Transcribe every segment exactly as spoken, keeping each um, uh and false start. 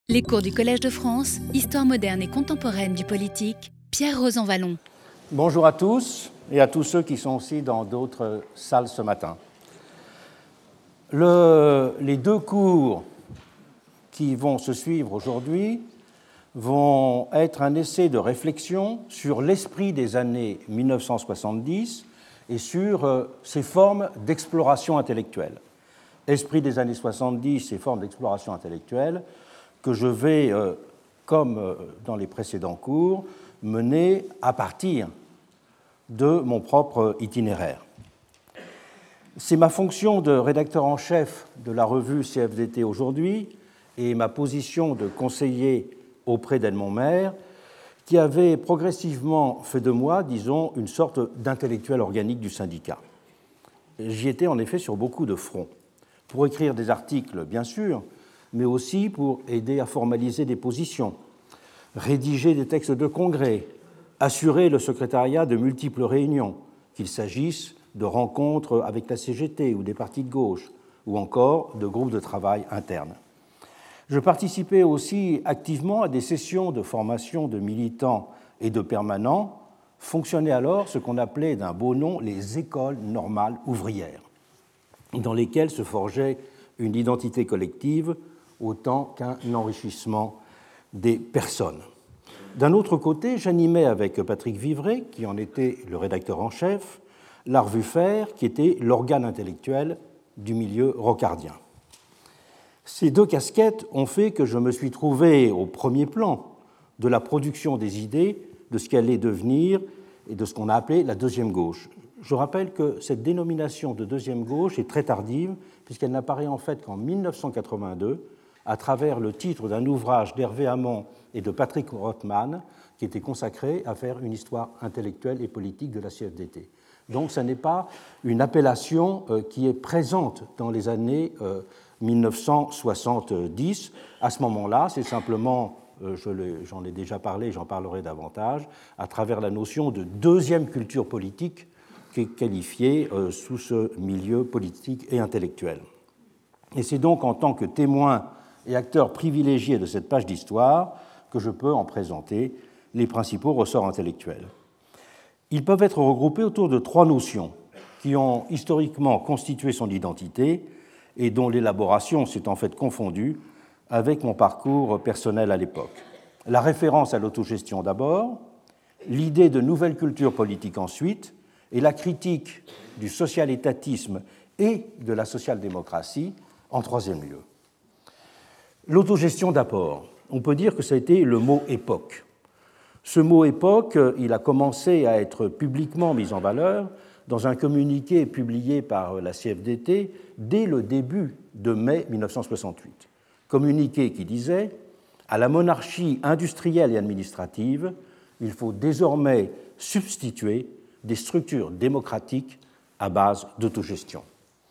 Les cours du Collège de France, Histoire moderne et contemporaine du politique, Pierre Rosanvallon. Bonjour à tous et à tous ceux qui sont aussi dans d'autres salles ce matin. Le, les deux cours qui vont se suivre aujourd'hui vont être un essai de réflexion sur l'esprit des années mille neuf cent soixante-dix et sur euh, ses formes d'exploration intellectuelle. Esprit des années soixante-dix et formes d'exploration intellectuelle que je vais, euh, comme euh, dans les précédents cours, mener à partir de mon propre itinéraire. C'est ma fonction de rédacteur en chef de la revue C F D T aujourd'hui et ma position de conseiller auprès d'Edmond Maire qui avait progressivement fait de moi, disons, une sorte d'intellectuel organique du syndicat. J'y étais en effet sur beaucoup de fronts, pour écrire des articles, bien sûr, mais aussi pour aider à formaliser des positions, rédiger des textes de congrès, assurer le secrétariat de multiples réunions, qu'il s'agisse de rencontres avec la C G T ou des partis de gauche, ou encore de groupes de travail internes. Je participais aussi activement à des sessions de formation de militants et de permanents, fonctionnaient alors ce qu'on appelait d'un beau nom les écoles normales ouvrières, dans lesquelles se forgeait une identité collective autant qu'un enrichissement des personnes. D'un autre côté, j'animais avec Patrick Vivray, qui en était le rédacteur en chef, la revue Faire, qui était l'organe intellectuel du milieu rocardien. Ces deux casquettes ont fait que je me suis trouvé au premier plan de la production des idées de ce qu'allait devenir et de ce qu'on a appelé la deuxième gauche. Je rappelle que cette dénomination de deuxième gauche est très tardive, puisqu'elle n'apparaît en fait qu'en mille neuf cent quatre-vingt-deux, à travers le titre d'un ouvrage d'Hervé Hamon et de Patrick Rothman, qui était consacré à faire une histoire intellectuelle et politique de la C F D T. Donc ce n'est pas une appellation qui est présente dans les années mille neuf cent soixante-dix. À ce moment-là, c'est simplement, j'en ai déjà parlé, j'en parlerai davantage, à travers la notion de deuxième culture politique qui est qualifiée sous ce milieu politique et intellectuel. Et c'est donc en tant que témoin et acteur privilégié de cette page d'histoire que je peux en présenter les principaux ressorts intellectuels. Ils peuvent être regroupés autour de trois notions qui ont historiquement constitué son identité et dont l'élaboration s'est en fait confondue avec mon parcours personnel à l'époque. La référence à l'autogestion d'abord, l'idée de nouvelle culture politique ensuite, et la critique du social-étatisme et de la social-démocratie en troisième lieu. L'autogestion d'abord, on peut dire que ça a été le mot époque. Ce mot époque, il a commencé à être publiquement mis en valeur dans un communiqué publié par la C F D T dès le début de mai mille neuf cent soixante-huit. Communiqué qui disait « À la monarchie industrielle et administrative, il faut désormais substituer des structures démocratiques à base d'autogestion. »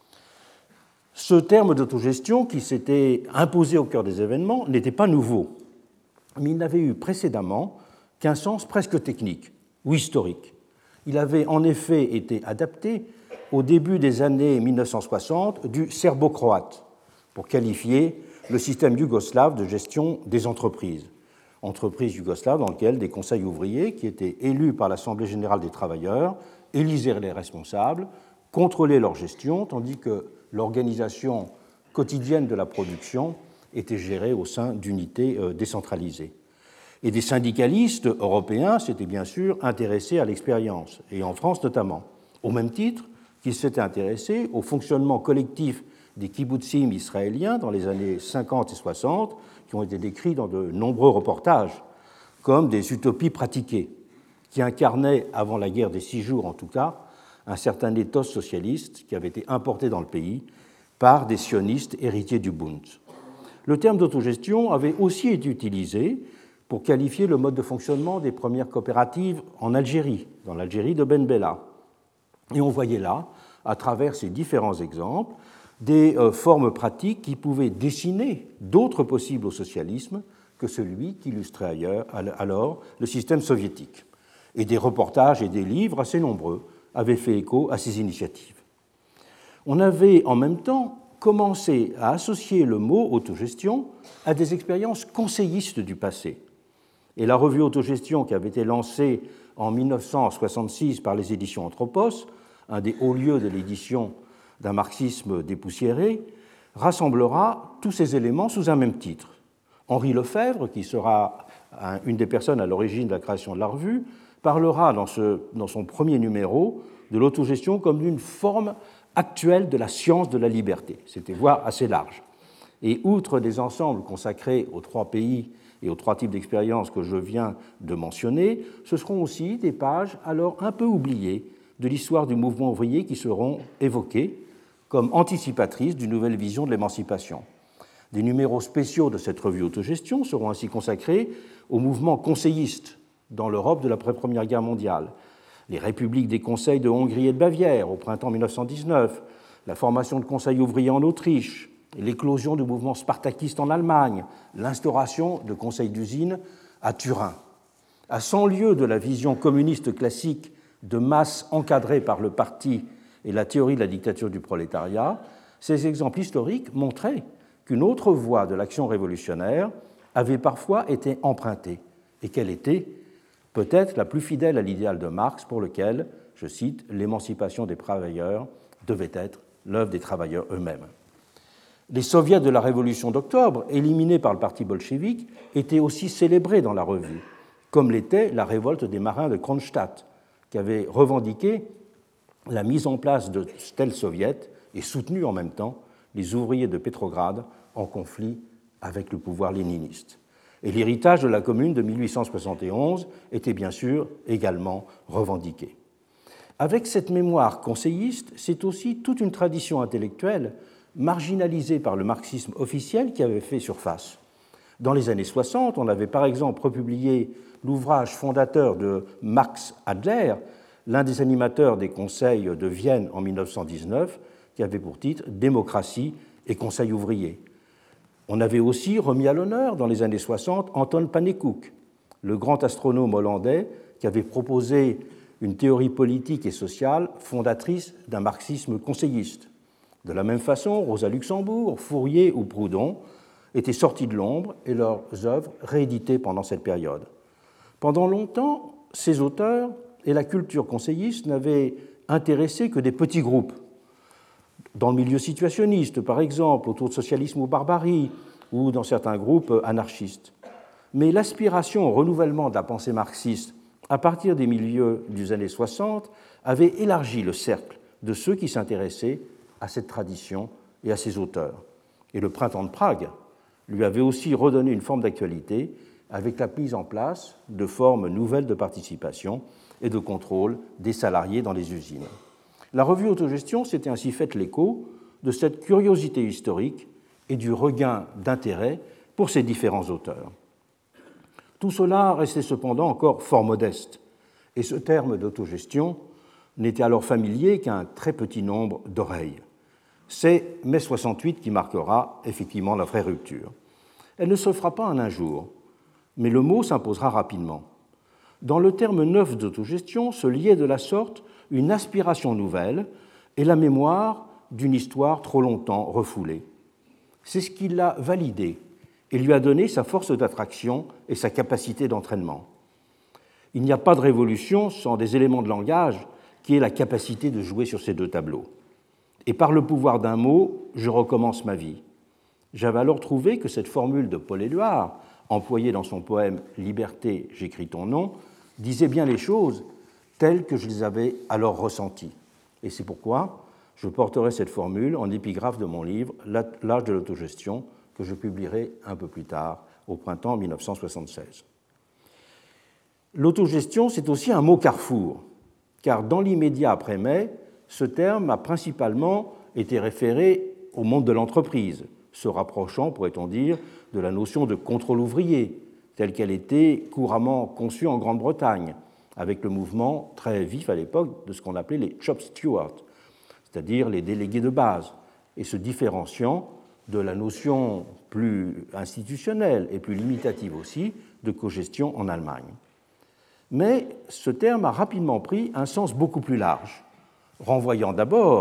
Ce terme d'autogestion, qui s'était imposé au cœur des événements, n'était pas nouveau, mais il n'avait eu précédemment qu'un sens presque technique ou historique. Il avait en effet été adapté au début des années mille neuf cent soixante du serbo-croate pour qualifier le système yougoslave de gestion des entreprises. Entreprises yougoslaves dans lesquelles des conseils ouvriers qui étaient élus par l'Assemblée générale des travailleurs élisaient les responsables, contrôlaient leur gestion, tandis que l'organisation quotidienne de la production était gérée au sein d'unités décentralisées. Et des syndicalistes européens s'étaient bien sûr intéressés à l'expérience, et en France notamment, au même titre qu'ils s'étaient intéressés au fonctionnement collectif des kibbutzim israéliens dans les années cinquante et soixante, qui ont été décrits dans de nombreux reportages comme des utopies pratiquées, qui incarnaient, avant la guerre des six jours en tout cas, un certain ethos socialiste qui avait été importé dans le pays par des sionistes héritiers du Bund. Le terme d'autogestion avait aussi été utilisé pour qualifier le mode de fonctionnement des premières coopératives en Algérie, dans l'Algérie de Ben Bella. Et on voyait là, à travers ces différents exemples, des euh, formes pratiques qui pouvaient dessiner d'autres possibles au socialisme que celui qu'illustrait ailleurs, alors le système soviétique. Et des reportages et des livres assez nombreux avaient fait écho à ces initiatives. On avait en même temps commencé à associer le mot autogestion à des expériences conseillistes du passé. Et la revue Autogestion, qui avait été lancée en mille neuf cent soixante-six par les éditions Anthropos, un des hauts lieux de l'édition d'un marxisme dépoussiéré, rassemblera tous ces éléments sous un même titre. Henri Lefebvre, qui sera une des personnes à l'origine de la création de la revue, parlera dans, ce, dans son premier numéro de l'autogestion comme d'une forme actuelle de la science de la liberté. C'était voire assez large. Et outre des ensembles consacrés aux trois pays et aux trois types d'expériences que je viens de mentionner, ce seront aussi des pages alors un peu oubliées de l'histoire du mouvement ouvrier qui seront évoquées comme anticipatrices d'une nouvelle vision de l'émancipation. Des numéros spéciaux de cette revue Autogestion seront ainsi consacrés au mouvement conseilliste dans l'Europe de l'après-première guerre mondiale, les républiques des conseils de Hongrie et de Bavière au printemps mille neuf cent dix-neuf, la formation de conseils ouvriers en Autriche, l'éclosion du mouvement spartakiste en Allemagne, l'instauration de conseils d'usine à Turin. À cent lieues de la vision communiste classique de masse encadrée par le parti et la théorie de la dictature du prolétariat, ces exemples historiques montraient qu'une autre voie de l'action révolutionnaire avait parfois été empruntée et qu'elle était peut-être la plus fidèle à l'idéal de Marx pour lequel, je cite, l'émancipation des travailleurs devait être l'œuvre des travailleurs eux-mêmes. Les soviets de la Révolution d'octobre, éliminés par le parti bolchevique, étaient aussi célébrés dans la revue, comme l'était la révolte des marins de Kronstadt, qui avait revendiqué la mise en place de tels soviets et soutenu en même temps les ouvriers de Pétrograd en conflit avec le pouvoir léniniste. Et l'héritage de la Commune de mille huit cent soixante et onze était bien sûr également revendiqué. Avec cette mémoire conseilliste, c'est aussi toute une tradition intellectuelle marginalisée par le marxisme officiel qui avait fait surface. Dans les années soixante, on avait par exemple republié l'ouvrage fondateur de Max Adler, l'un des animateurs des conseils de Vienne en mille neuf cent dix-neuf, qui avait pour titre « Démocratie et conseil ouvrier ». On avait aussi remis à l'honneur, dans les années soixante, Anton Pannekoek, le grand astronome hollandais qui avait proposé une théorie politique et sociale fondatrice d'un marxisme conseilliste. De la même façon, Rosa Luxembourg, Fourier ou Proudhon étaient sortis de l'ombre et leurs œuvres rééditées pendant cette période. Pendant longtemps, ces auteurs et la culture conseilliste n'avaient intéressé que des petits groupes. Dans le milieu situationniste, par exemple, autour de Socialisme ou Barbarie, ou dans certains groupes anarchistes. Mais l'aspiration au renouvellement de la pensée marxiste à partir des milieux des années soixante avait élargi le cercle de ceux qui s'intéressaient à cette tradition et à ses auteurs. Et le printemps de Prague lui avait aussi redonné une forme d'actualité avec la mise en place de formes nouvelles de participation et de contrôle des salariés dans les usines. La revue Autogestion s'était ainsi faite l'écho de cette curiosité historique et du regain d'intérêt pour ces différents auteurs. Tout cela restait cependant encore fort modeste, et ce terme d'autogestion n'était alors familier qu'à un très petit nombre d'oreilles. C'est mai soixante-huit qui marquera effectivement la vraie rupture. Elle ne se fera pas en un jour, mais le mot s'imposera rapidement. Dans le terme neuf d'autogestion se liait de la sorte une aspiration nouvelle et la mémoire d'une histoire trop longtemps refoulée. C'est ce qui l'a validé et lui a donné sa force d'attraction et sa capacité d'entraînement. Il n'y a pas de révolution sans des éléments de langage qui aient la capacité de jouer sur ces deux tableaux. Et par le pouvoir d'un mot, je recommence ma vie. J'avais alors trouvé que cette formule de Paul Éluard, employée dans son poème « Liberté, j'écris ton nom », disait bien les choses telles que je les avais alors ressenties. Et c'est pourquoi je porterai cette formule en épigraphe de mon livre « L'âge de l'autogestion » que je publierai un peu plus tard, au printemps mille neuf cent soixante-seize. L'autogestion, c'est aussi un mot carrefour, car dans l'immédiat après mai, ce terme a principalement été référé au monde de l'entreprise, se rapprochant, pourrait-on dire, de la notion de contrôle ouvrier, telle qu'elle était couramment conçue en Grande-Bretagne, avec le mouvement très vif à l'époque de ce qu'on appelait les shop stewards, c'est-à-dire les délégués de base, et se différenciant de la notion plus institutionnelle et plus limitative aussi de cogestion en Allemagne. Mais ce terme a rapidement pris un sens beaucoup plus large, renvoyant d'abord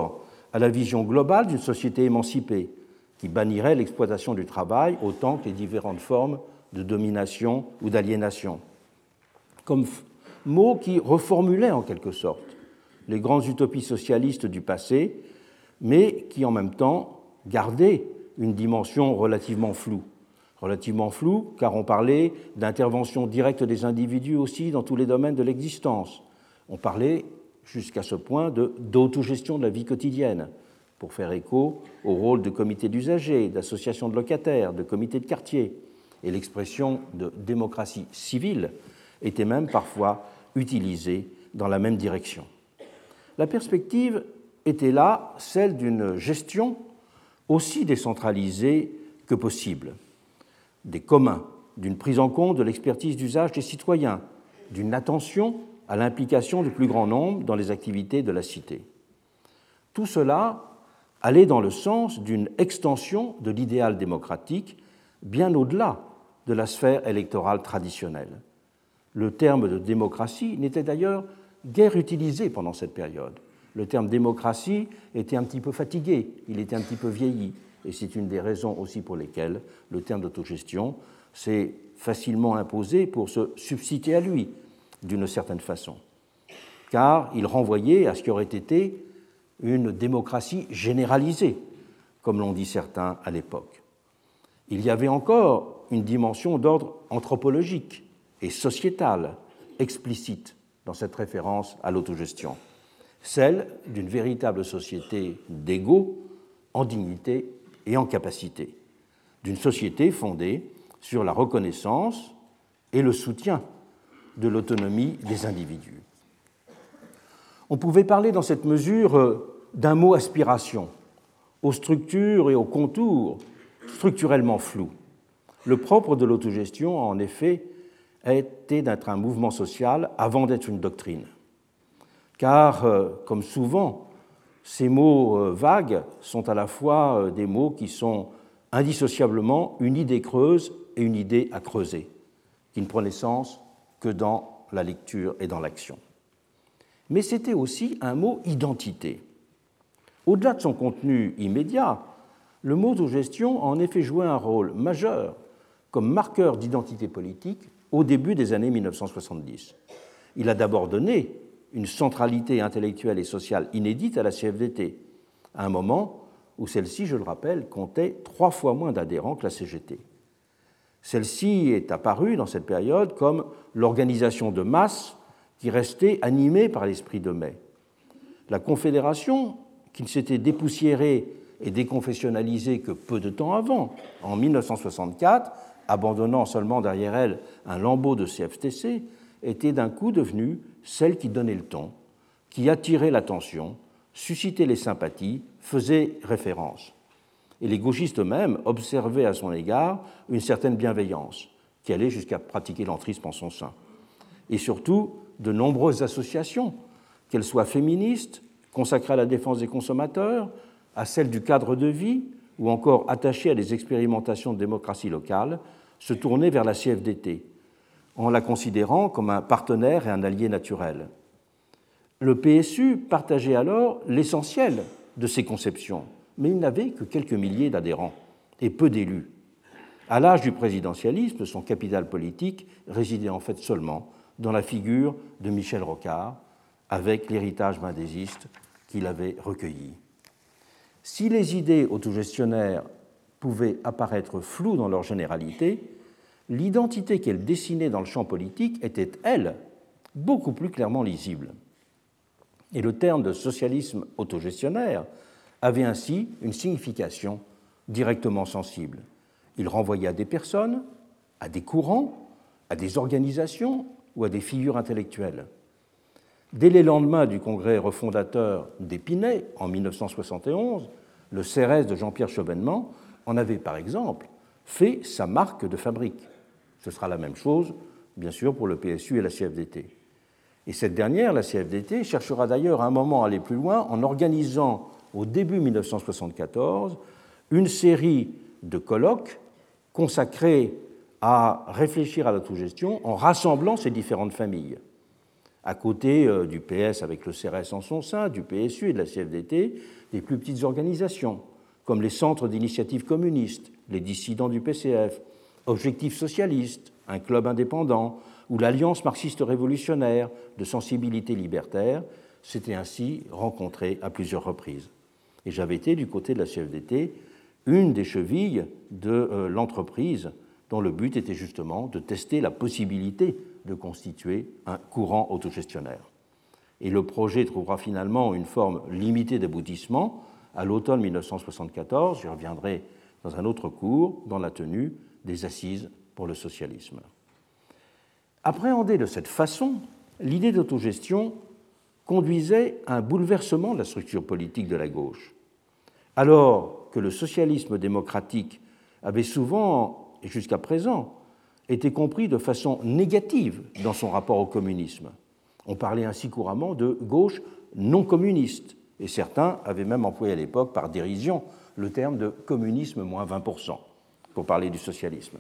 à la vision globale d'une société émancipée qui bannirait l'exploitation du travail autant que les différentes formes de domination ou d'aliénation, comme mot qui reformulait en quelque sorte les grandes utopies socialistes du passé, mais qui en même temps gardait une dimension relativement floue. Relativement floue car on parlait d'intervention directe des individus aussi dans tous les domaines de l'existence. On parlait jusqu'à ce point de, d'autogestion de la vie quotidienne, pour faire écho au rôle de comités d'usagers, d'associations de locataires, de comités de quartier. Et l'expression de démocratie civile était même parfois utilisée dans la même direction. La perspective était là celle d'une gestion aussi décentralisée que possible, des communs, d'une prise en compte de l'expertise d'usage des citoyens, d'une attention à l'implication du plus grand nombre dans les activités de la cité. Tout cela allait dans le sens d'une extension de l'idéal démocratique bien au-delà de la sphère électorale traditionnelle. Le terme de démocratie n'était d'ailleurs guère utilisé pendant cette période. Le terme démocratie était un petit peu fatigué, il était un petit peu vieilli, et c'est une des raisons aussi pour lesquelles le terme d'autogestion s'est facilement imposé pour se substituer à lui, d'une certaine façon, car il renvoyait à ce qui aurait été une démocratie généralisée, comme l'ont dit certains à l'époque. Il y avait encore une dimension d'ordre anthropologique et sociétal explicite dans cette référence à l'autogestion, celle d'une véritable société d'égaux en dignité et en capacité, d'une société fondée sur la reconnaissance et le soutien de l'autonomie des individus. On pouvait parler dans cette mesure d'un mot aspiration, aux structures et aux contours structurellement flous. Le propre de l'autogestion, en effet, était d'être un mouvement social avant d'être une doctrine. Car, comme souvent, ces mots vagues sont à la fois des mots qui sont indissociablement une idée creuse et une idée à creuser, qui ne prenaient sens que dans la lecture et dans l'action. Mais c'était aussi un mot identité. Au-delà de son contenu immédiat, le mot autogestion a en effet joué un rôle majeur comme marqueur d'identité politique au début des années mille neuf cent soixante-dix. Il a d'abord donné une centralité intellectuelle et sociale inédite à la C F D T, à un moment où celle-ci, je le rappelle, comptait trois fois moins d'adhérents que la C G T. Celle-ci est apparue dans cette période comme l'organisation de masse qui restait animée par l'esprit de mai. La Confédération, qui ne s'était dépoussiérée et déconfessionnalisée que peu de temps avant, en mille neuf cent soixante-quatre, abandonnant seulement derrière elle un lambeau de C F T C, était d'un coup devenue celle qui donnait le ton, qui attirait l'attention, suscitait les sympathies, faisait référence. Et les gauchistes eux-mêmes observaient à son égard une certaine bienveillance, qui allait jusqu'à pratiquer l'entrisme en son sein. Et surtout, de nombreuses associations, qu'elles soient féministes, consacrées à la défense des consommateurs, à celle du cadre de vie, ou encore attachées à des expérimentations de démocratie locale, se tournaient vers la C F D T, en la considérant comme un partenaire et un allié naturel. Le P S U partageait alors l'essentiel de ces conceptions, mais il n'avait que quelques milliers d'adhérents et peu d'élus. À l'âge du présidentialisme, son capital politique résidait en fait seulement dans la figure de Michel Rocard, avec l'héritage mendésiste qu'il avait recueilli. Si les idées autogestionnaires pouvaient apparaître floues dans leur généralité, l'identité qu'elles dessinaient dans le champ politique était, elle, beaucoup plus clairement lisible. Et le terme de socialisme autogestionnaire avait ainsi une signification directement sensible. Il renvoyait à des personnes, à des courants, à des organisations ou à des figures intellectuelles. Dès les lendemains du congrès refondateur d'Épinay, en mille neuf cent soixante et onze, le C R S de Jean-Pierre Chevènement en avait par exemple fait sa marque de fabrique. Ce sera la même chose, bien sûr, pour le P S U et la C F D T. Et cette dernière, la C F D T, cherchera d'ailleurs à un moment à aller plus loin en organisant, au début mille neuf cent soixante-quatorze, une série de colloques consacrés à réfléchir à l'autogestion en rassemblant ces différentes familles. à côté euh, du P S avec le C R S en son sein, du P S U et de la C F D T, des plus petites organisations, comme les centres d'initiative communistes, les dissidents du P C F, Objectif socialiste, un club indépendant, ou l'Alliance marxiste révolutionnaire de sensibilité libertaire, s'étaient ainsi rencontrés à plusieurs reprises. Et j'avais été, du côté de la C F D T, une des chevilles de euh, l'entreprise dont le but était justement de tester la possibilité de constituer un courant autogestionnaire. Et le projet trouvera finalement une forme limitée d'aboutissement à l'automne mille neuf cent soixante-quatorze, j'y reviendrai dans un autre cours, dans la tenue des Assises pour le socialisme. Appréhendée de cette façon, l'idée d'autogestion conduisait à un bouleversement de la structure politique de la gauche. Alors que le socialisme démocratique avait souvent, et jusqu'à présent, été compris de façon négative dans son rapport au communisme. On parlait ainsi couramment de gauche non communiste, et certains avaient même employé à l'époque par dérision le terme de communisme moins vingt pour cent pour parler du socialisme.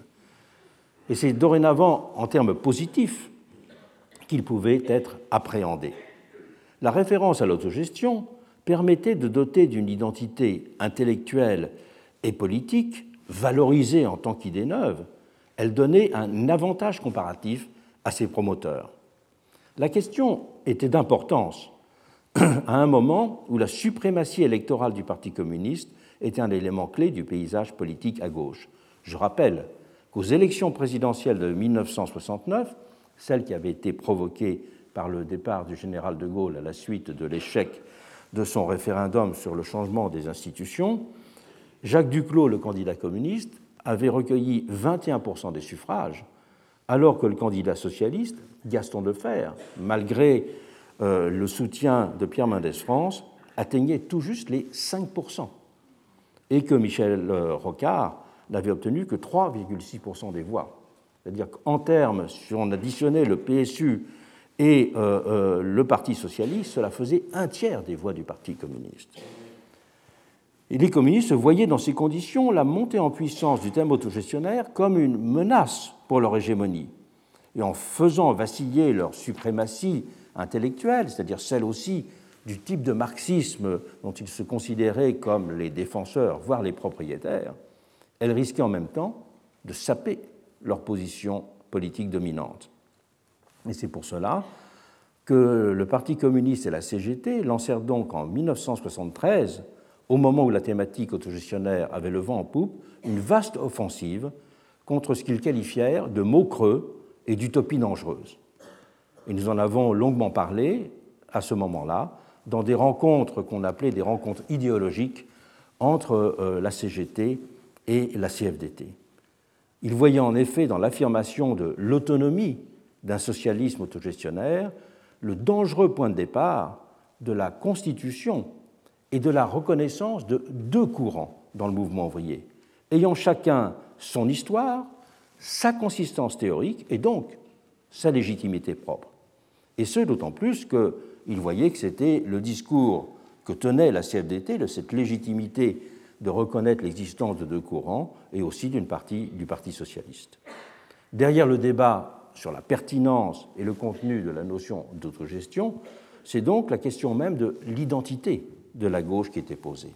Et c'est dorénavant en termes positifs qu'il pouvait être appréhendé. La référence à l'autogestion permettait de doter d'une identité intellectuelle et politique valorisée en tant qu'idée neuve. Elle donnait un avantage comparatif à ses promoteurs. La question était d'importance à un moment où la suprématie électorale du Parti communiste était un élément clé du paysage politique à gauche. Je rappelle qu'aux élections présidentielles de mille neuf cent soixante-neuf, celles qui avaient été provoquées par le départ du général de Gaulle à la suite de l'échec de son référendum sur le changement des institutions, Jacques Duclos, le candidat communiste, avait recueilli vingt et un pour cent des suffrages, alors que le candidat socialiste, Gaston Defferre, malgré euh, le soutien de Pierre Mendès France, atteignait tout juste les cinq pour cent, et que Michel Rocard n'avait obtenu que trois virgule six pour cent des voix. C'est-à-dire qu'en termes, si on additionnait le P S U et euh, euh, le Parti socialiste, cela faisait un tiers des voix du Parti communiste. Et les communistes voyaient dans ces conditions la montée en puissance du thème autogestionnaire comme une menace pour leur hégémonie. Et en faisant vaciller leur suprématie intellectuelle, c'est-à-dire celle aussi du type de marxisme dont ils se considéraient comme les défenseurs, voire les propriétaires, elles risquaient en même temps de saper leur position politique dominante. Et c'est pour cela que le Parti communiste et la C G T lancèrent donc en mille neuf cent soixante-treize, au moment où la thématique autogestionnaire avait le vent en poupe, une vaste offensive contre ce qu'ils qualifièrent de mots creux et d'utopie dangereuse. Et nous en avons longuement parlé à ce moment-là, dans des rencontres qu'on appelait des rencontres idéologiques entre euh, la C G T et la C F D T. Ils voyaient en effet dans l'affirmation de l'autonomie d'un socialisme autogestionnaire le dangereux point de départ de la constitution et de la reconnaissance de deux courants dans le mouvement ouvrier, ayant chacun son histoire, sa consistance théorique et donc sa légitimité propre. Et ce, d'autant plus qu'ils voyaient que c'était le discours que tenait la C F D T de cette légitimité de reconnaître l'existence de deux courants et aussi d'une partie du Parti socialiste. Derrière le débat sur la pertinence et le contenu de la notion d'autogestion, c'est donc la question même de l'identité de la gauche qui était posée.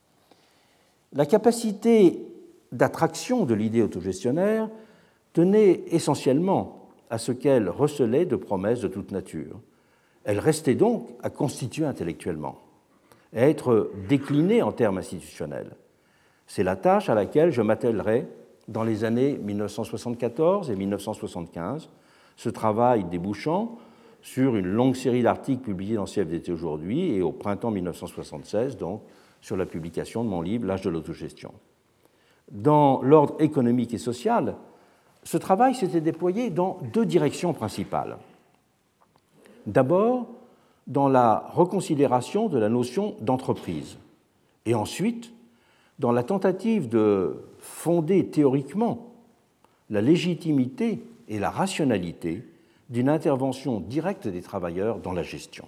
La capacité d'attraction de l'idée autogestionnaire tenait essentiellement à ce qu'elle recelait de promesses de toute nature. Elle restait donc à constituer intellectuellement, à être déclinée en termes institutionnels. C'est la tâche à laquelle je m'attellerai dans les années mille neuf cent soixante-quatorze et mille neuf cent soixante-quinze, ce travail débouchant sur une longue série d'articles publiés dans C F D T aujourd'hui et au printemps mille neuf cent soixante-seize, donc sur la publication de mon livre « L'âge de l'autogestion ». Dans l'ordre économique et social, ce travail s'était déployé dans deux directions principales. D'abord, dans la reconsidération de la notion d'entreprise, et ensuite, dans la tentative de fonder théoriquement la légitimité et la rationalité d'une intervention directe des travailleurs dans la gestion.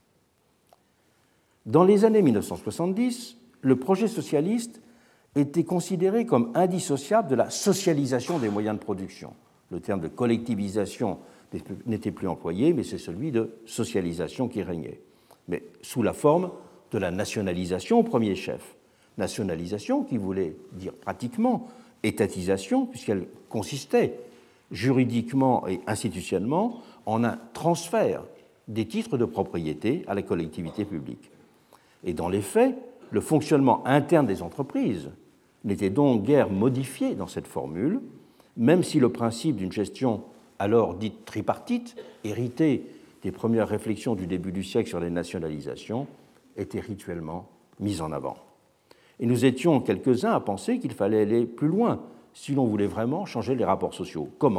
Dans les années mille neuf cent soixante-dix, le projet socialiste était considéré comme indissociable de la socialisation des moyens de production. Le terme de collectivisation n'était plus employé, mais c'est celui de socialisation qui régnait, mais sous la forme de la nationalisation au premier chef. Nationalisation qui voulait dire pratiquement étatisation, puisqu'elle consistait juridiquement et institutionnellement en un transfert des titres de propriété à la collectivité publique. Et dans les faits, le fonctionnement interne des entreprises n'était donc guère modifié dans cette formule, même si le principe d'une gestion alors dite tripartite, héritée des premières réflexions du début du siècle sur les nationalisations, était rituellement mis en avant. Et nous étions quelques-uns à penser qu'il fallait aller plus loin si l'on voulait vraiment changer les rapports sociaux. Comment ?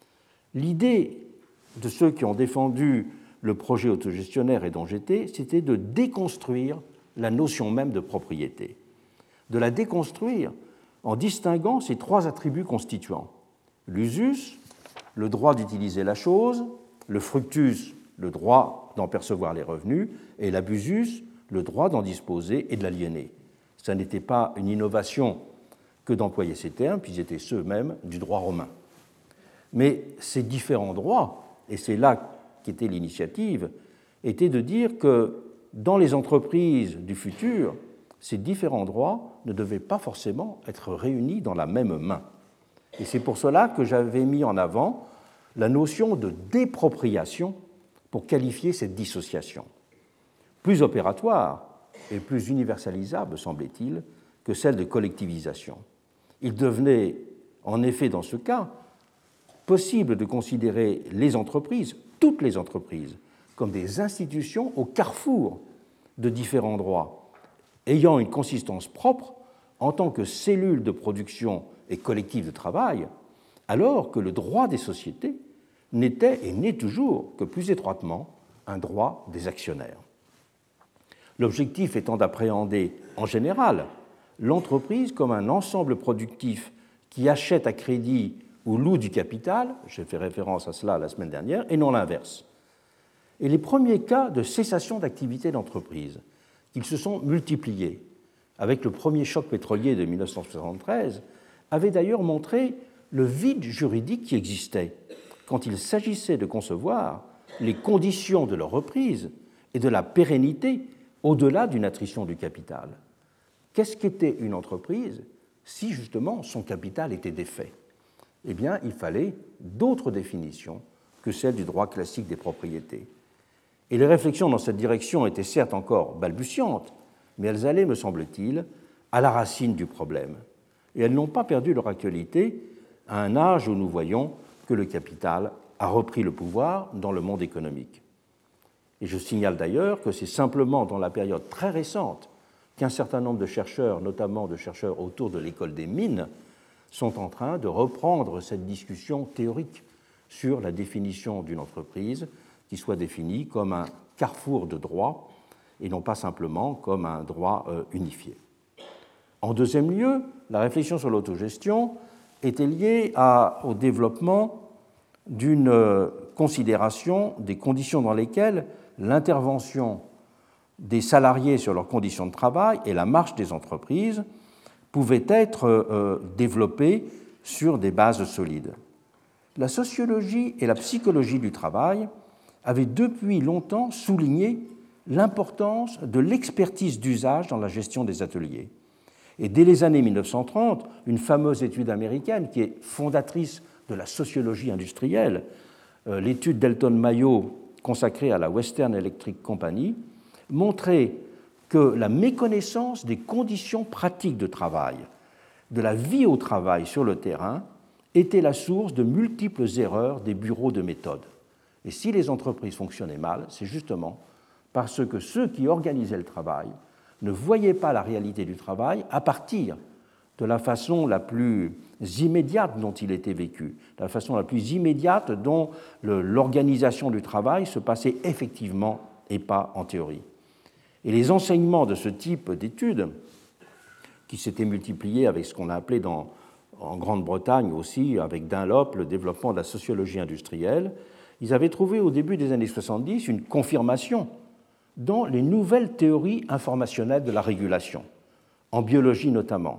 L'idée de ceux qui ont défendu le projet autogestionnaire et dont j'étais, c'était de déconstruire la notion même de propriété, de la déconstruire en distinguant ces trois attributs constituants. L'usus, le droit d'utiliser la chose, le fructus, le droit d'en percevoir les revenus, et l'abusus, le droit d'en disposer et de l'aliéner. Ce n'était pas une innovation que d'employer ces termes, puis ils étaient ceux-mêmes du droit romain. Mais ces différents droits, et c'est là qu'était l'initiative, étaient de dire que dans les entreprises du futur, ces différents droits ne devaient pas forcément être réunis dans la même main. Et c'est pour cela que j'avais mis en avant la notion de dépropriation pour qualifier cette dissociation. Plus opératoire et plus universalisable, semblait-il, que celle de collectivisation. Il devenait, en effet, dans ce cas, possible de considérer les entreprises, toutes les entreprises, comme des institutions au carrefour de différents droits, ayant une consistance propre en tant que cellules de production et collectifs de travail, alors que le droit des sociétés n'était et n'est toujours que plus étroitement un droit des actionnaires. L'objectif étant d'appréhender, en général, l'entreprise comme un ensemble productif qui achète à crédit ou loue du capital, j'ai fait référence à cela la semaine dernière, et non l'inverse. Et les premiers cas de cessation d'activité d'entreprise, qu'ils se sont multipliés, avec le premier choc pétrolier de mille neuf cent soixante-treize, avaient d'ailleurs montré le vide juridique qui existait quand il s'agissait de concevoir les conditions de leur reprise et de la pérennité au-delà d'une attrition du capital. Qu'est-ce qu'était une entreprise si justement son capital était défait ? Eh bien, il fallait d'autres définitions que celles du droit classique des propriétés. Et les réflexions dans cette direction étaient certes encore balbutiantes, mais elles allaient, me semble-t-il, à la racine du problème. Et elles n'ont pas perdu leur actualité à un âge où nous voyons que le capital a repris le pouvoir dans le monde économique. Et je signale d'ailleurs que c'est simplement dans la période très récente qu'un certain nombre de chercheurs, notamment de chercheurs autour de l'école des mines, sont en train de reprendre cette discussion théorique sur la définition d'une entreprise qui soit définie comme un carrefour de droits et non pas simplement comme un droit unifié. En deuxième lieu, la réflexion sur l'autogestion était liée à, au développement d'une considération des conditions dans lesquelles l'intervention des salariés sur leurs conditions de travail et la marche des entreprises pouvaient être euh, développées sur des bases solides. La sociologie et la psychologie du travail avaient depuis longtemps souligné l'importance de l'expertise d'usage dans la gestion des ateliers. Et dès les années mille neuf cent trente, une fameuse étude américaine qui est fondatrice de la sociologie industrielle, euh, l'étude d'Elton Mayo consacrée à la Western Electric Company, montrait que la méconnaissance des conditions pratiques de travail, de la vie au travail sur le terrain, était la source de multiples erreurs des bureaux de méthode. Et si les entreprises fonctionnaient mal, c'est justement parce que ceux qui organisaient le travail ne voyaient pas la réalité du travail à partir de la façon la plus immédiate dont il était vécu, la façon la plus immédiate dont le, l'organisation du travail se passait effectivement et pas en théorie. Et les enseignements de ce type d'études, qui s'étaient multipliés avec ce qu'on a appelé dans, en Grande-Bretagne aussi, avec Dunlop, le développement de la sociologie industrielle, ils avaient trouvé au début des années soixante-dix une confirmation dans les nouvelles théories informationnelles de la régulation, en biologie notamment,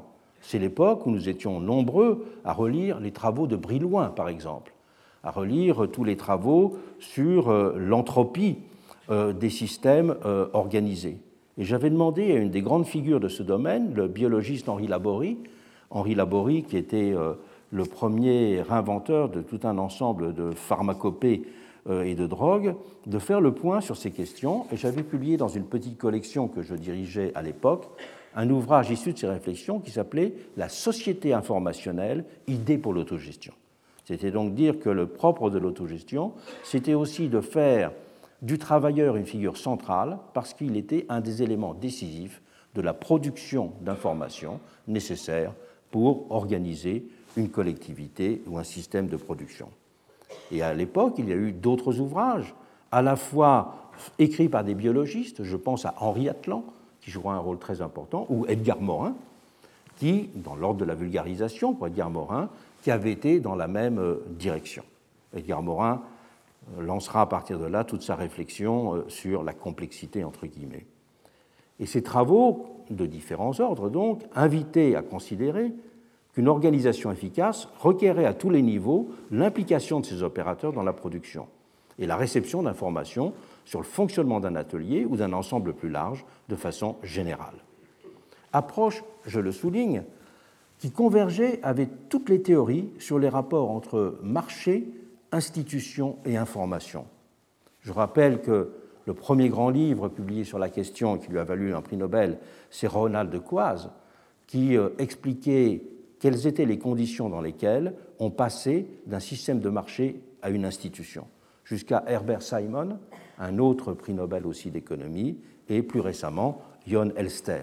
C'est l'époque où nous étions nombreux à relire les travaux de Brillouin, par exemple, à relire tous les travaux sur l'entropie des systèmes organisés. Et j'avais demandé à une des grandes figures de ce domaine, le biologiste Henri Laborie, Henri Laborie qui était le premier inventeur de tout un ensemble de pharmacopées et de drogues, de faire le point sur ces questions. Et j'avais publié dans une petite collection que je dirigeais à l'époque un ouvrage issu de ces réflexions qui s'appelait « La société informationnelle, idée pour l'autogestion ». C'était donc dire que le propre de l'autogestion, c'était aussi de faire du travailleur une figure centrale parce qu'il était un des éléments décisifs de la production d'informations nécessaires pour organiser une collectivité ou un système de production. Et à l'époque, il y a eu d'autres ouvrages, à la fois écrits par des biologistes, je pense à Henri Atlan, qui jouera un rôle très important, ou Edgar Morin, qui, dans l'ordre de la vulgarisation, pour Edgar Morin, qui avait été dans la même direction. Edgar Morin lancera à partir de là toute sa réflexion sur la complexité, entre guillemets. Et ces travaux, de différents ordres donc, invitaient à considérer qu'une organisation efficace requérait à tous les niveaux l'implication de ces opérateurs dans la production et la réception d'informations sur le fonctionnement d'un atelier ou d'un ensemble plus large de façon générale. Approche, je le souligne, qui convergeait avec toutes les théories sur les rapports entre marché, institution et information. Je rappelle que le premier grand livre publié sur la question qui lui a valu un prix Nobel, c'est Ronald de Coise, qui expliquait quelles étaient les conditions dans lesquelles on passait d'un système de marché à une institution, jusqu'à Herbert Simon, un autre prix Nobel aussi d'économie, et plus récemment, Jon Elster.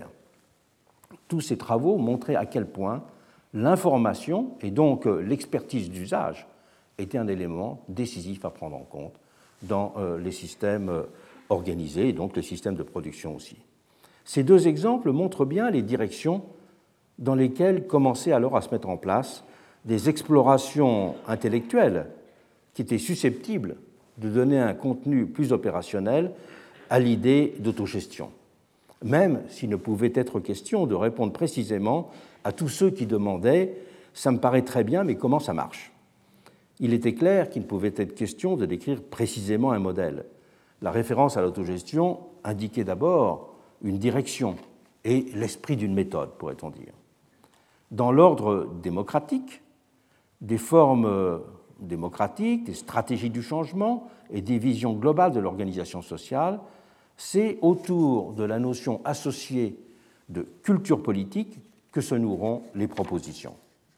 Tous ces travaux montraient à quel point l'information, et donc l'expertise d'usage, était un élément décisif à prendre en compte dans les systèmes organisés, et donc le système de production aussi. Ces deux exemples montrent bien les directions dans lesquelles commençaient alors à se mettre en place des explorations intellectuelles qui étaient susceptibles de donner un contenu plus opérationnel à l'idée d'autogestion, même s'il ne pouvait être question de répondre précisément à tous ceux qui demandaient « ça me paraît très bien, mais comment ça marche ?» Il était clair qu'il ne pouvait être question de décrire précisément un modèle. La référence à l'autogestion indiquait d'abord une direction et l'esprit d'une méthode, pourrait-on dire. Dans l'ordre démocratique, des formes démocratiques, des stratégies du changement et des visions globales de l'organisation sociale, c'est autour de la notion associée de culture politique que se noueront les propositions.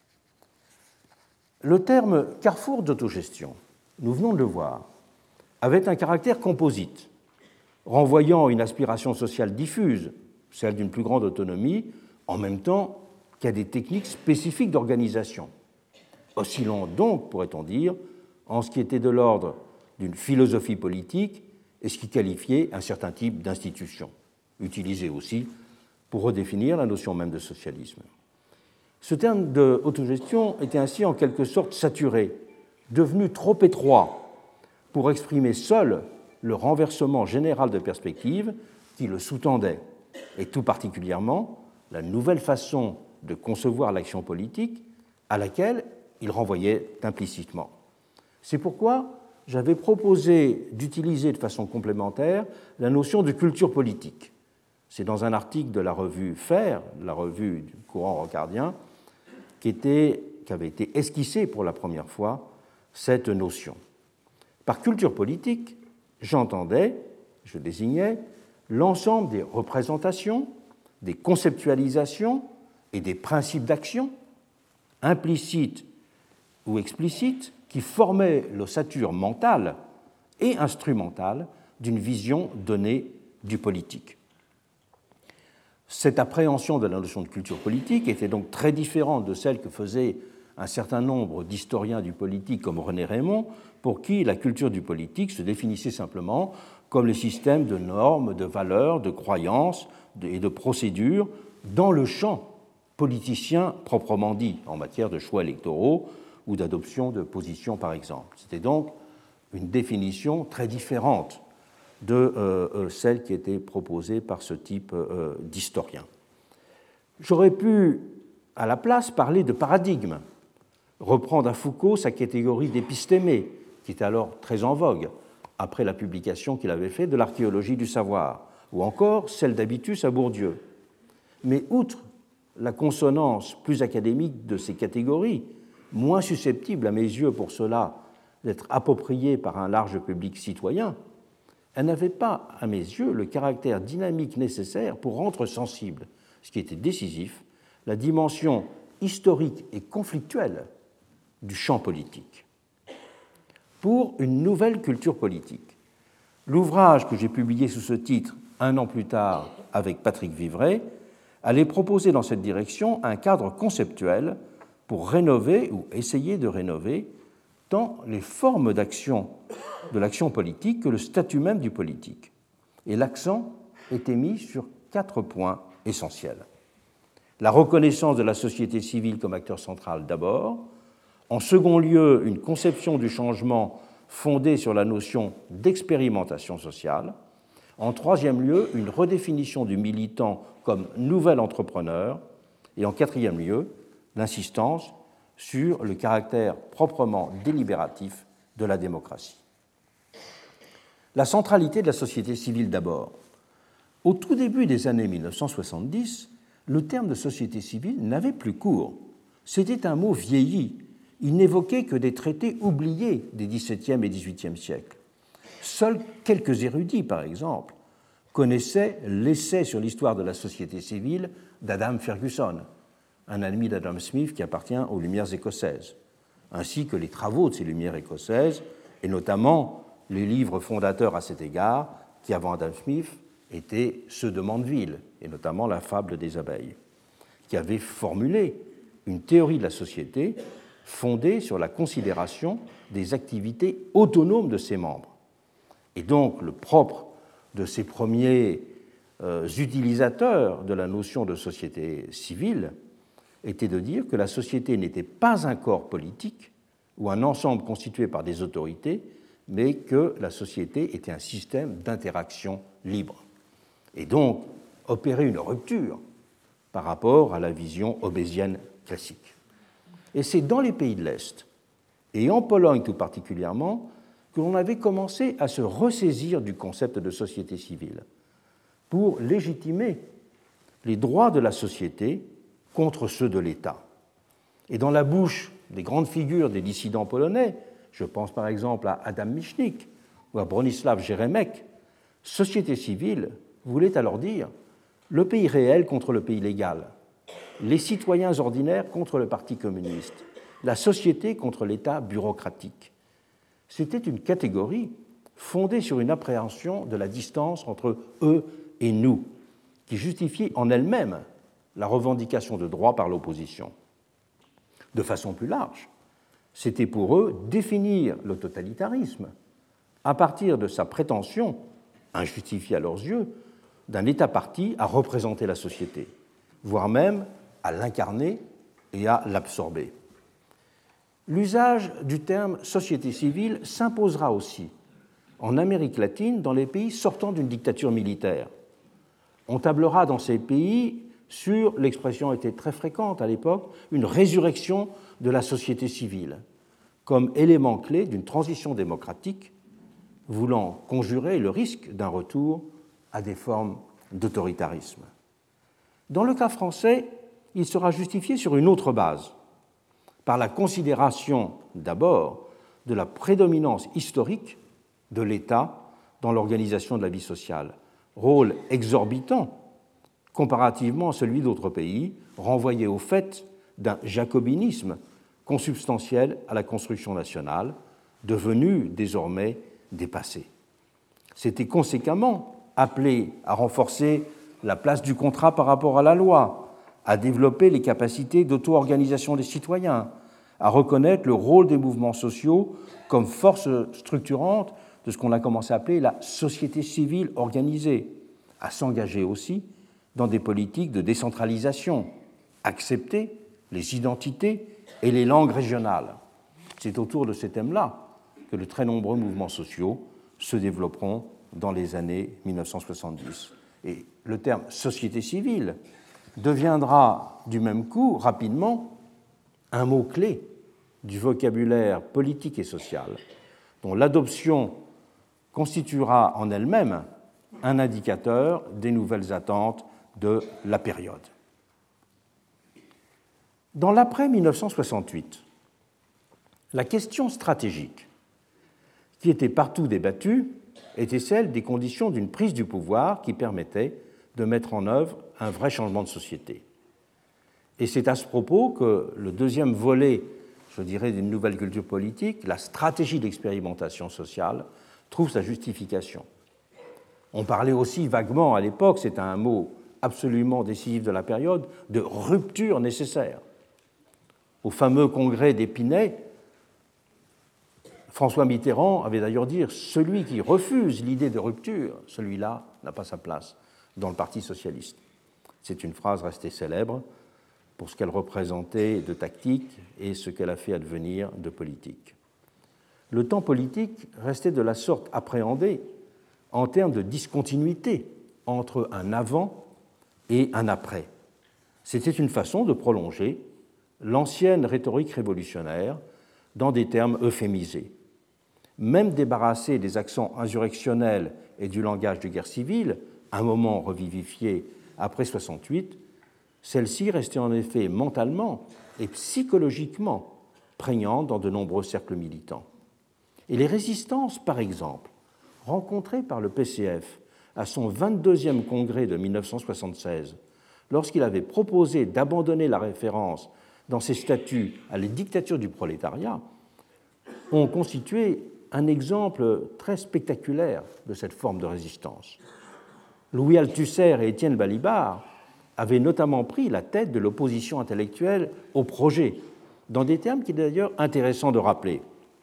Le terme carrefour d'autogestion, nous venons de le voir, avait un caractère composite, renvoyant à une aspiration sociale diffuse, celle d'une plus grande autonomie, en même temps qu'à des techniques spécifiques d'organisation, oscillant donc, pourrait-on dire, en ce qui était de l'ordre d'une philosophie politique et ce qui qualifiait un certain type d'institution, utilisé aussi pour redéfinir la notion même de socialisme. Ce terme d'autogestion était ainsi en quelque sorte saturé, devenu trop étroit pour exprimer seul le renversement général de perspective qui le sous-tendait, et tout particulièrement la nouvelle façon de concevoir l'action politique à laquelle il renvoyait implicitement. C'est pourquoi j'avais proposé d'utiliser de façon complémentaire la notion de culture politique. C'est dans un article de la revue Faire, la revue du courant rocardien, qui, était, qui avait été esquissée pour la première fois cette notion. Par culture politique, j'entendais, je désignais, l'ensemble des représentations, des conceptualisations et des principes d'action, implicites ou explicites, qui formaient l'ossature mentale et instrumentale d'une vision donnée du politique. Cette appréhension de la notion de culture politique était donc très différente de celle que faisaient un certain nombre d'historiens du politique comme René Raymond, pour qui la culture du politique se définissait simplement comme les systèmes de normes, de valeurs, de croyances et de procédures dans le champ politicien proprement dit, en matière de choix électoraux ou d'adoption de positions, par exemple. C'était donc une définition très différente de euh, celle qui était proposée par ce type euh, d'historien. J'aurais pu à la place parler de paradigme, reprendre à Foucault sa catégorie d'épistémé, qui était alors très en vogue, après la publication qu'il avait faite de l'archéologie du savoir, ou encore celle d'Habitus à Bourdieu. Mais outre la consonance plus académique de ces catégories, moins susceptibles à mes yeux pour cela d'être appropriées par un large public citoyen, elle n'avait pas, à mes yeux, le caractère dynamique nécessaire pour rendre sensible, ce qui était décisif, la dimension historique et conflictuelle du champ politique. Pour une nouvelle culture politique, l'ouvrage que j'ai publié sous ce titre un an plus tard avec Patrick Vivray allait proposer dans cette direction un cadre conceptuel pour rénover ou essayer de rénover tant les formes d'action de l'action politique que le statut même du politique. Et l'accent était mis sur quatre points essentiels. La reconnaissance de la société civile comme acteur central d'abord, en second lieu, une conception du changement fondée sur la notion d'expérimentation sociale, en troisième lieu, une redéfinition du militant comme nouvel entrepreneur, et en quatrième lieu, l'insistance sur le caractère proprement délibératif de la démocratie. La centralité de la société civile d'abord. Au tout début des années mille neuf cent soixante-dix, le terme de société civile n'avait plus cours. C'était un mot vieilli. Il n'évoquait que des traités oubliés des dix-septième et dix-huitième siècles. Seuls quelques érudits, par exemple, connaissaient l'essai sur l'histoire de la société civile d'Adam Ferguson, un ami d'Adam Smith qui appartient aux Lumières écossaises, ainsi que les travaux de ces Lumières écossaises, et notamment les livres fondateurs à cet égard, qui avant Adam Smith étaient ceux de Mandeville, et notamment la fable des abeilles, qui avait formulé une théorie de la société fondée sur la considération des activités autonomes de ses membres. Et donc le propre de ces premiers euh, utilisateurs de la notion de société civile était de dire que la société n'était pas un corps politique ou un ensemble constitué par des autorités, mais que la société était un système d'interaction libre. Et donc opérer une rupture par rapport à la vision hobbésienne classique. Et c'est dans les pays de l'Est, et en Pologne tout particulièrement, que l'on avait commencé à se ressaisir du concept de société civile pour légitimer les droits de la société contre ceux de l'État. Et dans la bouche des grandes figures des dissidents polonais, je pense par exemple à Adam Michnik ou à Bronisław Geremek, société civile voulait alors dire le pays réel contre le pays légal, les citoyens ordinaires contre le Parti communiste, la société contre l'État bureaucratique. C'était une catégorie fondée sur une appréhension de la distance entre eux et nous, qui justifiait en elle-même la revendication de droits par l'opposition. De façon plus large, c'était pour eux définir le totalitarisme à partir de sa prétention, injustifiée à leurs yeux, d'un État parti à représenter la société, voire même à l'incarner et à l'absorber. L'usage du terme société civile s'imposera aussi en Amérique latine dans les pays sortant d'une dictature militaire. On tablera dans ces pays sur, l'expression était très fréquente à l'époque, une résurrection de la société civile, comme élément clé d'une transition démocratique voulant conjurer le risque d'un retour à des formes d'autoritarisme. Dans le cas français, il sera justifié sur une autre base, par la considération d'abord de la prédominance historique de l'État dans l'organisation de la vie sociale, rôle exorbitant comparativement à celui d'autres pays, renvoyé au fait d'un jacobinisme consubstantiel à la construction nationale, devenu désormais dépassé. C'était conséquemment appelé à renforcer la place du contrat par rapport à la loi, à développer les capacités d'auto-organisation des citoyens, à reconnaître le rôle des mouvements sociaux comme force structurante de ce qu'on a commencé à appeler la société civile organisée, à s'engager aussi dans des politiques de décentralisation, accepter les identités et les langues régionales. C'est autour de ces thèmes-là que de très nombreux mouvements sociaux se développeront dans les années mille neuf cent soixante-dix. Et le terme société civile deviendra du même coup, rapidement, un mot-clé du vocabulaire politique et social, dont l'adoption constituera en elle-même un indicateur des nouvelles attentes de la période. Dans l'après-mille neuf cent soixante-huit, la question stratégique qui était partout débattue était celle des conditions d'une prise du pouvoir qui permettait de mettre en œuvre un vrai changement de société. Et c'est à ce propos que le deuxième volet, je dirais, d'une nouvelle culture politique, la stratégie d'expérimentation sociale, trouve sa justification. On parlait aussi vaguement à l'époque, c'est un mot absolument décisif de la période, de rupture nécessaire. Au fameux congrès d'Épinay, François Mitterrand avait d'ailleurs dit « Celui qui refuse l'idée de rupture, celui-là n'a pas sa place dans le Parti socialiste ». C'est une phrase restée célèbre pour ce qu'elle représentait de tactique et ce qu'elle a fait advenir de politique. Le temps politique restait de la sorte appréhendé en termes de discontinuité entre un avant et un après. C'était une façon de prolonger l'ancienne rhétorique révolutionnaire dans des termes euphémisés. Même débarrassée des accents insurrectionnels et du langage de guerre civile, un moment revivifié après soixante-huit, celle-ci restait en effet mentalement et psychologiquement prégnante dans de nombreux cercles militants. Et les résistances, par exemple, rencontrées par le P C F à son vingt-deuxième congrès de mille neuf cent soixante-seize, lorsqu'il avait proposé d'abandonner la référence dans ses statuts à la dictature du prolétariat, ont constitué un exemple très spectaculaire de cette forme de résistance. Louis Althusser et Étienne Balibar avaient notamment pris la tête de l'opposition intellectuelle au projet, dans des termes qu'il est d'ailleurs intéressant de rappeler.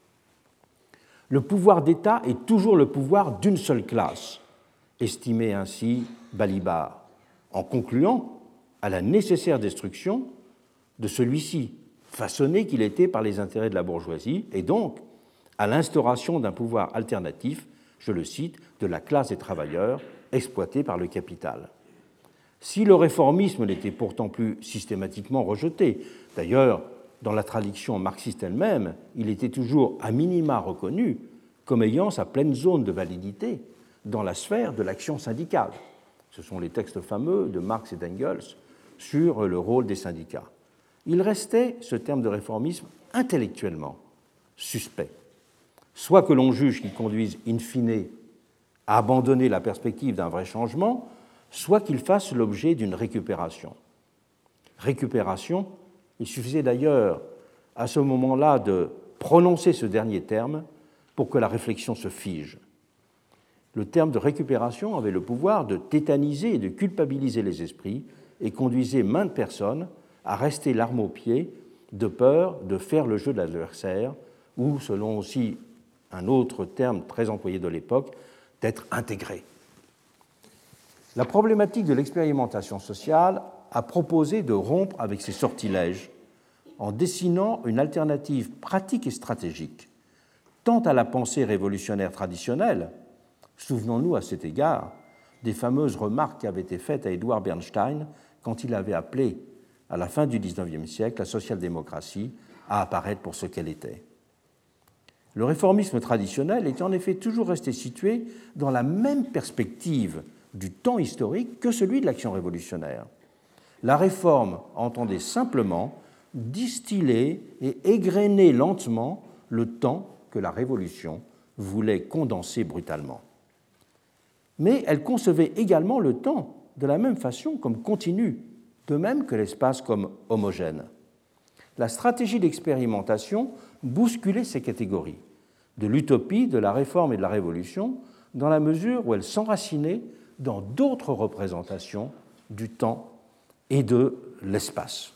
Le pouvoir d'État est toujours le pouvoir d'une seule classe, estimait ainsi Balibar, en concluant à la nécessaire destruction de celui-ci, façonné qu'il était par les intérêts de la bourgeoisie, et donc à l'instauration d'un pouvoir alternatif, je le cite, de la classe des travailleurs exploités par le capital. Si le réformisme n'était pourtant plus systématiquement rejeté, d'ailleurs, dans la tradition marxiste elle-même, il était toujours à minima reconnu comme ayant sa pleine zone de validité dans la sphère de l'action syndicale. Ce sont les textes fameux de Marx et d'Engels sur le rôle des syndicats. Il restait, ce terme de réformisme, intellectuellement suspect. Soit que l'on juge qu'il conduise in fine à abandonner la perspective d'un vrai changement, soit qu'il fasse l'objet d'une récupération. Récupération, il suffisait d'ailleurs à ce moment-là de prononcer ce dernier terme pour que la réflexion se fige. Le terme de récupération avait le pouvoir de tétaniser et de culpabiliser les esprits et conduisait maintes personnes à rester l'arme au pied de peur de faire le jeu de l'adversaire ou, selon aussi un autre terme très employé de l'époque, d'être intégré. La problématique de l'expérimentation sociale a proposé de rompre avec ces sortilèges en dessinant une alternative pratique et stratégique, tant à la pensée révolutionnaire traditionnelle, souvenons-nous à cet égard des fameuses remarques qui avaient été faites à Édouard Bernstein quand il avait appelé, à la fin du dix-neuvième siècle, la social-démocratie à apparaître pour ce qu'elle était. Le réformisme traditionnel est en effet toujours resté situé dans la même perspective du temps historique que celui de l'action révolutionnaire. La réforme entendait simplement distiller et égrener lentement le temps que la Révolution voulait condenser brutalement. Mais elle concevait également le temps de la même façon comme continu, de même que l'espace comme homogène. La stratégie d'expérimentation bousculait ces catégories, de l'utopie, de la réforme et de la révolution, dans la mesure où elle s'enracinait dans d'autres représentations du temps et de l'espace.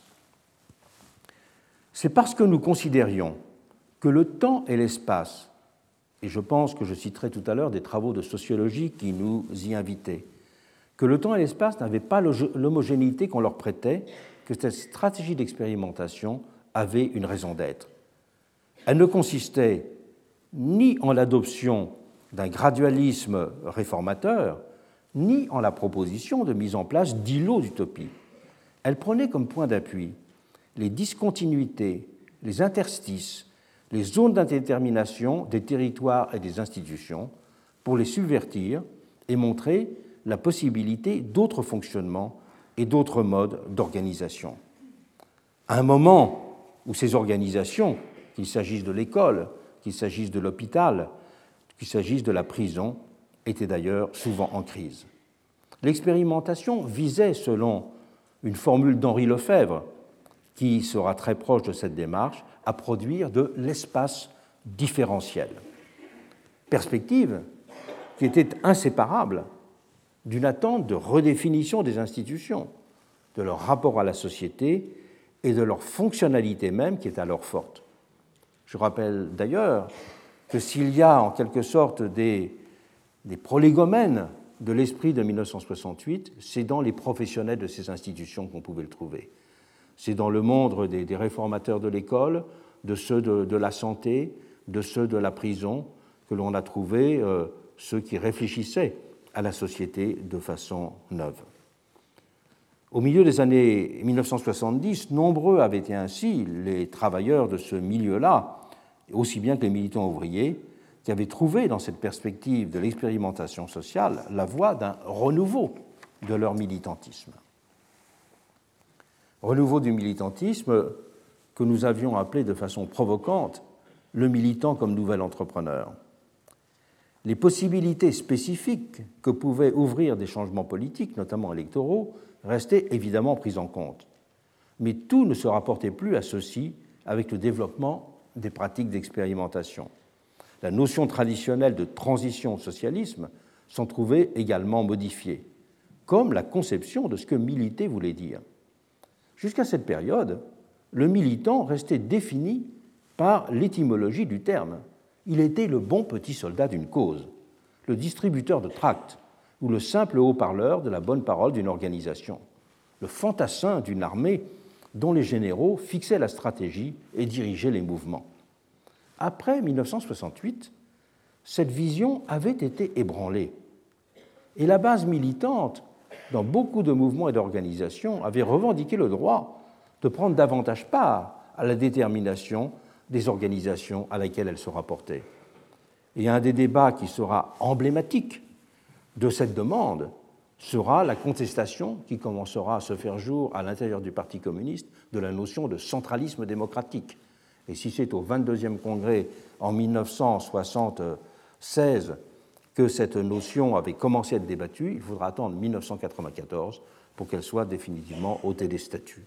C'est parce que nous considérions que le temps et l'espace, et je pense que je citerai tout à l'heure des travaux de sociologie qui nous y invitaient, que le temps et l'espace n'avaient pas l'homogénéité qu'on leur prêtait, que cette stratégie d'expérimentation avait une raison d'être. Elle ne consistait ni en l'adoption d'un gradualisme réformateur, ni en la proposition de mise en place d'îlots d'utopie. Elle prenait comme point d'appui les discontinuités, les interstices, les zones d'indétermination des territoires et des institutions pour les subvertir et montrer la possibilité d'autres fonctionnements et d'autres modes d'organisation. À un moment où ces organisations, qu'il s'agisse de l'école, qu'il s'agisse de l'hôpital, qu'il s'agisse de la prison, étaient d'ailleurs souvent en crise. L'expérimentation visait, selon une formule d'Henri Lefebvre, qui sera très proche de cette démarche, à produire de l'espace différentiel. Perspective qui était inséparable d'une attente de redéfinition des institutions, de leur rapport à la société et de leur fonctionnalité même qui est alors forte. Je rappelle d'ailleurs que s'il y a en quelque sorte des, des prolégomènes de l'esprit de mille neuf cent soixante-huit, c'est dans les professionnels de ces institutions qu'on pouvait le trouver. C'est dans le monde des, des réformateurs de l'école, de ceux de, de la santé, de ceux de la prison, que l'on a trouvé euh, ceux qui réfléchissaient à la société de façon neuve. Au milieu des années mille neuf cent soixante-dix, nombreux avaient été ainsi les travailleurs de ce milieu-là, aussi bien que les militants ouvriers, qui avaient trouvé dans cette perspective de l'expérimentation sociale la voie d'un renouveau de leur militantisme. Renouveau du militantisme que nous avions appelé de façon provocante le militant comme nouvel entrepreneur. Les possibilités spécifiques que pouvaient ouvrir des changements politiques, notamment électoraux, restaient évidemment prises en compte. Mais tout ne se rapportait plus à ceci avec le développement des pratiques d'expérimentation. La notion traditionnelle de transition au socialisme s'en trouvait également modifiée, comme la conception de ce que militer voulait dire. Jusqu'à cette période, le militant restait défini par l'étymologie du terme. Il était le bon petit soldat d'une cause, le distributeur de tracts ou le simple haut-parleur de la bonne parole d'une organisation, le fantassin d'une armée dont les généraux fixaient la stratégie et dirigeaient les mouvements. Après mille neuf cent soixante-huit, cette vision avait été ébranlée et la base militante, dans beaucoup de mouvements et d'organisations, avait revendiqué le droit de prendre davantage part à la détermination des organisations à laquelle elle se rapportait. Et un des débats qui sera emblématique de cette demande sera la contestation qui commencera à se faire jour à l'intérieur du Parti communiste de la notion de centralisme démocratique. Et si c'est au vingt-deuxième congrès en mille neuf cent soixante-seize que cette notion avait commencé à être débattue, il faudra attendre mille neuf cent quatre-vingt-quatorze pour qu'elle soit définitivement ôtée des statuts.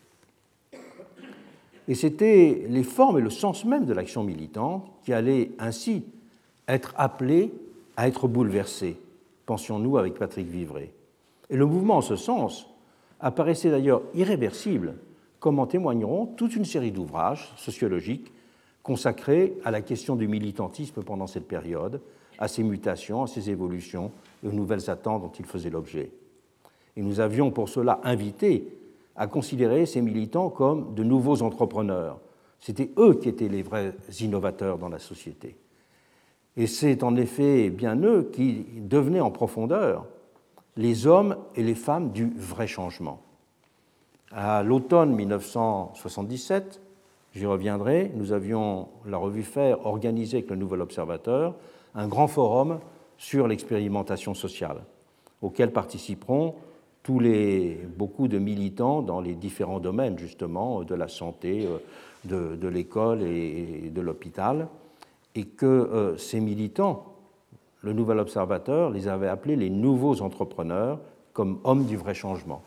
Et c'était les formes et le sens même de l'action militante qui allaient ainsi être appelés à être bouleversés, pensions-nous avec Patrick Vivray. Et le mouvement en ce sens apparaissait d'ailleurs irréversible, comme en témoigneront toute une série d'ouvrages sociologiques consacrés à la question du militantisme pendant cette période, à ses mutations, à ses évolutions et aux nouvelles attentes dont il faisait l'objet. Et nous avions pour cela invité à considérer ces militants comme de nouveaux entrepreneurs. C'était eux qui étaient les vrais innovateurs dans la société. Et c'est en effet bien eux qui devenaient en profondeur les hommes et les femmes du vrai changement. À l'automne mille neuf cent soixante-dix-sept, j'y reviendrai, nous avions, la revue Faire, organisé avec le Nouvel Observateur un grand forum sur l'expérimentation sociale, auquel participeront tous les, beaucoup de militants dans les différents domaines, justement, de la santé, de, de l'école et de l'hôpital, et que euh, ces militants, le Nouvel Observateur, les avait appelés les nouveaux entrepreneurs, comme hommes du vrai changement.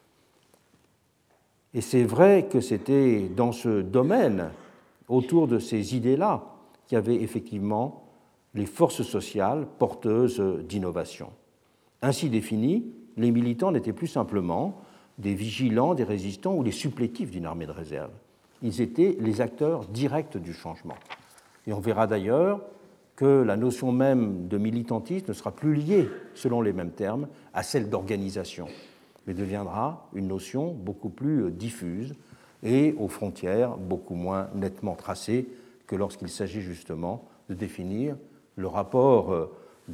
Et c'est vrai que c'était dans ce domaine, autour de ces idées-là, qu'il y avait effectivement les forces sociales porteuses d'innovation. Ainsi définies, les militants n'étaient plus simplement des vigilants, des résistants ou les supplétifs d'une armée de réserve. Ils étaient les acteurs directs du changement. Et on verra d'ailleurs que la notion même de militantisme ne sera plus liée, selon les mêmes termes, à celle d'organisation, mais deviendra une notion beaucoup plus diffuse et aux frontières beaucoup moins nettement tracées que lorsqu'il s'agit justement de définir le rapport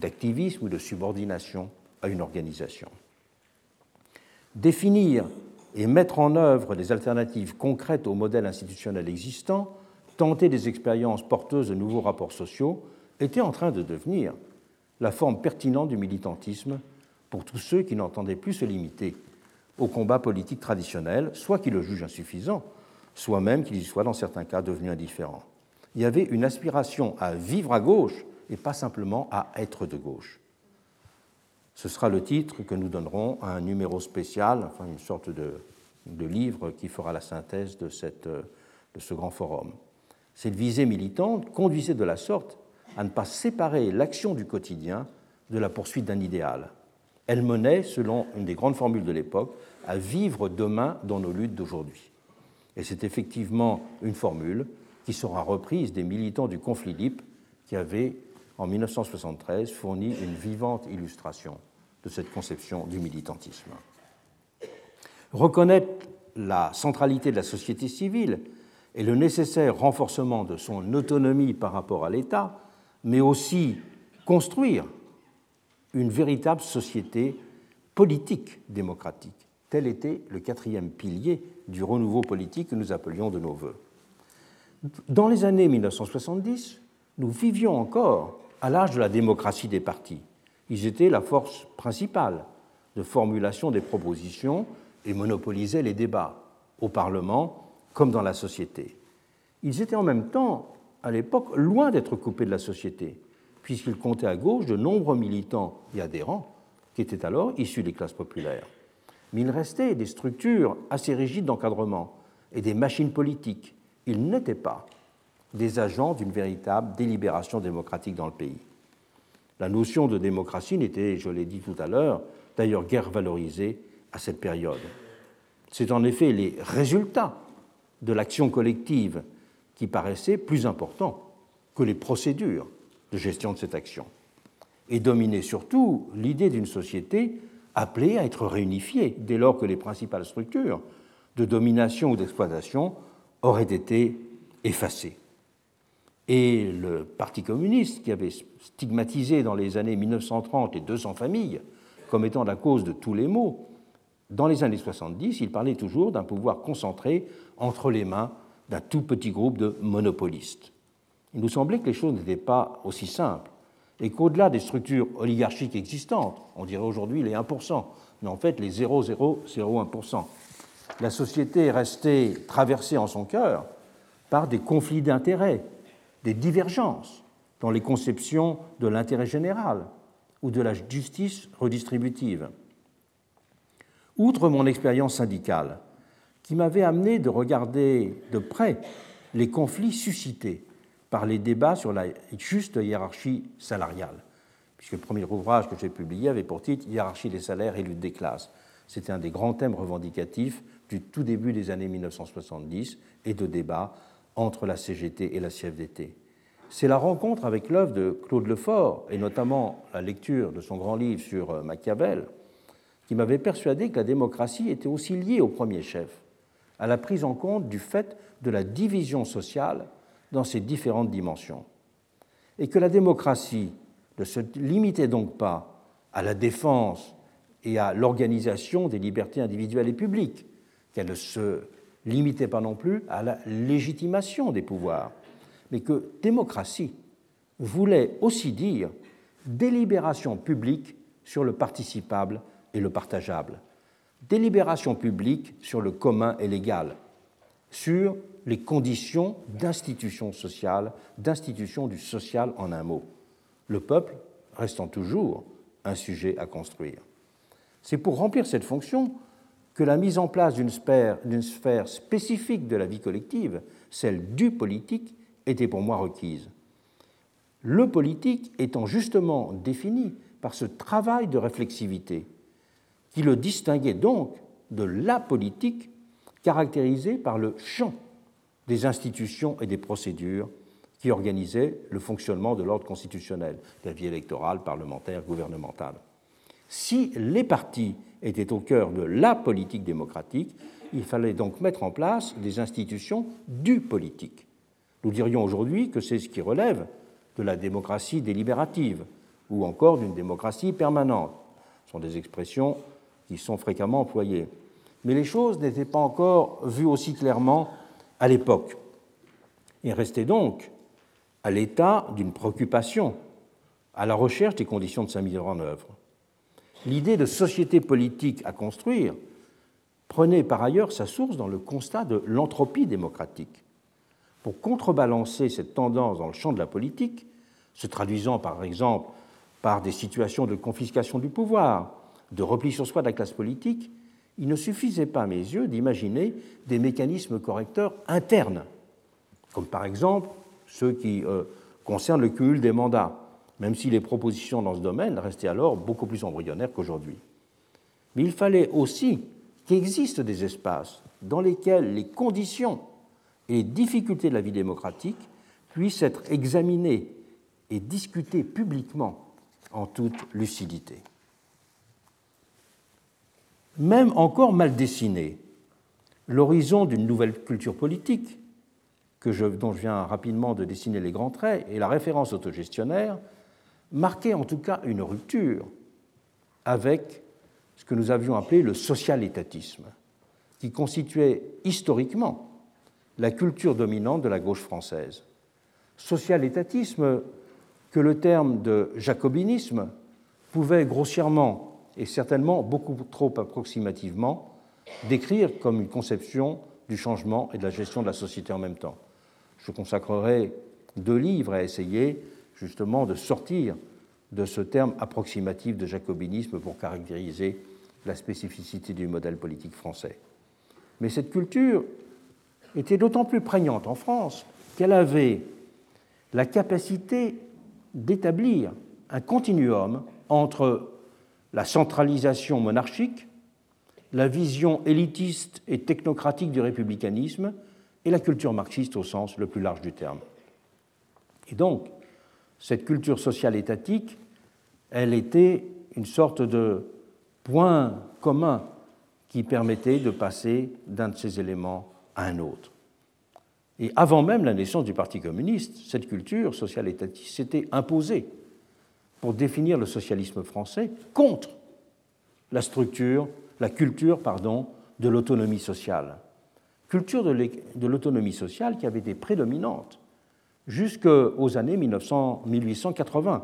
d'activisme ou de subordination à une organisation. Définir et mettre en œuvre des alternatives concrètes au modèle institutionnel existant, tenter des expériences porteuses de nouveaux rapports sociaux, était en train de devenir la forme pertinente du militantisme pour tous ceux qui n'entendaient plus se limiter au combat politique traditionnel, soit qui le jugent insuffisant, soit même qu'il y soit dans certains cas devenu indifférent. Il y avait une aspiration à vivre à gauche et pas simplement à être de gauche. Ce sera le titre que nous donnerons à un numéro spécial, enfin une sorte de, de livre qui fera la synthèse de, cette, de ce grand forum. Cette visée militante conduisait de la sorte à ne pas séparer l'action du quotidien de la poursuite d'un idéal. Elle menait, selon une des grandes formules de l'époque, à vivre demain dans nos luttes d'aujourd'hui. Et c'est effectivement une formule qui sera reprise des militants du conflit libre qui avaient, en mille neuf cent soixante-treize, fourni une vivante illustration de cette conception du militantisme. Reconnaître la centralité de la société civile et le nécessaire renforcement de son autonomie par rapport à l'État, mais aussi construire une véritable société politique démocratique. Tel était le quatrième pilier du renouveau politique que nous appelions de nos vœux. Dans les années mille neuf cent soixante-dix, nous vivions encore à l'âge de la démocratie des partis. Ils étaient la force principale de formulation des propositions et monopolisaient les débats au Parlement comme dans la société. Ils étaient en même temps, à l'époque, loin d'être coupés de la société, puisqu'ils comptaient à gauche de nombreux militants et adhérents qui étaient alors issus des classes populaires. Mais il restait des structures assez rigides d'encadrement et des machines politiques. Ils n'étaient pas des agents d'une véritable délibération démocratique dans le pays. La notion de démocratie n'était, je l'ai dit tout à l'heure, d'ailleurs guère valorisée à cette période. C'est en effet les résultats de l'action collective qui paraissaient plus importants que les procédures de gestion de cette action. Et dominait surtout l'idée d'une société appelée à être réunifiée dès lors que les principales structures de domination ou d'exploitation auraient été effacées. Et le Parti communiste, qui avait stigmatisé dans les années mille neuf cent trente les deux cents familles comme étant la cause de tous les maux, dans les années soixante-dix, il parlait toujours d'un pouvoir concentré entre les mains d'un tout petit groupe de monopolistes. Il nous semblait que les choses n'étaient pas aussi simples et qu'au-delà des structures oligarchiques existantes, on dirait aujourd'hui les un pour cent, mais en fait les zéro virgule zéro zéro un pour cent, la société est restée traversée en son cœur par des conflits d'intérêts, des divergences dans les conceptions de l'intérêt général ou de la justice redistributive. Outre mon expérience syndicale, qui m'avait amené de regarder de près les conflits suscités par les débats sur la juste hiérarchie salariale, puisque le premier ouvrage que j'ai publié avait pour titre « Hiérarchie des salaires et lutte des classes ». C'était un des grands thèmes revendicatifs du tout début des années mille neuf cent soixante-dix et de débats entre la C G T et la C F D T. C'est la rencontre avec l'œuvre de Claude Lefort, et notamment la lecture de son grand livre sur Machiavel, qui m'avait persuadé que la démocratie était aussi liée au premier chef, à la prise en compte du fait de la division sociale dans ses différentes dimensions, et que la démocratie ne se limitait donc pas à la défense et à l'organisation des libertés individuelles et publiques, qu'elle ne se limitait pas non plus à la légitimation des pouvoirs, mais que démocratie voulait aussi dire délibération publique sur le participable et le partageable, délibération publique sur le commun et l'égal, sur les conditions d'institutions sociales, d'institutions du social en un mot, le peuple restant toujours un sujet à construire. C'est pour remplir cette fonction que la mise en place d'une sphère, d'une sphère spécifique de la vie collective, celle du politique, était pour moi requise. Le politique étant justement défini par ce travail de réflexivité qui le distinguait donc de la politique caractérisée par le champ des institutions et des procédures qui organisaient le fonctionnement de l'ordre constitutionnel, de la vie électorale, parlementaire, gouvernementale. Si les partis étaient au cœur de la politique démocratique, il fallait donc mettre en place des institutions du politique. Nous dirions aujourd'hui que c'est ce qui relève de la démocratie délibérative ou encore d'une démocratie permanente. Ce sont des expressions qui sont fréquemment employées. mais les choses n'étaient pas encore vues aussi clairement à l'époque et restaient donc à l'état d'une préoccupation, à la recherche des conditions de sa mise en œuvre. L'idée de société politique à construire prenait par ailleurs sa source dans le constat de l'entropie démocratique. Pour contrebalancer cette tendance dans le champ de la politique, se traduisant par exemple par des situations de confiscation du pouvoir, de repli sur soi de la classe politique, il ne suffisait pas, à mes yeux, d'imaginer des mécanismes correcteurs internes, comme par exemple ceux qui euh, concernent le cumul des mandats, même si les propositions dans ce domaine restaient alors beaucoup plus embryonnaires qu'aujourd'hui. Mais il fallait aussi qu'il existe des espaces dans lesquels les conditions et les difficultés de la vie démocratique puissent être examinées et discutées publiquement en toute lucidité. Même encore mal dessiné, l'horizon d'une nouvelle culture politique, que je, dont je viens rapidement de dessiner les grands traits, et la référence autogestionnaire, marquait en tout cas une rupture avec ce que nous avions appelé le social-étatisme, qui constituait historiquement la culture dominante de la gauche française. Social-étatisme que le terme de jacobinisme pouvait grossièrement et certainement beaucoup trop approximativement décrire comme une conception du changement et de la gestion de la société en même temps. Je consacrerai deux livres à essayer justement de sortir de ce terme approximatif de jacobinisme pour caractériser la spécificité du modèle politique français. Mais cette culture était d'autant plus prégnante en France qu'elle avait la capacité d'établir un continuum entre la centralisation monarchique, la vision élitiste et technocratique du républicanisme et la culture marxiste au sens le plus large du terme. Et donc, cette culture sociale étatique, elle était une sorte de point commun qui permettait de passer d'un de ces éléments à un autre. Et avant même la naissance du Parti communiste, cette culture sociale étatiste s'était imposée pour définir le socialisme français contre la structure, la culture, pardon, de l'autonomie sociale. Culture de l'autonomie sociale qui avait été prédominante jusqu'aux années mille huit cent quatre-vingts.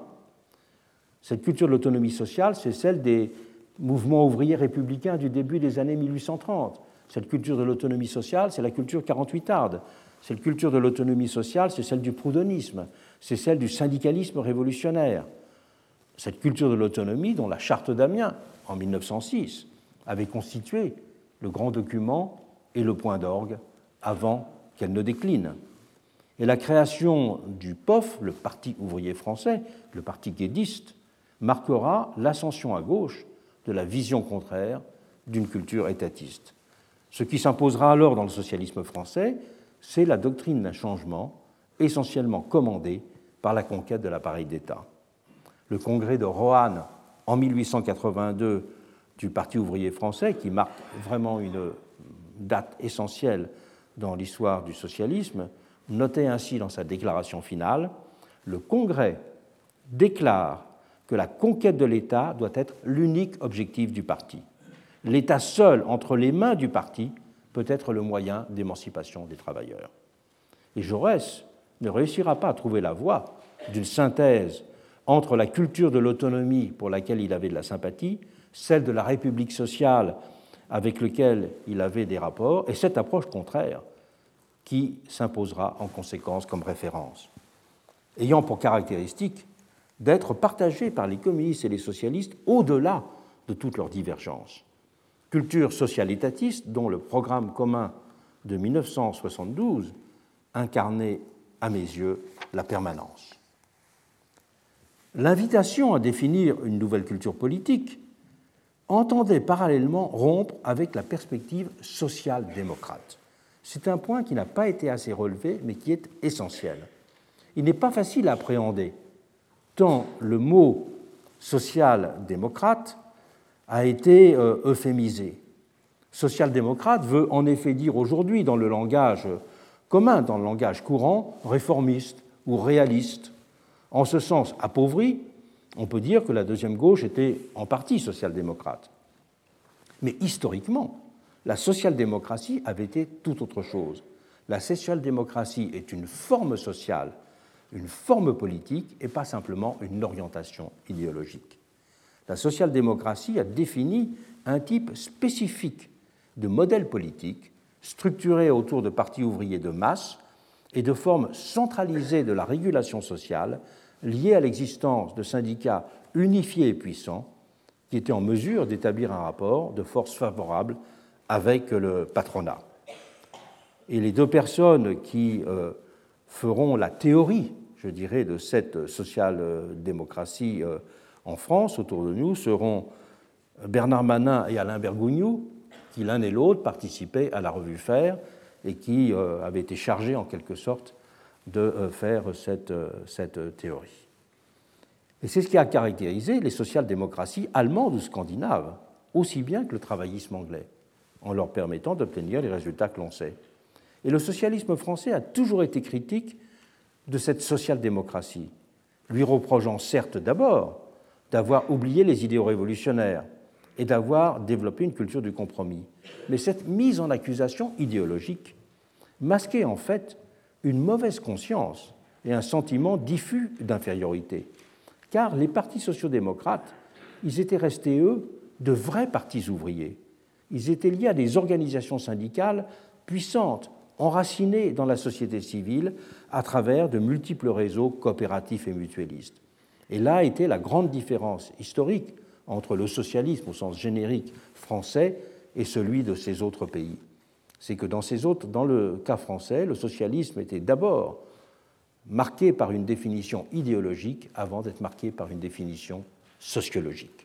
Cette culture de l'autonomie sociale, c'est celle des mouvements ouvriers républicains du début des années mille huit cent trente. Cette culture de l'autonomie sociale, c'est la culture quarante-huitarde. Cette culture de l'autonomie sociale, c'est celle du proudhonisme, c'est celle du syndicalisme révolutionnaire. Cette culture de l'autonomie dont la Charte d'Amiens, en mille neuf cent six, avait constitué le grand document et le point d'orgue avant qu'elle ne décline. Et la création du P O F, le Parti ouvrier français, le parti guédiste, marquera l'ascension à gauche de la vision contraire d'une culture étatiste. Ce qui s'imposera alors dans le socialisme français, c'est la doctrine d'un changement essentiellement commandée par la conquête de l'appareil d'État. Le congrès de Roanne en mille huit cent quatre-vingt-deux du Parti ouvrier français, qui marque vraiment une date essentielle dans l'histoire du socialisme, notait ainsi dans sa déclaration finale « Le Congrès déclare que la conquête de l'État doit être l'unique objectif du parti. L'État seul entre les mains du parti peut être le moyen d'émancipation des travailleurs. » Et Jaurès ne réussira pas à trouver la voie d'une synthèse entre la culture de l'autonomie pour laquelle il avait de la sympathie, celle de la République sociale avec laquelle il avait des rapports, et cette approche contraire qui s'imposera en conséquence comme référence, ayant pour caractéristique d'être partagée par les communistes et les socialistes au-delà de toutes leurs divergences. Culture social-étatiste dont le programme commun de mille neuf cent soixante-douze incarnait, à mes yeux, la permanence. L'invitation à définir une nouvelle culture politique entendait parallèlement rompre avec la perspective social-démocrate. C'est un point qui n'a pas été assez relevé, mais qui est essentiel. Il n'est pas facile à appréhender, tant le mot social-démocrate a été euh, euphémisé. Social-démocrate veut en effet dire aujourd'hui, dans le langage commun, dans le langage courant, réformiste ou réaliste. En ce sens appauvri, on peut dire que la deuxième gauche était en partie social-démocrate. Mais historiquement, La social-démocratie avait été tout autre chose. La social-démocratie est une forme sociale, une forme politique et pas simplement une orientation idéologique. La social-démocratie a défini un type spécifique de modèle politique structuré autour de partis ouvriers de masse et de formes centralisées de la régulation sociale liées à l'existence de syndicats unifiés et puissants qui étaient en mesure d'établir un rapport de force favorable avec le patronat. Et les deux personnes qui euh, feront la théorie, je dirais, de cette social-démocratie euh, en France, autour de nous, seront Bernard Manin et Alain Bergougnoux, qui l'un et l'autre participaient à la revue Faire et qui euh, avaient été chargés en quelque sorte de euh, faire cette, euh, cette théorie. Et c'est ce qui a caractérisé les social-démocraties allemandes ou scandinaves, aussi bien que le travaillisme anglais, en leur permettant d'obtenir les résultats que l'on sait. Et le socialisme français a toujours été critique de cette social-démocratie, lui reprochant certes d'abord d'avoir oublié les idéaux révolutionnaires et d'avoir développé une culture du compromis. Mais cette mise en accusation idéologique masquait en fait une mauvaise conscience et un sentiment diffus d'infériorité, car les partis sociaux-démocrates, ils étaient restés, eux, de vrais partis ouvriers. Ils étaient liés à des organisations syndicales puissantes, enracinées dans la société civile à travers de multiples réseaux coopératifs et mutuellistes. Et là était la grande différence historique entre le socialisme au sens générique français et celui de ces autres pays. C'est que dans ces autres, dans le cas français, le socialisme était d'abord marqué par une définition idéologique avant d'être marqué par une définition sociologique.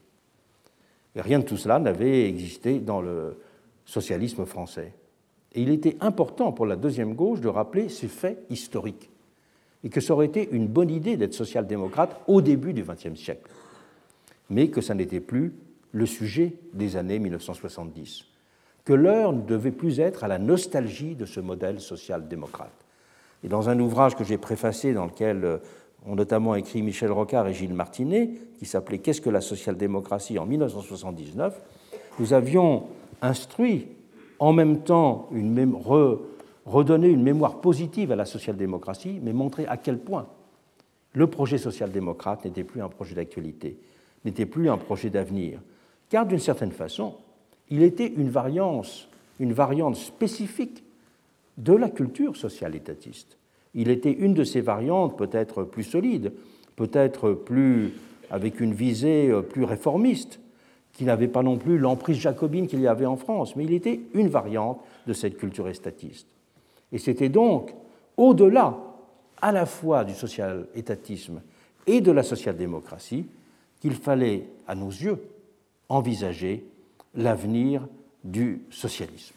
Et rien de tout cela n'avait existé dans le socialisme français. Et il était important pour la deuxième gauche de rappeler ces faits historiques et que ça aurait été une bonne idée d'être social-démocrate au début du vingtième siècle, mais que ça n'était plus le sujet des années mille neuf cent soixante-dix, que l'heure ne devait plus être à la nostalgie de ce modèle social-démocrate. Et dans un ouvrage que j'ai préfacé, dans lequel ont notamment écrit Michel Rocard et Gilles Martinet, qui s'appelait « Qu'est-ce que la social-démocratie » en mille neuf cent soixante-dix-neuf, nous avions instruit en même temps une même, re, redonner une mémoire positive à la social-démocratie, mais montrer à quel point le projet social-démocrate n'était plus un projet d'actualité, n'était plus un projet d'avenir, car d'une certaine façon, il était une variance, une variante spécifique de la culture social-étatiste. Il était une de ces variantes peut-être plus solide, peut-être plus avec une visée plus réformiste, qui n'avait pas non plus l'emprise jacobine qu'il y avait en France, mais il était une variante de cette culture étatiste. Et c'était donc au-delà à la fois du social-étatisme et de la social-démocratie qu'il fallait, à nos yeux, envisager l'avenir du socialisme.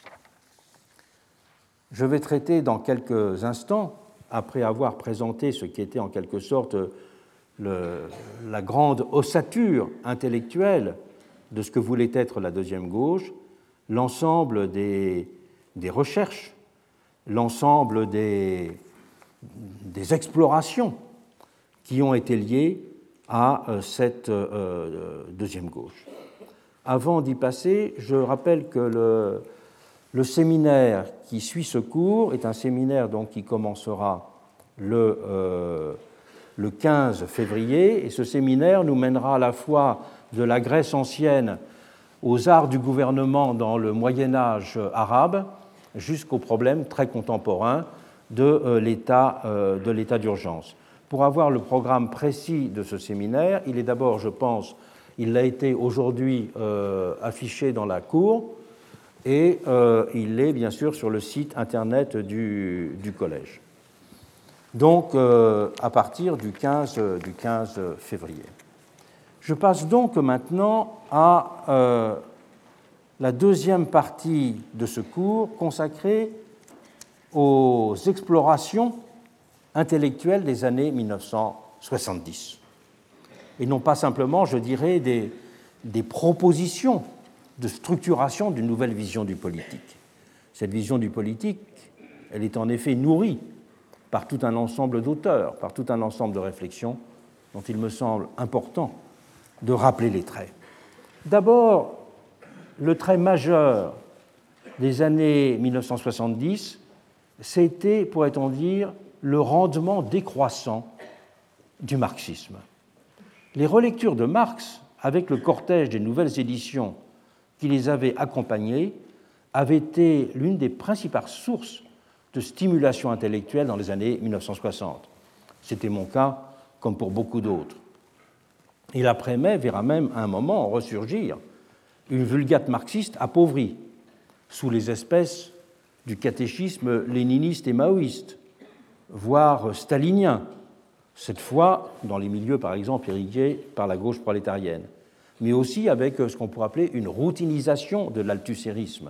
Je vais traiter dans quelques instants, après avoir présenté ce qui était en quelque sorte le, la grande ossature intellectuelle de ce que voulait être la deuxième gauche, l'ensemble des, des recherches, l'ensemble des, des explorations qui ont été liées à cette euh, deuxième gauche. Avant d'y passer, je rappelle que le, le séminaire qui suit ce cours est un séminaire donc, qui commencera le, euh, le quinze février, et ce séminaire nous mènera à la fois de la Grèce ancienne aux arts du gouvernement dans le Moyen-Âge arabe jusqu'aux problèmes très contemporains de euh, l'état euh, de l'état d'urgence. Pour avoir le programme précis de ce séminaire, il est d'abord, je pense, il a été aujourd'hui euh, affiché dans la cour et euh, il est bien sûr sur le site internet du, du collège. Donc euh, à partir du quinze, du quinze février. Je passe donc maintenant à euh, la deuxième partie de ce cours consacrée aux explorations intellectuelles des années mille neuf cent soixante-dix. Et non pas simplement, je dirais, des, des propositions de structuration d'une nouvelle vision du politique. Cette vision du politique, elle est en effet nourrie par tout un ensemble d'auteurs, par tout un ensemble de réflexions dont il me semble important de rappeler les traits. D'abord, le trait majeur des années mille neuf cent soixante-dix, c'était, pourrait-on dire, le rendement décroissant du marxisme. Les relectures de Marx, avec le cortège des nouvelles éditions qui les avaient accompagnées, avaient été l'une des principales sources de stimulation intellectuelle dans les années mille neuf cent soixante. C'était mon cas, comme pour beaucoup d'autres. Et l'après-mai verra même à un moment ressurgir une vulgate marxiste appauvrie, sous les espèces du catéchisme léniniste et maoïste, voire stalinien, cette fois dans les milieux, par exemple, irrigués par la gauche prolétarienne, mais aussi avec ce qu'on pourrait appeler une routinisation de l'althussérisme.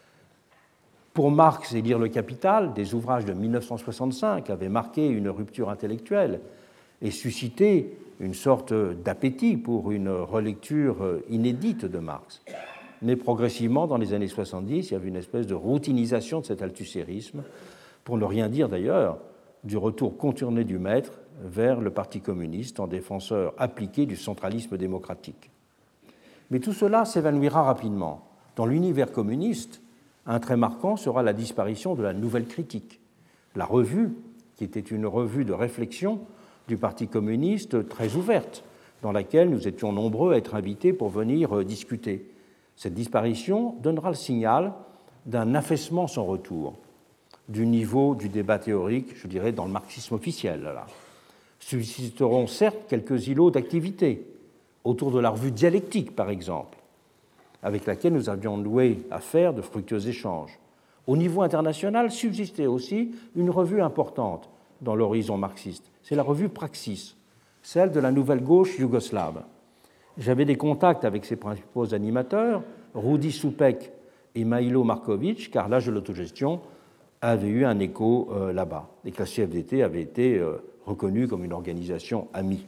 Pour Marx et Lire le Capital, des ouvrages de mille neuf cent soixante-cinq avaient marqué une rupture intellectuelle et suscité une sorte d'appétit pour une relecture inédite de Marx. Mais progressivement, dans les années soixante-dix, il y avait une espèce de routinisation de cet althussérisme, pour ne rien dire d'ailleurs du retour contourné du maître vers le Parti communiste en défenseur appliqué du centralisme démocratique. Mais tout cela s'évanouira rapidement. Dans l'univers communiste, un trait marquant sera la disparition de la Nouvelle Critique. La revue, qui était une revue de réflexion du Parti communiste très ouverte, dans laquelle nous étions nombreux à être invités pour venir discuter. Cette disparition donnera le signal d'un affaissement sans retour du niveau du débat théorique, je dirais, dans le marxisme officiel. Là. Susciteront certes quelques îlots d'activité, autour de la revue Dialectique, par exemple, avec laquelle nous avions noué à faire de fructueux échanges. Au niveau international, subsistait aussi une revue importante dans l'horizon marxiste. C'est la revue Praxis, celle de la nouvelle gauche yougoslave. J'avais des contacts avec ses principaux animateurs, Rudi Šupek et Mailo Marković, car l'âge de l'autogestion avait eu un écho euh, là-bas, et que la C F D T avait été euh, reconnue comme une organisation amie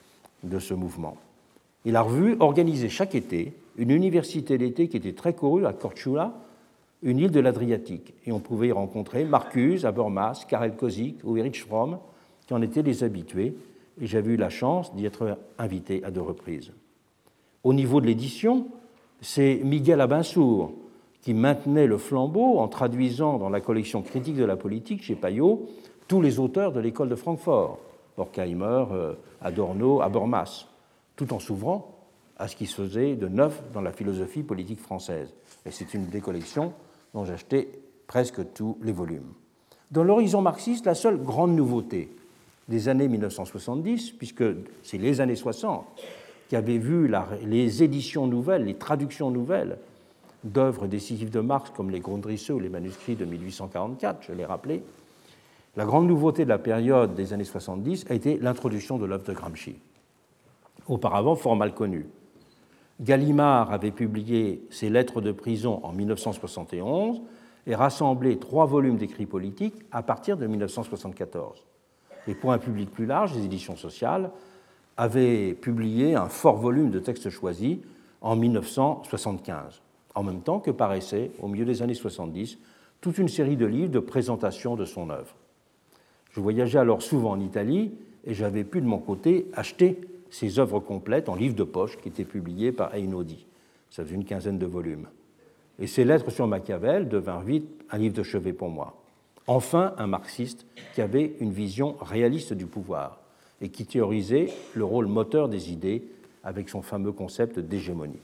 de ce mouvement. Et la revue organisait chaque été une université d'été qui était très courue à Korčula, une île de l'Adriatique, et on pouvait y rencontrer Marcuse, Habermas, Karel Kozik ou Erich Fromm, qui en étaient les habitués, et j'avais eu la chance d'y être invité à deux reprises. Au niveau de l'édition, c'est Miguel Abinsour qui maintenait le flambeau en traduisant dans la collection critique de la politique chez Payot tous les auteurs de l'école de Francfort, Horkheimer, Adorno, Habermas, tout en s'ouvrant à ce qui se faisait de neuf dans la philosophie politique française. Et c'est une des collections dont j'ai acheté presque tous les volumes. Dans l'horizon marxiste, la seule grande nouveauté des années mille neuf cent soixante-dix, puisque c'est les années soixante qui avaient vu la, les éditions nouvelles, les traductions nouvelles d'œuvres décisives de Marx, comme les Grundrisse ou les manuscrits de mille huit cent quarante-quatre, je l'ai rappelé, la grande nouveauté de la période des années soixante-dix a été l'introduction de l'œuvre de Gramsci, auparavant fort mal connue. Gallimard avait publié ses lettres de prison en mille neuf cent soixante et onze et rassemblé trois volumes d'écrits politiques à partir de mille neuf cent soixante-quatorze. Et pour un public plus large, les éditions sociales avaient publié un fort volume de textes choisis en mille neuf cent soixante-quinze, en même temps que paraissait, au milieu des années soixante-dix, toute une série de livres de présentation de son œuvre. Je voyageais alors souvent en Italie et j'avais pu de mon côté acheter ces œuvres complètes en livres de poche qui étaient publiées par Einaudi. Ça faisait une quinzaine de volumes. Et ces lettres sur Machiavel devinrent vite un livre de chevet pour moi. Enfin, un marxiste qui avait une vision réaliste du pouvoir et qui théorisait le rôle moteur des idées avec son fameux concept d'hégémonie.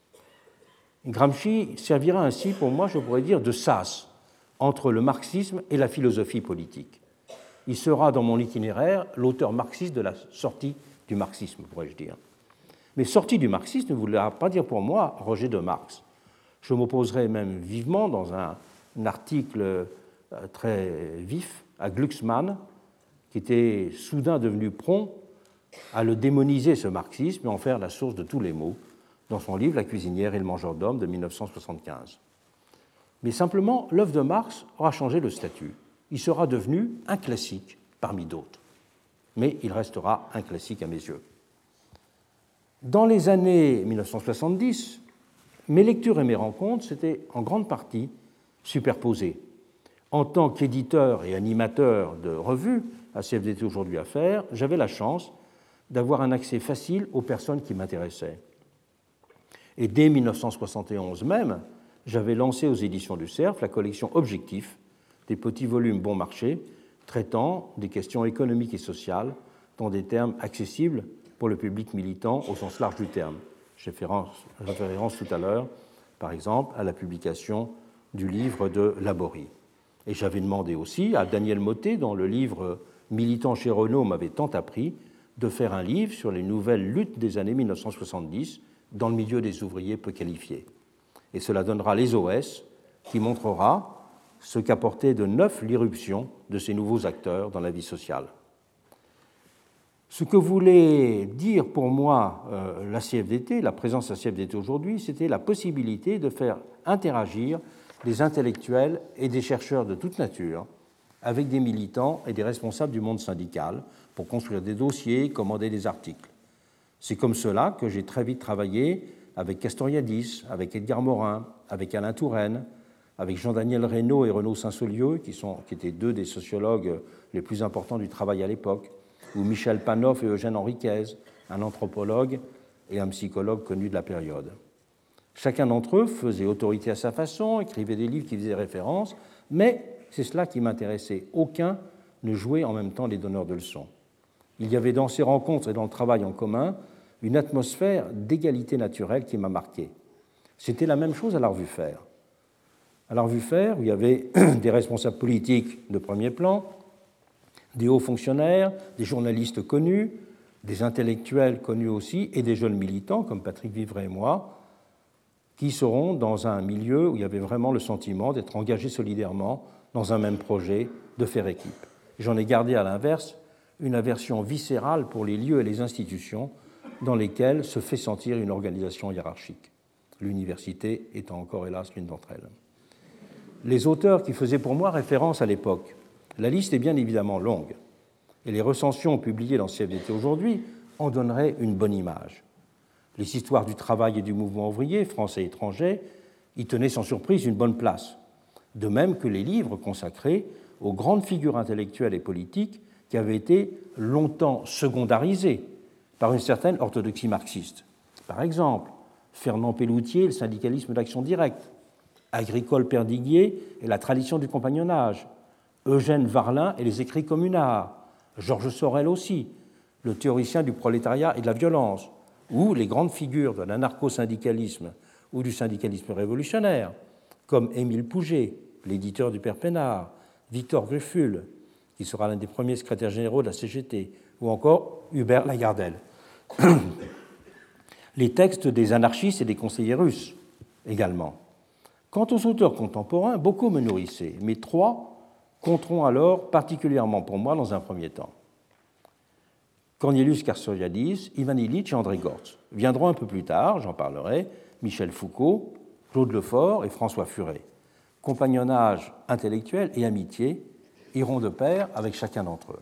Gramsci servira ainsi pour moi, je pourrais dire, de sas entre le marxisme et la philosophie politique. Il sera dans mon itinéraire l'auteur marxiste de la sortie du marxisme, pourrais-je dire. Mais sortie du marxisme ne voulait pas dire pour moi rejet de Marx. Je m'opposerai même vivement dans un, un article très vif à Glucksmann, qui était soudain devenu prompt à le démoniser, ce marxisme, et en faire la source de tous les maux, dans son livre « La cuisinière et le mangeur d'hommes » de mille neuf cent soixante-quinze. Mais simplement, l'œuvre de Marx aura changé le statut. Il sera devenu un classique parmi d'autres. Mais il restera un classique à mes yeux. Dans les années mille neuf cent soixante-dix, mes lectures et mes rencontres s'étaient en grande partie superposées. En tant qu'éditeur et animateur de revues à C F D T Aujourd'hui Affaires, j'avais la chance d'avoir un accès facile aux personnes qui m'intéressaient. Et dès mille neuf cent soixante et onze même, j'avais lancé aux éditions du Cerf la collection Objectif, des petits volumes bon marché, traitant des questions économiques et sociales dans des termes accessibles pour le public militant au sens large du terme. J'ai fait référence tout à l'heure, par exemple, à la publication du livre de Laborie. Et j'avais demandé aussi à Daniel Mottet, dont le livre Militant chez Renault m'avait tant appris, de faire un livre sur les nouvelles luttes des années mille neuf cent soixante-dix dans le milieu des ouvriers peu qualifiés. Et cela donnera les O S, qui montrera ce qu'apportait de neuf l'irruption de ces nouveaux acteurs dans la vie sociale. Ce que voulait dire pour moi euh, la C F D T, la présence de la C F D T aujourd'hui, c'était la possibilité de faire interagir des intellectuels et des chercheurs de toute nature avec des militants et des responsables du monde syndical pour construire des dossiers, commander des articles. C'est comme cela que j'ai très vite travaillé avec Castoriadis, avec Edgar Morin, avec Alain Touraine, avec Jean-Daniel Reynaud et Renaud Saint-Saulieu, qui, sont, qui étaient deux des sociologues les plus importants du travail à l'époque, ou Michel Panoff et Eugène Henriquez, un anthropologue et un psychologue connu de la période. Chacun d'entre eux faisait autorité à sa façon, écrivait des livres qui faisaient référence, mais c'est cela qui m'intéressait. Aucun ne jouait en même temps les donneurs de leçons. Il y avait dans ces rencontres et dans le travail en commun une atmosphère d'égalité naturelle qui m'a marqué. C'était la même chose à la Revue Faire. À la Revue Faire, où il y avait des responsables politiques de premier plan, des hauts fonctionnaires, des journalistes connus, des intellectuels connus aussi, et des jeunes militants comme Patrick Vivray et moi, qui seront dans un milieu où il y avait vraiment le sentiment d'être engagés solidairement dans un même projet, de faire équipe. J'en ai gardé à l'inverse une aversion viscérale pour les lieux et les institutions dans lesquels se fait sentir une organisation hiérarchique, l'université étant encore, hélas, l'une d'entre elles. Les auteurs qui faisaient pour moi référence à l'époque, la liste est bien évidemment longue, et les recensions publiées dans C F D T aujourd'hui en donneraient une bonne image. Les histoires du travail et du mouvement ouvrier, français et étrangers, y tenaient sans surprise une bonne place, de même que les livres consacrés aux grandes figures intellectuelles et politiques qui avaient été longtemps secondarisées par une certaine orthodoxie marxiste. Par exemple, Fernand Pelloutier, le syndicalisme d'action directe, Agricole Perdiguier et la tradition du compagnonnage, Eugène Varlin et les écrits communards, Georges Sorel aussi, le théoricien du prolétariat et de la violence, ou les grandes figures de l'anarcho-syndicalisme ou du syndicalisme révolutionnaire, comme Émile Pouget, l'éditeur du Père Pénard, Victor Grufful, qui sera l'un des premiers secrétaires généraux de la C G T, ou encore Hubert Lagardelle. Les textes des anarchistes et des conseillers russes également. Quant aux auteurs contemporains, beaucoup me nourrissaient, mais trois compteront alors particulièrement pour moi dans un premier temps. Cornelius Castoriadis, Ivan Illich et André Gortz. Viendront un peu plus tard, j'en parlerai, Michel Foucault, Claude Lefort et François Furet. Compagnonnage intellectuel et amitié iront de pair avec chacun d'entre eux.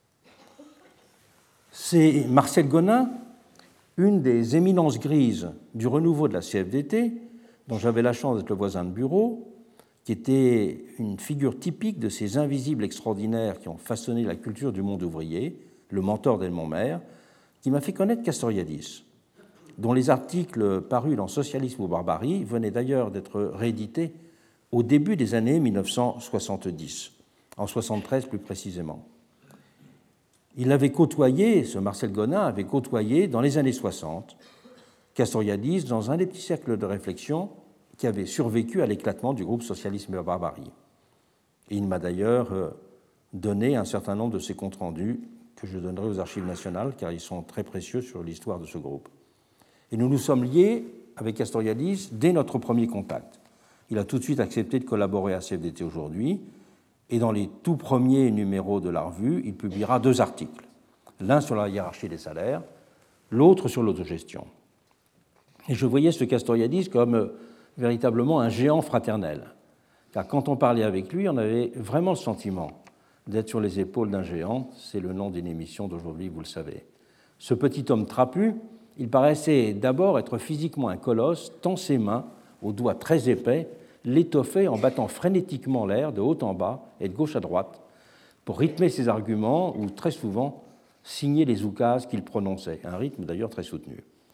C'est Marcel Gonin, une des éminences grises du renouveau de la C F D T, dont j'avais la chance d'être le voisin de bureau, qui était une figure typique de ces invisibles extraordinaires qui ont façonné la culture du monde ouvrier, le mentor d'Edmond Maire, qui m'a fait connaître Castoriadis, dont les articles parus dans Socialisme ou Barbarie venaient d'ailleurs d'être réédités au début des années mille neuf cent soixante-dix, en soixante-treize plus précisément. Il avait côtoyé, ce Marcel Gonin avait côtoyé dans les années soixante Castoriadis dans un des petits cercles de réflexion qui avait survécu à l'éclatement du groupe Socialisme et Barbarie. Et il m'a d'ailleurs donné un certain nombre de ses comptes rendus que je donnerai aux Archives nationales car ils sont très précieux sur l'histoire de ce groupe. Et nous nous sommes liés avec Castoriadis dès notre premier contact. Il a tout de suite accepté de collaborer à C F D T aujourd'hui, et dans les tout premiers numéros de la revue, il publiera deux articles, l'un sur la hiérarchie des salaires, l'autre sur l'autogestion. Et je voyais ce Castoriadis comme euh, véritablement un géant fraternel, car quand on parlait avec lui, on avait vraiment le sentiment d'être sur les épaules d'un géant, c'est le nom d'une émission d'aujourd'hui, vous le savez. Ce petit homme trapu, il paraissait d'abord être physiquement un colosse, tant ses mains, aux doigts très épais, l'étoffaient en battant frénétiquement l'air de haut en bas et de gauche à droite pour rythmer ses arguments ou très souvent signer les oukases qu'il prononçait, un rythme d'ailleurs très soutenu.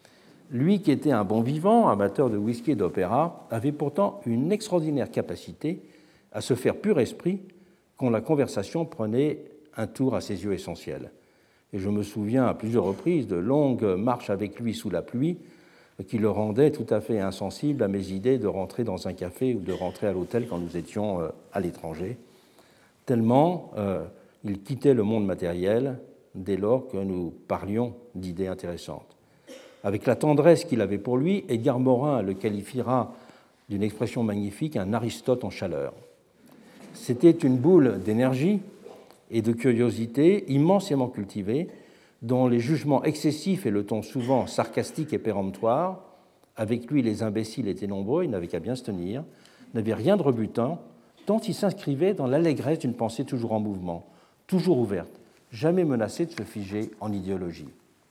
lui qui était un bon vivant, amateur de whisky et d'opéra, avait pourtant une extraordinaire capacité à se faire pur esprit quand la conversation prenait un tour à ses yeux essentiels. Et je me souviens à plusieurs reprises de longues marches avec lui sous la pluie qui le rendaient tout à fait insensible à mes idées de rentrer dans un café ou de rentrer à l'hôtel quand nous étions à l'étranger, tellement euh, il quittait le monde matériel dès lors que nous parlions d'idées intéressantes. Avec la tendresse qu'il avait pour lui, Edgar Morin le qualifiera d'une expression magnifique, un Aristote en chaleur. C'était une boule d'énergie et de curiosité immensément cultivée, dont les jugements excessifs et le ton souvent sarcastique et péremptoire, avec lui les imbéciles étaient nombreux, il n'avait qu'à bien se tenir, n'avaient rien de rebutant, tant il s'inscrivait dans l'allégresse d'une pensée toujours en mouvement, toujours ouverte, jamais menacée de se figer en idéologie.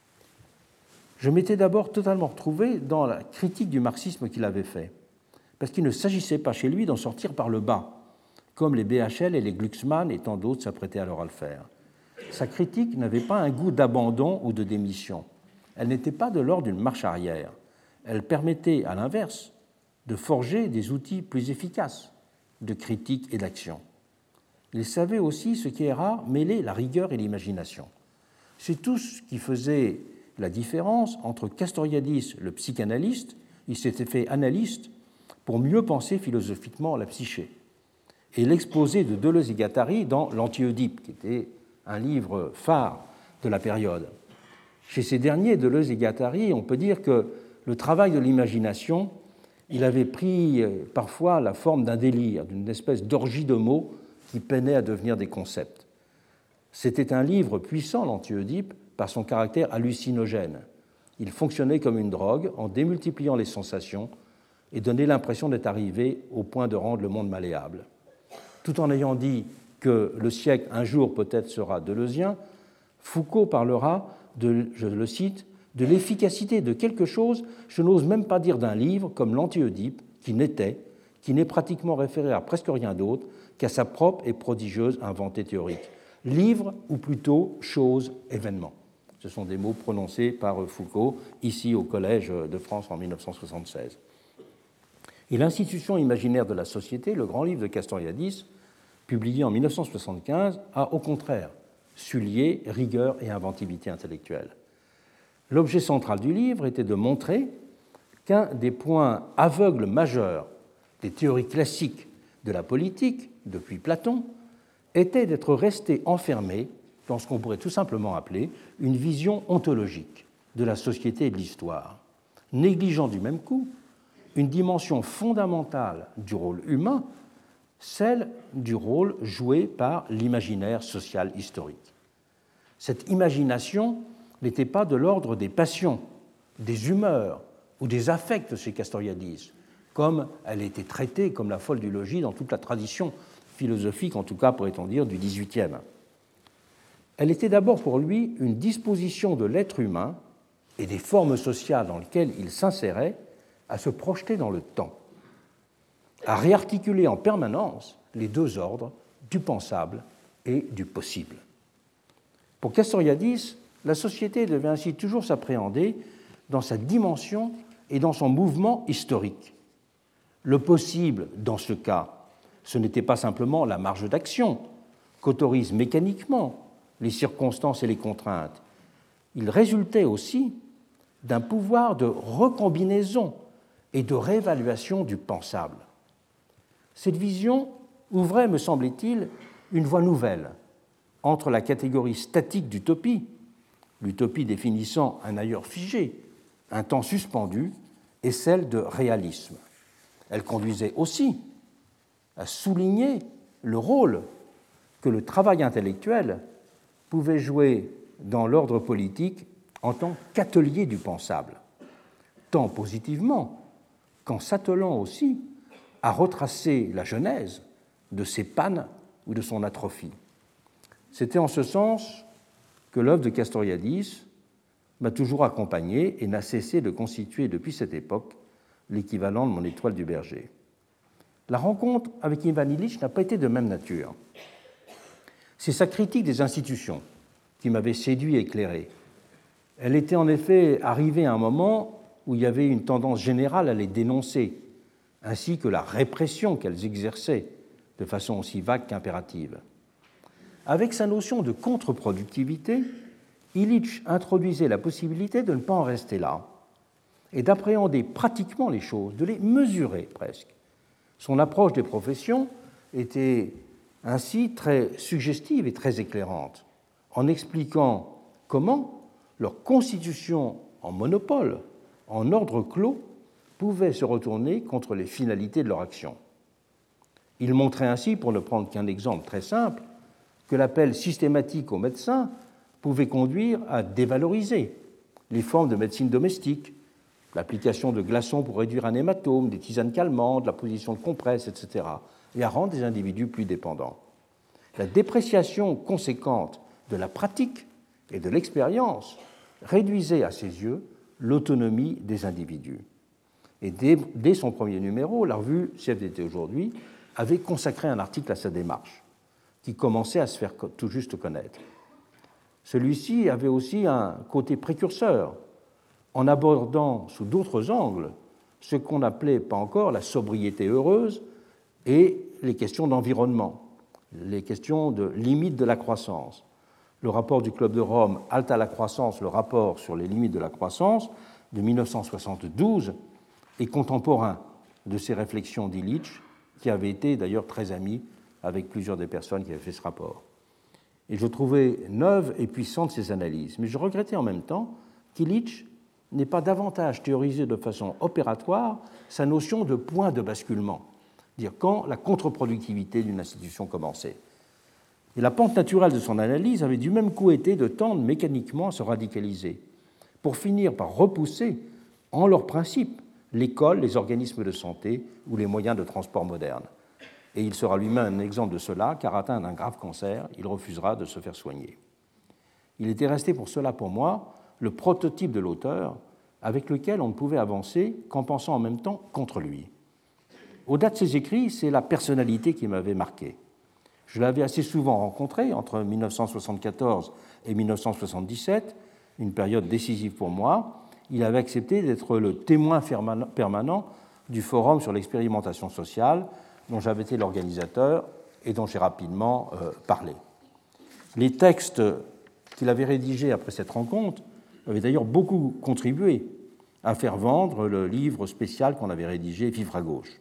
Je m'étais d'abord totalement retrouvé dans la critique du marxisme qu'il avait fait, parce qu'il ne s'agissait pas chez lui d'en sortir par le bas, comme les B H L et les Glucksmann et tant d'autres s'apprêtaient alors à le faire. Sa critique n'avait pas un goût d'abandon ou de démission. Elle n'était pas de l'ordre d'une marche arrière. Elle permettait, à l'inverse, de forger des outils plus efficaces de critique et d'action. Il savait aussi, ce qui est rare, mêler la rigueur et l'imagination. C'est tout ce qui faisait la différence entre Castoriadis, le psychanalyste, il s'était fait analyste pour mieux penser philosophiquement la psyché, et l'exposé de Deleuze et Guattari dans L'Anti-Oedipe, qui était un livre phare de la période. Chez ces derniers, Deleuze et Guattari, on peut dire que le travail de l'imagination, il avait pris parfois la forme d'un délire, d'une espèce d'orgie de mots qui peinaient à devenir des concepts. C'était un livre puissant, L'Anti-Oedipe, par son caractère hallucinogène. Il fonctionnait comme une drogue en démultipliant les sensations et donnait l'impression d'être arrivé au point de rendre le monde malléable. Tout en ayant dit que le siècle, un jour peut-être, sera deleuzien, Foucault parlera, de, je le cite, de l'efficacité de quelque chose, je n'ose même pas dire d'un livre, comme L'Anti-Oedipe, qui n'était, qui n'est pratiquement référé à presque rien d'autre qu'à sa propre et prodigieuse inventée théorique. Livre, ou plutôt chose, événement. Ce sont des mots prononcés par Foucault, ici au Collège de France en mille neuf cent soixante-seize. Et l'Institution imaginaire de la société, le grand livre de Castoriadis, publié en mille neuf cent soixante-quinze, a au contraire su lier rigueur et inventivité intellectuelle. L'objet central du livre était de montrer qu'un des points aveugles majeurs des théories classiques de la politique, depuis Platon, était d'être resté enfermé dans ce qu'on pourrait tout simplement appeler une vision ontologique de la société et de l'histoire, négligeant du même coup une dimension fondamentale du rôle humain, celle du rôle joué par l'imaginaire social historique. Cette imagination n'était pas de l'ordre des passions, des humeurs ou des affects chez Castoriadis, comme elle était traitée comme la folle du logis dans toute la tradition philosophique, en tout cas pourrait-on dire, du dix-huitième. Elle était d'abord pour lui une disposition de l'être humain et des formes sociales dans lesquelles il s'insérait à se projeter dans le temps, à réarticuler en permanence les deux ordres du pensable et du possible. Pour Castoriadis, la société devait ainsi toujours s'appréhender dans sa dimension et dans son mouvement historique. Le possible, dans ce cas, ce n'était pas simplement la marge d'action qu'autorisent mécaniquement les circonstances et les contraintes. Il résultait aussi d'un pouvoir de recombinaison et de réévaluation du pensable. Cette vision ouvrait, me semblait-il, une voie nouvelle entre la catégorie statique d'utopie, l'utopie définissant un ailleurs figé, un temps suspendu, et celle de réalisme. Elle conduisait aussi à souligner le rôle que le travail intellectuel pouvait jouer dans l'ordre politique en tant qu'atelier du pensable, tant positivement qu'en s'attelant aussi à retracer la genèse de ses pannes ou de son atrophie. C'était en ce sens que l'œuvre de Castoriadis m'a toujours accompagné et n'a cessé de constituer depuis cette époque l'équivalent de mon étoile du berger. La rencontre avec Ivan Illich n'a pas été de même nature. C'est sa critique des institutions qui m'avait séduit et éclairé. Elle était en effet arrivée à un moment où il y avait une tendance générale à les dénoncer, ainsi que la répression qu'elles exerçaient de façon aussi vague qu'impérative. Avec sa notion de contre-productivité, Illich introduisait la possibilité de ne pas en rester là et d'appréhender pratiquement les choses, de les mesurer presque. Son approche des professions était ainsi très suggestive et très éclairante, en expliquant comment leur constitution en monopole, en ordre clos, pouvait se retourner contre les finalités de leur action. Il montrait ainsi, pour ne prendre qu'un exemple très simple, que l'appel systématique aux médecins pouvait conduire à dévaloriser les formes de médecine domestique, l'application de glaçons pour réduire un hématome, des tisanes calmantes, la position de compresse, et cetera, et à rendre des individus plus dépendants. La dépréciation conséquente de la pratique et de l'expérience réduisait à ses yeux l'autonomie des individus. Et dès, dès son premier numéro, la revue C F D T Aujourd'hui avait consacré un article à sa démarche, qui commençait à se faire tout juste connaître. Celui-ci avait aussi un côté précurseur, en abordant sous d'autres angles ce qu'on n'appelait pas encore la sobriété heureuse et les questions d'environnement, les questions de limite de la croissance. Le rapport du Club de Rome, Halte à la croissance, le rapport sur les limites de la croissance de mille neuf cent soixante-douze, est contemporain de ces réflexions d'Illich, qui avait été d'ailleurs très ami avec plusieurs des personnes qui avaient fait ce rapport. Et je trouvais neuve et puissante ces analyses, mais je regrettais en même temps qu'Illich n'ait pas davantage théorisé de façon opératoire sa notion de point de basculement, dire quand la contre-productivité d'une institution commençait. Et la pente naturelle de son analyse avait du même coup été de tendre mécaniquement à se radicaliser, pour finir par repousser en leurs principes l'école, les organismes de santé ou les moyens de transport modernes. Et il sera lui-même un exemple de cela, car atteint d'un grave cancer, il refusera de se faire soigner. Il était resté pour cela, pour moi, le prototype de l'auteur avec lequel on ne pouvait avancer qu'en pensant en même temps contre lui. Au-delà de ses écrits, c'est la personnalité qui m'avait marqué. Je l'avais assez souvent rencontré entre mille neuf cent soixante-quatorze et mille neuf cent soixante-dix-sept, une période décisive pour moi. Il avait accepté d'être le témoin permanent du Forum sur l'expérimentation sociale, dont j'avais été l'organisateur et dont j'ai rapidement euh, parlé. Les textes qu'il avait rédigés après cette rencontre avaient d'ailleurs beaucoup contribué à faire vendre le livre spécial qu'on avait rédigé, Vivre à gauche.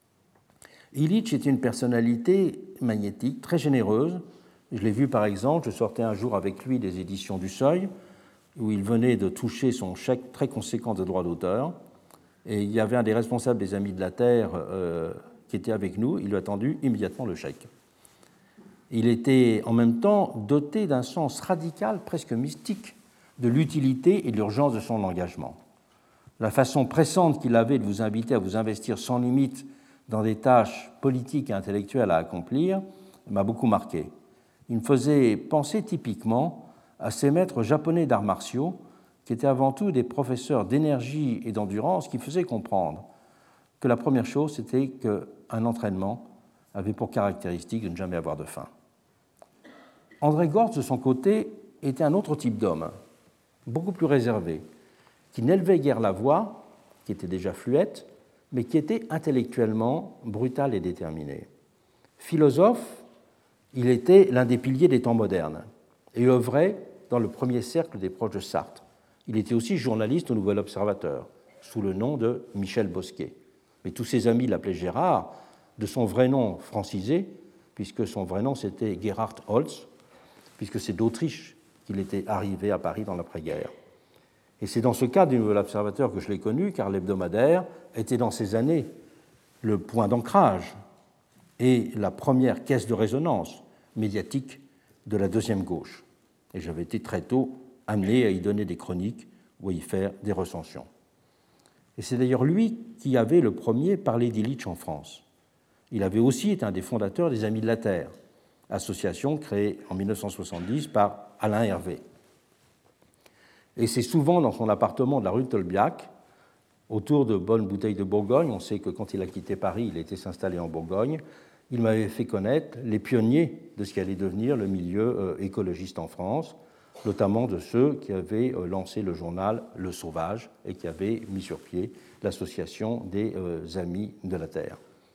Illich était une personnalité magnétique, très généreuse. Je l'ai vu par exemple, je sortais un jour avec lui des éditions du Seuil, où il venait de toucher son chèque très conséquent de droits d'auteur, et il y avait un des responsables des Amis de la Terre euh, qui était avec nous, il lui a tendu immédiatement le chèque. Il était en même temps doté d'un sens radical, presque mystique, de l'utilité et de l'urgence de son engagement. La façon pressante qu'il avait de vous inviter à vous investir sans limite dans des tâches politiques et intellectuelles à accomplir m'a beaucoup marqué. Il me faisait penser typiquement à ces maîtres japonais d'arts martiaux qui étaient avant tout des professeurs d'énergie et d'endurance qui faisaient comprendre que la première chose, c'était qu'un entraînement avait pour caractéristique de ne jamais avoir de fin. André Gortz, de son côté, était un autre type d'homme, beaucoup plus réservé, qui n'élevait guère la voix, qui était déjà fluette, mais qui était intellectuellement brutal et déterminé. Philosophe, il était l'un des piliers des temps modernes et œuvrait dans le premier cercle des proches de Sartre. Il était aussi journaliste au Nouvel Observateur, sous le nom de Michel Bosquet. Mais tous ses amis l'appelaient Gérard, de son vrai nom francisé, puisque son vrai nom c'était Gerhard Holz, puisque c'est d'Autriche qu'il était arrivé à Paris dans l'après-guerre. Et c'est dans ce cadre du Nouvel Observateur que je l'ai connu, car l'hebdomadaire était dans ces années le point d'ancrage et la première caisse de résonance médiatique de la deuxième gauche. Et j'avais été très tôt amené à y donner des chroniques ou à y faire des recensions. Et c'est d'ailleurs lui qui avait le premier parlé d'Illich en France. Il avait aussi été un des fondateurs des Amis de la Terre, association créée en mille neuf cent soixante-dix par Alain Hervé. Et c'est souvent dans son appartement de la rue de Tolbiac, autour de bonnes bouteilles de Bourgogne, on sait que quand il a quitté Paris, il était s'installer en Bourgogne, il m'avait fait connaître les pionniers de ce qui allait devenir le milieu écologiste en France, notamment de ceux qui avaient lancé le journal Le Sauvage et qui avaient mis sur pied l'association des Amis de la Terre.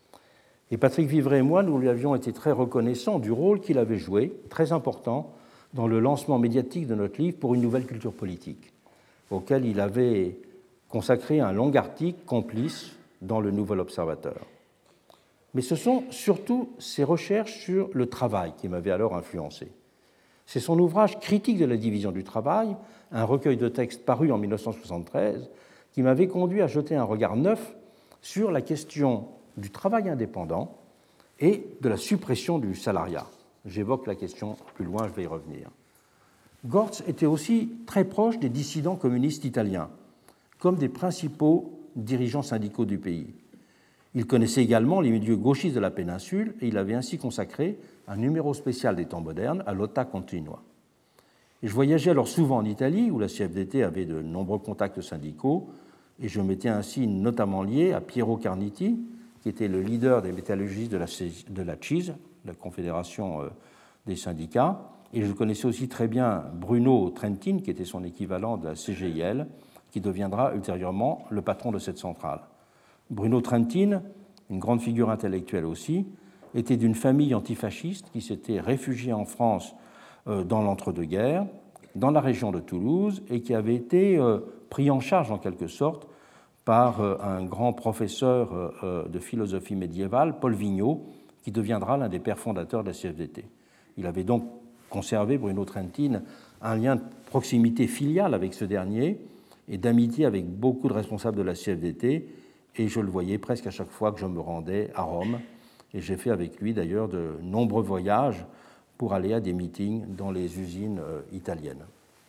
Et Patrick Vivray et moi, nous lui avions été très reconnaissants du rôle qu'il avait joué, très important, dans le lancement médiatique de notre livre Pour une nouvelle culture politique, auquel il avait consacré un long article complice dans le Nouvel Observateur. Mais ce sont surtout ses recherches sur le travail qui m'avaient alors influencé. C'est son ouvrage Critique de la division du travail, un recueil de textes paru en mille neuf cent soixante-treize, qui m'avait conduit à jeter un regard neuf sur la question du travail indépendant et de la suppression du salariat. J'évoque la question plus loin, je vais y revenir. Gortz était aussi très proche des dissidents communistes italiens, comme des principaux dirigeants syndicaux du pays. Il connaissait également les milieux gauchistes de la péninsule et il avait ainsi consacré un numéro spécial des temps modernes à Lotta Continua. Et je voyageais alors souvent en Italie, où la C F D T avait de nombreux contacts syndicaux, et je m'étais ainsi notamment lié à Piero Carniti, qui était le leader des métallurgistes de la, de la C I S, la Confédération des syndicats, et je connaissais aussi très bien Bruno Trentin, qui était son équivalent de la C G I L, qui deviendra ultérieurement le patron de cette centrale. Bruno Trentin, une grande figure intellectuelle aussi, était d'une famille antifasciste qui s'était réfugiée en France dans l'entre-deux-guerres, dans la région de Toulouse, et qui avait été pris en charge en quelque sorte par un grand professeur de philosophie médiévale, Paul Vigneault, qui deviendra l'un des pères fondateurs de la C F D T. Il avait donc conservé, Bruno Trentin, un lien de proximité filiale avec ce dernier et d'amitié avec beaucoup de responsables de la C F D T, et je le voyais presque à chaque fois que je me rendais à Rome. Et j'ai fait avec lui d'ailleurs de nombreux voyages pour aller à des meetings dans les usines italiennes.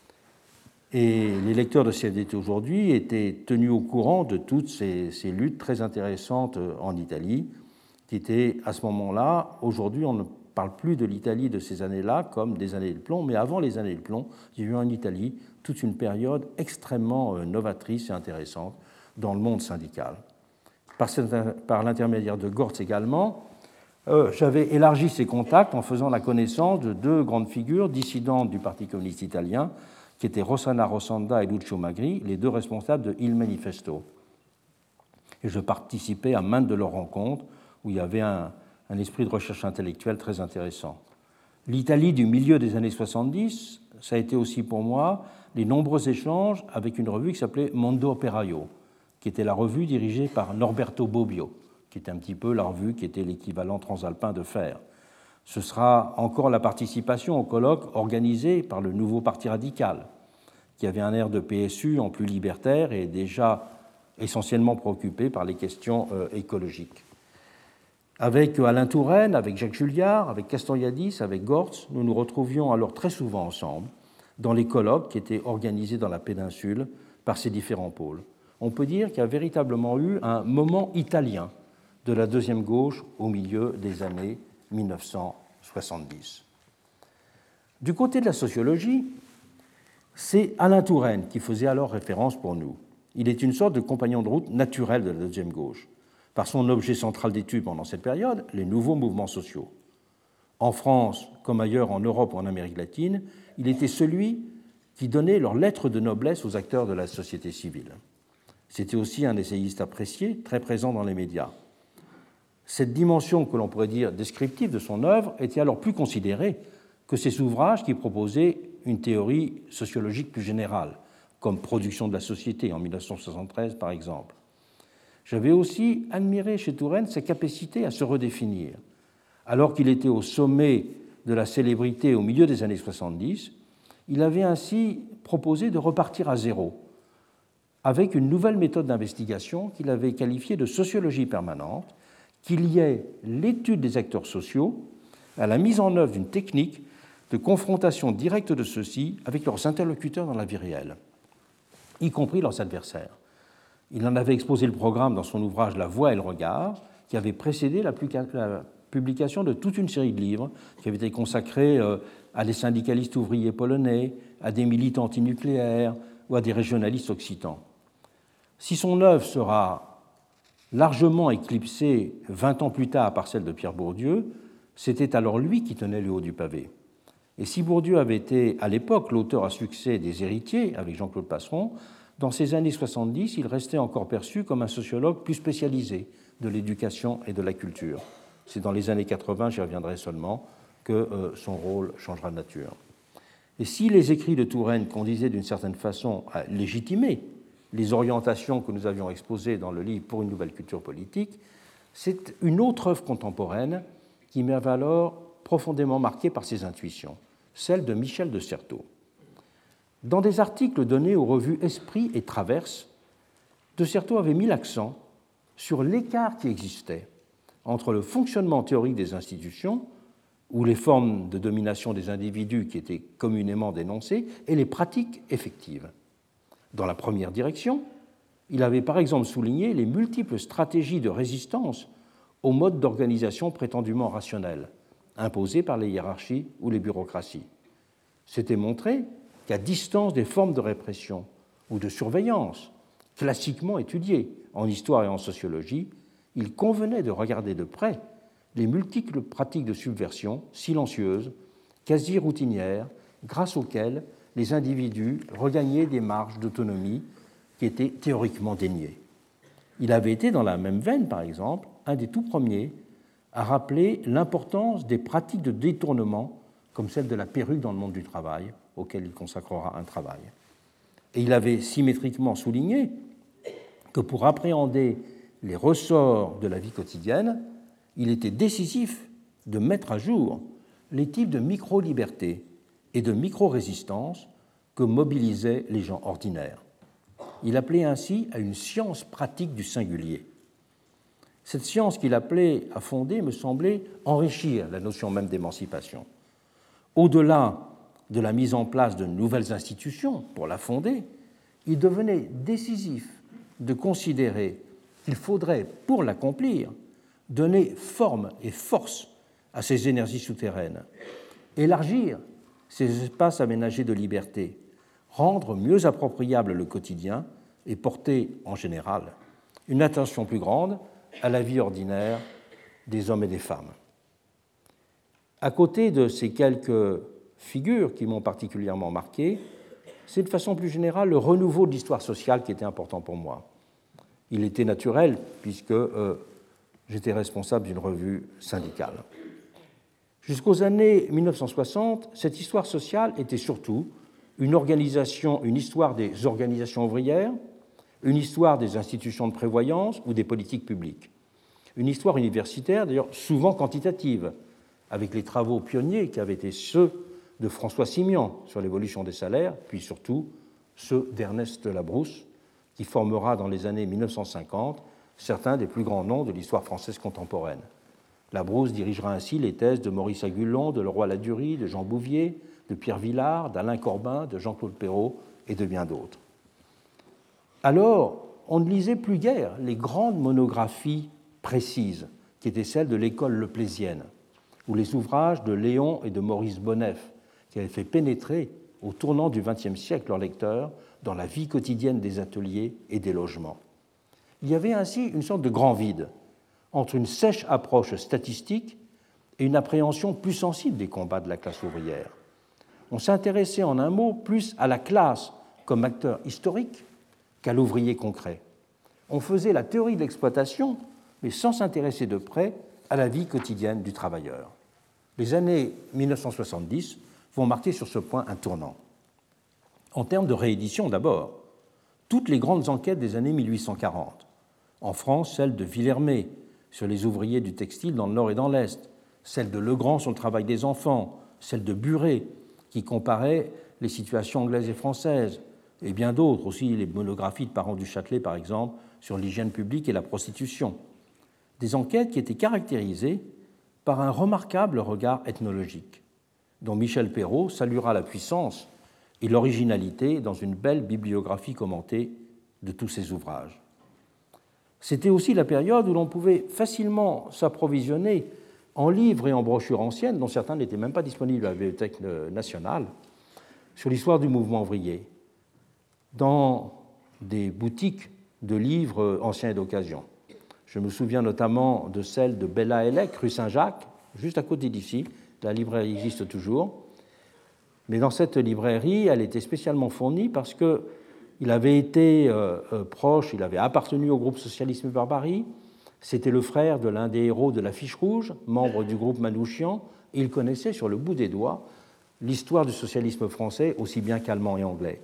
Et les lecteurs de C F D T aujourd'hui étaient tenus au courant de toutes ces, ces luttes très intéressantes en Italie, qui étaient à ce moment-là, aujourd'hui on ne parle plus de l'Italie de ces années-là comme des années de plomb, mais avant les années de plomb, il y a eu en Italie toute une période extrêmement novatrice et intéressante dans le monde syndical. Par, par l'intermédiaire de Gortz également, euh, j'avais élargi ces contacts en faisant la connaissance de deux grandes figures dissidentes du Parti communiste italien, qui étaient Rossana Rossanda et Lucio Magri, les deux responsables de Il Manifesto. Et je participais à maintes de leurs rencontres où il y avait un, un esprit de recherche intellectuelle très intéressant. L'Italie du milieu des années soixante-dix, ça a été aussi pour moi les nombreux échanges avec une revue qui s'appelait Mondo Operaio, qui était la revue dirigée par Norberto Bobbio, qui était un petit peu la revue qui était l'équivalent transalpin de Faire. Ce sera encore la participation au colloque organisé par le nouveau Parti radical, qui avait un air de P S U en plus libertaire et déjà essentiellement préoccupé par les questions euh, écologiques. Avec Alain Touraine, avec Jacques Julliard, avec Castoriadis, avec Gortz, nous nous retrouvions alors très souvent ensemble dans les colloques qui étaient organisés dans la péninsule par ces différents pôles. On peut dire qu'il y a véritablement eu un moment italien de la deuxième gauche au milieu des années mille neuf cent soixante-dix. Du côté de la sociologie, c'est Alain Touraine qui faisait alors référence pour nous. Il est une sorte de compagnon de route naturel de la deuxième gauche, par son objet central d'étude pendant cette période, les nouveaux mouvements sociaux. En France, comme ailleurs en Europe ou en Amérique latine, il était celui qui donnait leurs lettres de noblesse aux acteurs de la société civile. C'était aussi un essayiste apprécié, très présent dans les médias. Cette dimension que l'on pourrait dire descriptive de son œuvre était alors plus considérée que ces ouvrages qui proposaient une théorie sociologique plus générale, comme Production de la société en mille neuf cent soixante-treize par exemple. J'avais aussi admiré chez Touraine sa capacité à se redéfinir. Alors qu'il était au sommet de la célébrité au milieu des années soixante-dix, il avait ainsi proposé de repartir à zéro, avec une nouvelle méthode d'investigation qu'il avait qualifiée de sociologie permanente, qui liait l'étude des acteurs sociaux à la mise en œuvre d'une technique de confrontation directe de ceux-ci avec leurs interlocuteurs dans la vie réelle, y compris leurs adversaires. Il en avait exposé le programme dans son ouvrage « La voix et le regard », qui avait précédé la publication de toute une série de livres qui avaient été consacrés à des syndicalistes ouvriers polonais, à des militants antinucléaires ou à des régionalistes occitans. Si son œuvre sera largement éclipsée vingt ans plus tard par celle de Pierre Bourdieu, c'était alors lui qui tenait le haut du pavé. Et si Bourdieu avait été, à l'époque, l'auteur à succès des Héritiers, avec Jean-Claude Passeron, dans ces années soixante-dix, il restait encore perçu comme un sociologue plus spécialisé de l'éducation et de la culture. C'est dans les années quatre-vingts, j'y reviendrai seulement, que euh, son rôle changera de nature. Et si les écrits de Touraine conduisaient d'une certaine façon à légitimer les orientations que nous avions exposées dans le livre Pour une nouvelle culture politique, c'est une autre œuvre contemporaine qui m'avait alors profondément marqué par ses intuitions, celle de Michel de Certeau. Dans des articles donnés aux revues Esprit et Traverse, de Certeau avait mis l'accent sur l'écart qui existait entre le fonctionnement théorique des institutions, ou les formes de domination des individus qui étaient communément dénoncées, et les pratiques effectives. Dans la première direction, il avait par exemple souligné les multiples stratégies de résistance aux modes d'organisation prétendument rationnels, imposés par les hiérarchies ou les bureaucraties. C'était montré qu'à distance des formes de répression ou de surveillance classiquement étudiées en histoire et en sociologie, il convenait de regarder de près les multiples pratiques de subversion silencieuses, quasi routinières, grâce auxquelles les individus regagnaient des marges d'autonomie qui étaient théoriquement déniées. Il avait été, dans la même veine, par exemple, un des tout premiers à rappeler l'importance des pratiques de détournement, comme celle de la perruque dans le monde du travail, auquel il consacrera un travail. Et il avait symétriquement souligné que pour appréhender les ressorts de la vie quotidienne, il était décisif de mettre à jour les types de micro-libertés et de micro-résistance que mobilisaient les gens ordinaires. Il appelait ainsi à une science pratique du singulier. Cette science qu'il appelait à fonder me semblait enrichir la notion même d'émancipation. Au-delà de la mise en place de nouvelles institutions pour la fonder, il devenait décisif de considérer qu'il faudrait, pour l'accomplir, donner forme et force à ces énergies souterraines, élargir ces espaces aménagés de liberté, rendre mieux appropriable le quotidien et porter, en général, une attention plus grande à la vie ordinaire des hommes et des femmes. À côté de ces quelques figures qui m'ont particulièrement marqué, c'est de façon plus générale le renouveau de l'histoire sociale qui était important pour moi. Il était naturel puisque euh, j'étais responsable d'une revue syndicale. Jusqu'aux années mille neuf cent soixante, cette histoire sociale était surtout une organisation, une histoire des organisations ouvrières, une histoire des institutions de prévoyance ou des politiques publiques. Une histoire universitaire, d'ailleurs souvent quantitative, avec les travaux pionniers qui avaient été ceux de François Simian sur l'évolution des salaires, puis surtout ceux d'Ernest Labrousse, qui formera dans les années mille neuf cent cinquante certains des plus grands noms de l'histoire française contemporaine. Labrousse dirigera ainsi les thèses de Maurice Agulon, de Leroy-Ladurie, de Jean Bouvier, de Pierre Villard, d'Alain Corbin, de Jean-Claude Perrault et de bien d'autres. Alors, on ne lisait plus guère les grandes monographies précises, qui étaient celles de l'école leplésienne, ou les ouvrages de Léon et de Maurice Bonnef, qui avaient fait pénétrer, au tournant du vingtième siècle, leurs lecteurs dans la vie quotidienne des ateliers et des logements. Il y avait ainsi une sorte de grand vide entre une sèche approche statistique et une appréhension plus sensible des combats de la classe ouvrière. On s'intéressait en un mot plus à la classe comme acteur historique qu'à l'ouvrier concret. On faisait la théorie de l'exploitation, mais sans s'intéresser de près à la vie quotidienne du travailleur. Les années mille neuf cent soixante-dix vont marquer sur ce point un tournant. En termes de réédition d'abord, toutes les grandes enquêtes des années mille huit cent quarante, en France, celle de Villermé sur les ouvriers du textile dans le Nord et dans l'Est, celle de Legrand sur le travail des enfants, celle de Buret qui comparait les situations anglaises et françaises, et bien d'autres, aussi les monographies de Parent du Châtelet, par exemple, sur l'hygiène publique et la prostitution. Des enquêtes qui étaient caractérisées par un remarquable regard ethnologique, dont Michel Perrault saluera la puissance et l'originalité dans une belle bibliographie commentée de tous ses ouvrages. C'était aussi la période où l'on pouvait facilement s'approvisionner en livres et en brochures anciennes, dont certains n'étaient même pas disponibles à la Bibliothèque nationale, sur l'histoire du mouvement ouvrier, dans des boutiques de livres anciens et d'occasion. Je me souviens notamment de celle de Bella Hellec, rue Saint-Jacques, juste à côté d'ici, la librairie existe toujours, Mais dans cette librairie, elle était spécialement fournie parce qu'il avait été euh, euh, proche, il avait appartenu au groupe Socialisme et Barbarie, c'était le frère de l'un des héros de l'Affiche rouge, membre du groupe Manouchian, et il connaissait sur le bout des doigts l'histoire du socialisme français aussi bien qu'allemand et anglais.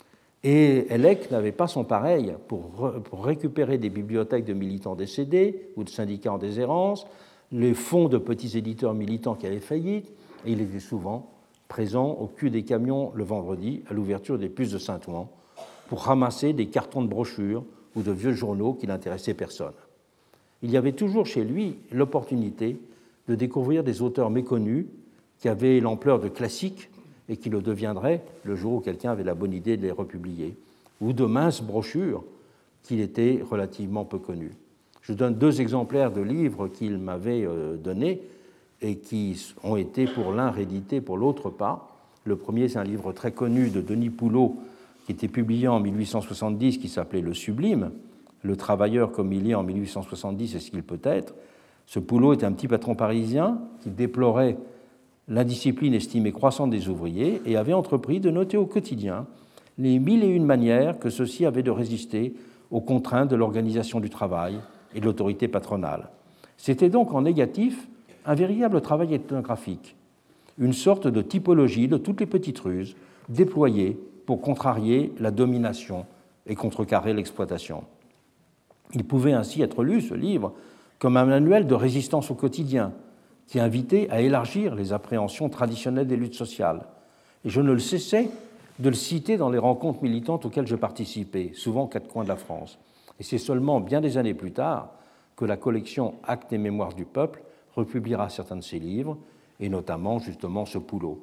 Et Hellec n'avait pas son pareil pour, re, pour récupérer des bibliothèques de militants décédés ou de syndicats en déshérence, les fonds de petits éditeurs militants qui avaient faillite, et il était souvent présent au cul des camions le vendredi à l'ouverture des puces de Saint-Ouen pour ramasser des cartons de brochures ou de vieux journaux qui n'intéressaient personne. Il y avait toujours chez lui l'opportunité de découvrir des auteurs méconnus qui avaient l'ampleur de classiques et qui le deviendraient le jour où quelqu'un avait la bonne idée de les republier, ou de minces brochures qu'il était relativement peu connues. Je donne deux exemplaires de livres qu'il m'avait donnés et qui ont été pour l'un réédités, pour l'autre pas. Le premier, c'est un livre très connu de Denis Poulot qui était publié en mille huit cent soixante-dix, qui s'appelait Le Sublime, le travailleur comme il est en mille huit cent soixante-dix et ce qu'il peut être. Ce Poulot était un petit patron parisien qui déplorait l'indiscipline estimée croissante des ouvriers et avait entrepris de noter au quotidien les mille et une manières que ceux-ci avaient de résister aux contraintes de l'organisation du travail et de l'autorité patronale. C'était donc en négatif un véritable travail ethnographique, une sorte de typologie de toutes les petites ruses déployées pour contrarier la domination et contrecarrer l'exploitation. Il pouvait ainsi être lu, ce livre, comme un manuel de résistance au quotidien, qui invitait à élargir les appréhensions traditionnelles des luttes sociales. Et je ne le cessais de le citer dans les rencontres militantes auxquelles je participais, souvent aux quatre coins de la France. Et c'est seulement bien des années plus tard que la collection Actes et Mémoires du Peuple republiera certains de ses livres, et notamment justement ce Poulot.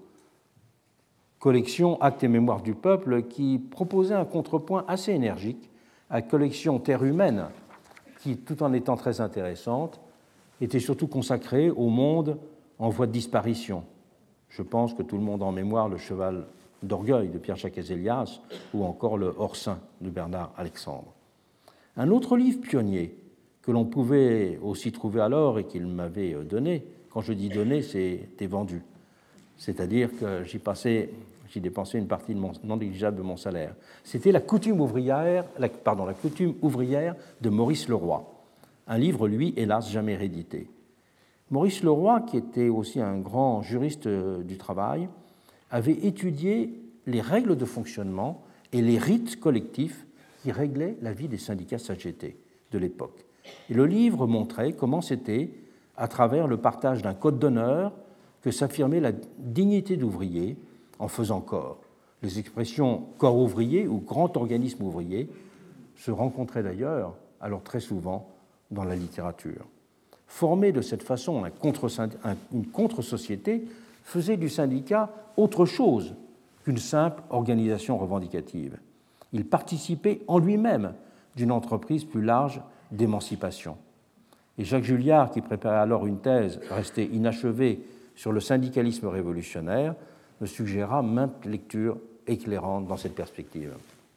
Collection Actes et Mémoires du Peuple qui proposait un contrepoint assez énergique à la collection Terre humaine, qui, tout en étant très intéressante, était surtout consacrée au monde en voie de disparition. Je pense que tout le monde a en mémoire le Cheval d'orgueil de Pierre Chakez-Elias ou encore le Hors-Saint de Bernard Alexandre. Un autre livre pionnier que l'on pouvait aussi trouver alors et qu'il m'avait donné, quand je dis donné, c'était vendu. C'est-à-dire que j'y passais, j'y dépensais une partie de mon, non négligeable de mon salaire. C'était la coutume ouvrière, la, pardon, la coutume ouvrière de Maurice Leroy. Un livre, lui, hélas, jamais réédité. Maurice Leroy, qui était aussi un grand juriste du travail, avait étudié les règles de fonctionnement et les rites collectifs qui réglaient la vie des syndicats C G T de l'époque. Et le livre montrait comment c'était, à travers le partage d'un code d'honneur, que s'affirmait la dignité d'ouvrier en faisant corps. Les expressions corps ouvrier ou grand organisme ouvrier se rencontraient d'ailleurs, alors très souvent, dans la littérature. Former de cette façon un contre, un, une contre-société faisait du syndicat autre chose qu'une simple organisation revendicative. Il participait en lui-même d'une entreprise plus large d'émancipation. Et Jacques Julliard, qui préparait alors une thèse restée inachevée sur le syndicalisme révolutionnaire, me suggéra maintes lectures éclairantes dans cette perspective.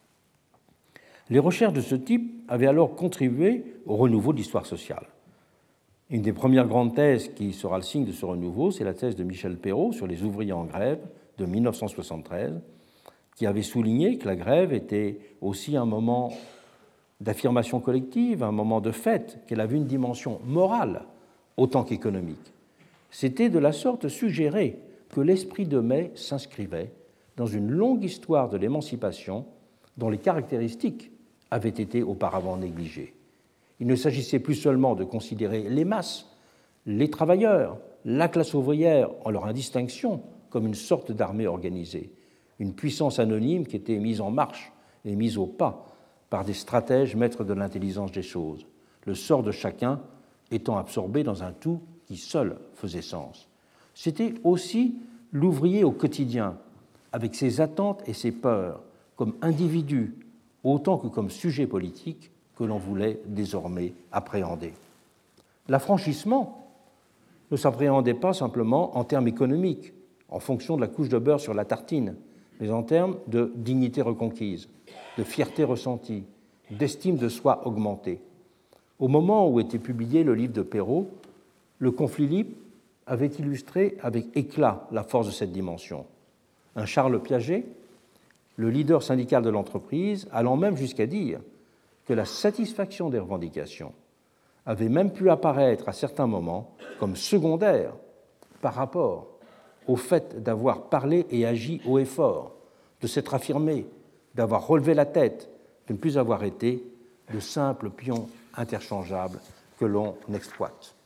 Les recherches de ce type avaient alors contribué au renouveau de l'histoire sociale. Une des premières grandes thèses qui sera le signe de ce renouveau, c'est la thèse de Michel Perrault sur les ouvriers en grève de mille neuf cent soixante-treize, qui avait souligné que la grève était aussi un moment d'affirmation collective, un moment de fête, qu'elle avait une dimension morale autant qu'économique. C'était de la sorte suggéré que l'esprit de mai s'inscrivait dans une longue histoire de l'émancipation dont les caractéristiques avaient été auparavant négligées. Il ne s'agissait plus seulement de considérer les masses, les travailleurs, la classe ouvrière en leur indistinction comme une sorte d'armée organisée, une puissance anonyme qui était mise en marche et mise au pas par des stratèges maîtres de l'intelligence des choses, le sort de chacun étant absorbé dans un tout qui seul faisait sens. C'était aussi l'ouvrier au quotidien, avec ses attentes et ses peurs, comme individu, autant que comme sujet politique, que l'on voulait désormais appréhender. L'affranchissement ne s'appréhendait pas simplement en termes économiques, en fonction de la couche de beurre sur la tartine, mais en termes de dignité reconquise, de fierté ressentie, d'estime de soi augmentée. Au moment où était publié le livre de Perrault, le conflit libre avait illustré avec éclat la force de cette dimension. un Charles Piaget, le leader syndical de l'entreprise, allant même jusqu'à dire que la satisfaction des revendications avait même pu apparaître à certains moments comme secondaire par rapport au fait d'avoir parlé et agi haut et fort, de s'être affirmé, d'avoir relevé la tête, de ne plus avoir été de simples pions interchangeables que l'on exploite.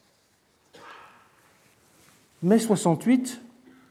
Mai soixante-huit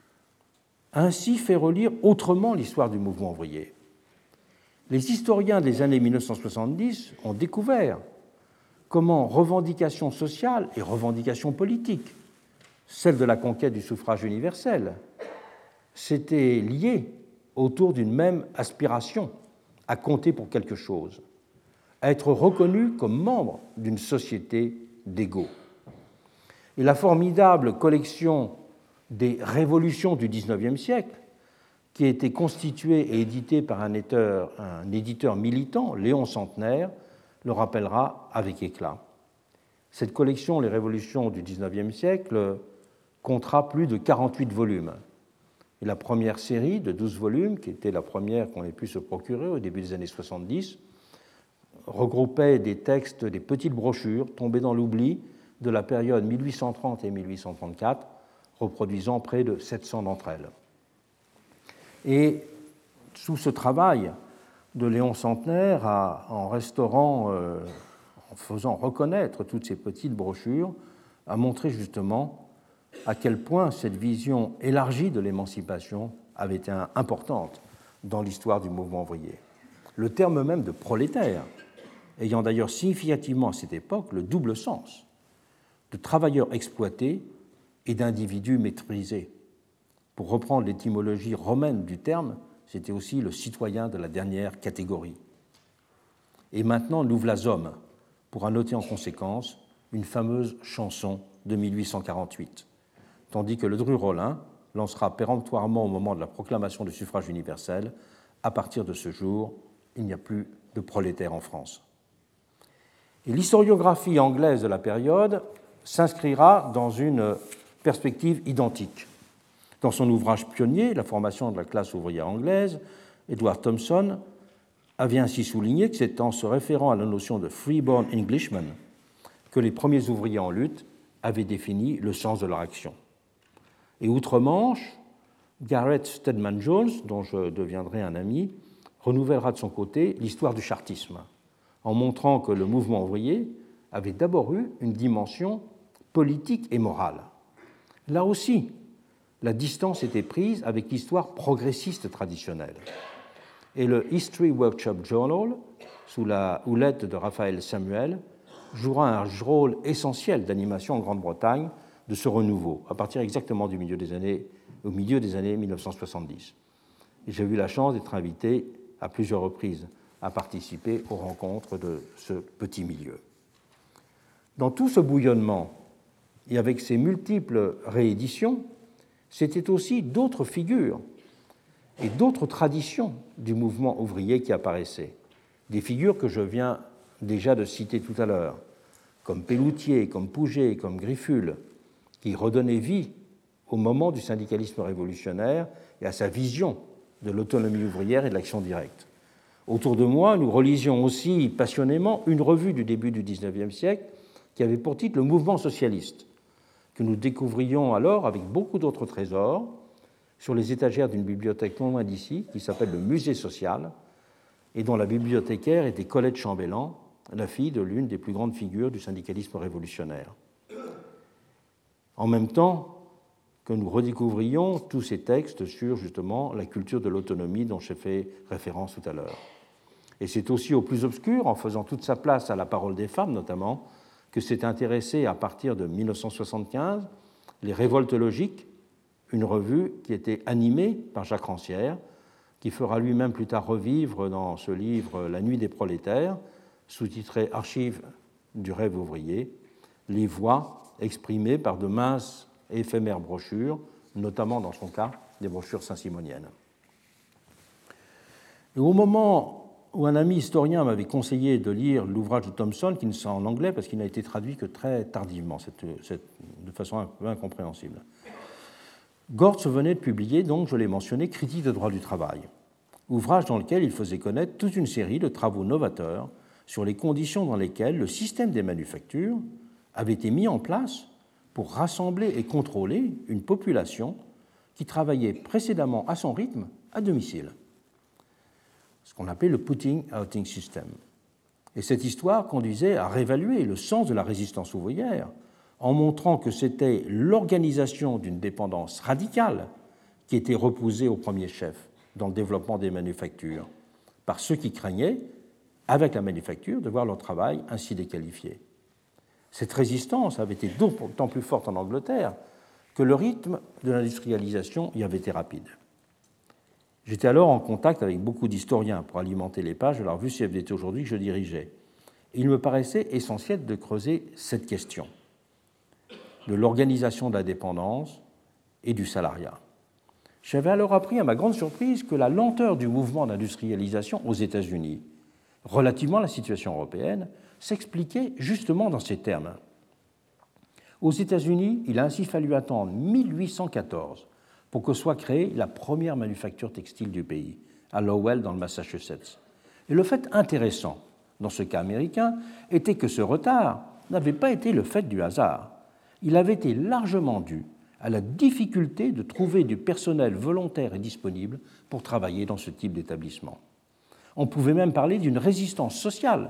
a ainsi fait relire autrement l'histoire du mouvement ouvrier. Les historiens des années mille neuf cent soixante-dix ont découvert comment revendications sociales et revendications politiques, celle de la conquête du suffrage universel, s'étaient liées autour d'une même aspiration à compter pour quelque chose, à être reconnu comme membre d'une société d'égaux. Et la formidable collection des révolutions du dix-neuvième siècle, qui a été constituée et éditée par un éditeur, un éditeur militant, Léon Centenaire, le rappellera avec éclat. Cette collection, Les révolutions du dix-neuvième siècle, comptera plus de quarante-huit volumes. Et la première série de douze volumes, qui était la première qu'on ait pu se procurer au début des années soixante-dix, regroupait des textes, des petites brochures tombées dans l'oubli de la période mille huit cent trente et mille huit cent trente-quatre, reproduisant près de sept cents d'entre elles. Et sous ce travail de Léon Centenaire, en restaurant, euh, en faisant reconnaître toutes ces petites brochures, a montré justement à quel point cette vision élargie de l'émancipation avait été importante dans l'histoire du mouvement ouvrier. Le terme même de prolétaire, ayant d'ailleurs significativement à cette époque le double sens de travailleurs exploités et d'individus maîtrisés. Pour reprendre l'étymologie romaine du terme, c'était aussi le citoyen de la dernière catégorie. Et maintenant, nous v'là hommes, pour annoter en conséquence une fameuse chanson de mille huit cent quarante-huit, tandis que le Dru Rollin lancera péremptoirement au moment de la proclamation du suffrage universel « À partir de ce jour, il n'y a plus de prolétaires en France ». Et l'historiographie anglaise de la période s'inscrira dans une perspective identique. Dans son ouvrage pionnier, La formation de la classe ouvrière anglaise, Edward Thompson avait ainsi souligné que c'est en se référant à la notion de freeborn Englishman que les premiers ouvriers en lutte avaient défini le sens de leur action. Et outre-Manche, Garrett Stedman Jones, dont je deviendrai un ami, renouvellera de son côté l'histoire du chartisme, en montrant que le mouvement ouvrier avait d'abord eu une dimension politique et morale. Là aussi, la distance était prise avec l'histoire progressiste traditionnelle. Et le History Workshop Journal, sous la houlette de Raphaël Samuel, jouera un rôle essentiel d'animation en Grande-Bretagne de ce renouveau, à partir exactement du milieu des années, au milieu des années mille neuf cent soixante-dix. Et j'ai eu la chance d'être invité à plusieurs reprises à participer aux rencontres de ce petit milieu. Dans tout ce bouillonnement, et avec ses multiples rééditions, c'était aussi d'autres figures et d'autres traditions du mouvement ouvrier qui apparaissaient. Des figures que je viens déjà de citer tout à l'heure, comme Pelloutier, comme Pouget, comme Grifful, qui redonnaient vie au moment du syndicalisme révolutionnaire et à sa vision de l'autonomie ouvrière et de l'action directe. Autour de moi, nous relisions aussi passionnément une revue du début du dix-neuvième siècle qui avait pour titre « Le mouvement socialiste », que nous découvrions alors avec beaucoup d'autres trésors sur les étagères d'une bibliothèque non loin d'ici, qui s'appelle le Musée social, et dont la bibliothécaire était Colette Chambellan, la fille de l'une des plus grandes figures du syndicalisme révolutionnaire. En même temps que nous redécouvrions tous ces textes sur justement la culture de l'autonomie dont j'ai fait référence tout à l'heure. Et c'est aussi au plus obscur, en faisant toute sa place à la parole des femmes notamment, que s'est intéressé à partir de mille neuf cent soixante-quinze les Révoltes logiques, une revue qui était animée par Jacques Rancière, qui fera lui-même plus tard revivre dans ce livre La nuit des prolétaires, sous-titré Archives du rêve ouvrier, les voix exprimées par de minces et éphémères brochures, notamment dans son cas des brochures saint-simoniennes. Et au moment où un ami historien m'avait conseillé de lire l'ouvrage de Thompson, qui ne sont en anglais parce qu'il n'a été traduit que très tardivement, cette, cette, de façon un peu incompréhensible. Gortz venait de publier, donc, je l'ai mentionné, Critique de droit du travail, ouvrage dans lequel il faisait connaître toute une série de travaux novateurs sur les conditions dans lesquelles le système des manufactures avait été mis en place pour rassembler et contrôler une population qui travaillait précédemment à son rythme à domicile, ce qu'on appelait le putting-outing system. Et cette histoire conduisait à réévaluer le sens de la résistance ouvrière en montrant que c'était l'organisation d'une dépendance radicale qui était repoussée au premier chef dans le développement des manufactures, par ceux qui craignaient, avec la manufacture, de voir leur travail ainsi déqualifié. Cette résistance avait été d'autant plus forte en Angleterre que le rythme de l'industrialisation y avait été rapide. J'étais alors en contact avec beaucoup d'historiens pour alimenter les pages de la revue C F D T aujourd'hui que je dirigeais. Et il me paraissait essentiel de creuser cette question de l'organisation de la dépendance et du salariat. J'avais alors appris à ma grande surprise que la lenteur du mouvement d'industrialisation aux États-Unis, relativement à la situation européenne, s'expliquait justement dans ces termes. Aux États-Unis, il a ainsi fallu attendre mille huit cent quatorze pour que soit créée la première manufacture textile du pays, à Lowell, dans le Massachusetts. Et le fait intéressant, dans ce cas américain, était que ce retard n'avait pas été le fait du hasard. Il avait été largement dû à la difficulté de trouver du personnel volontaire et disponible pour travailler dans ce type d'établissement. On pouvait même parler d'une résistance sociale,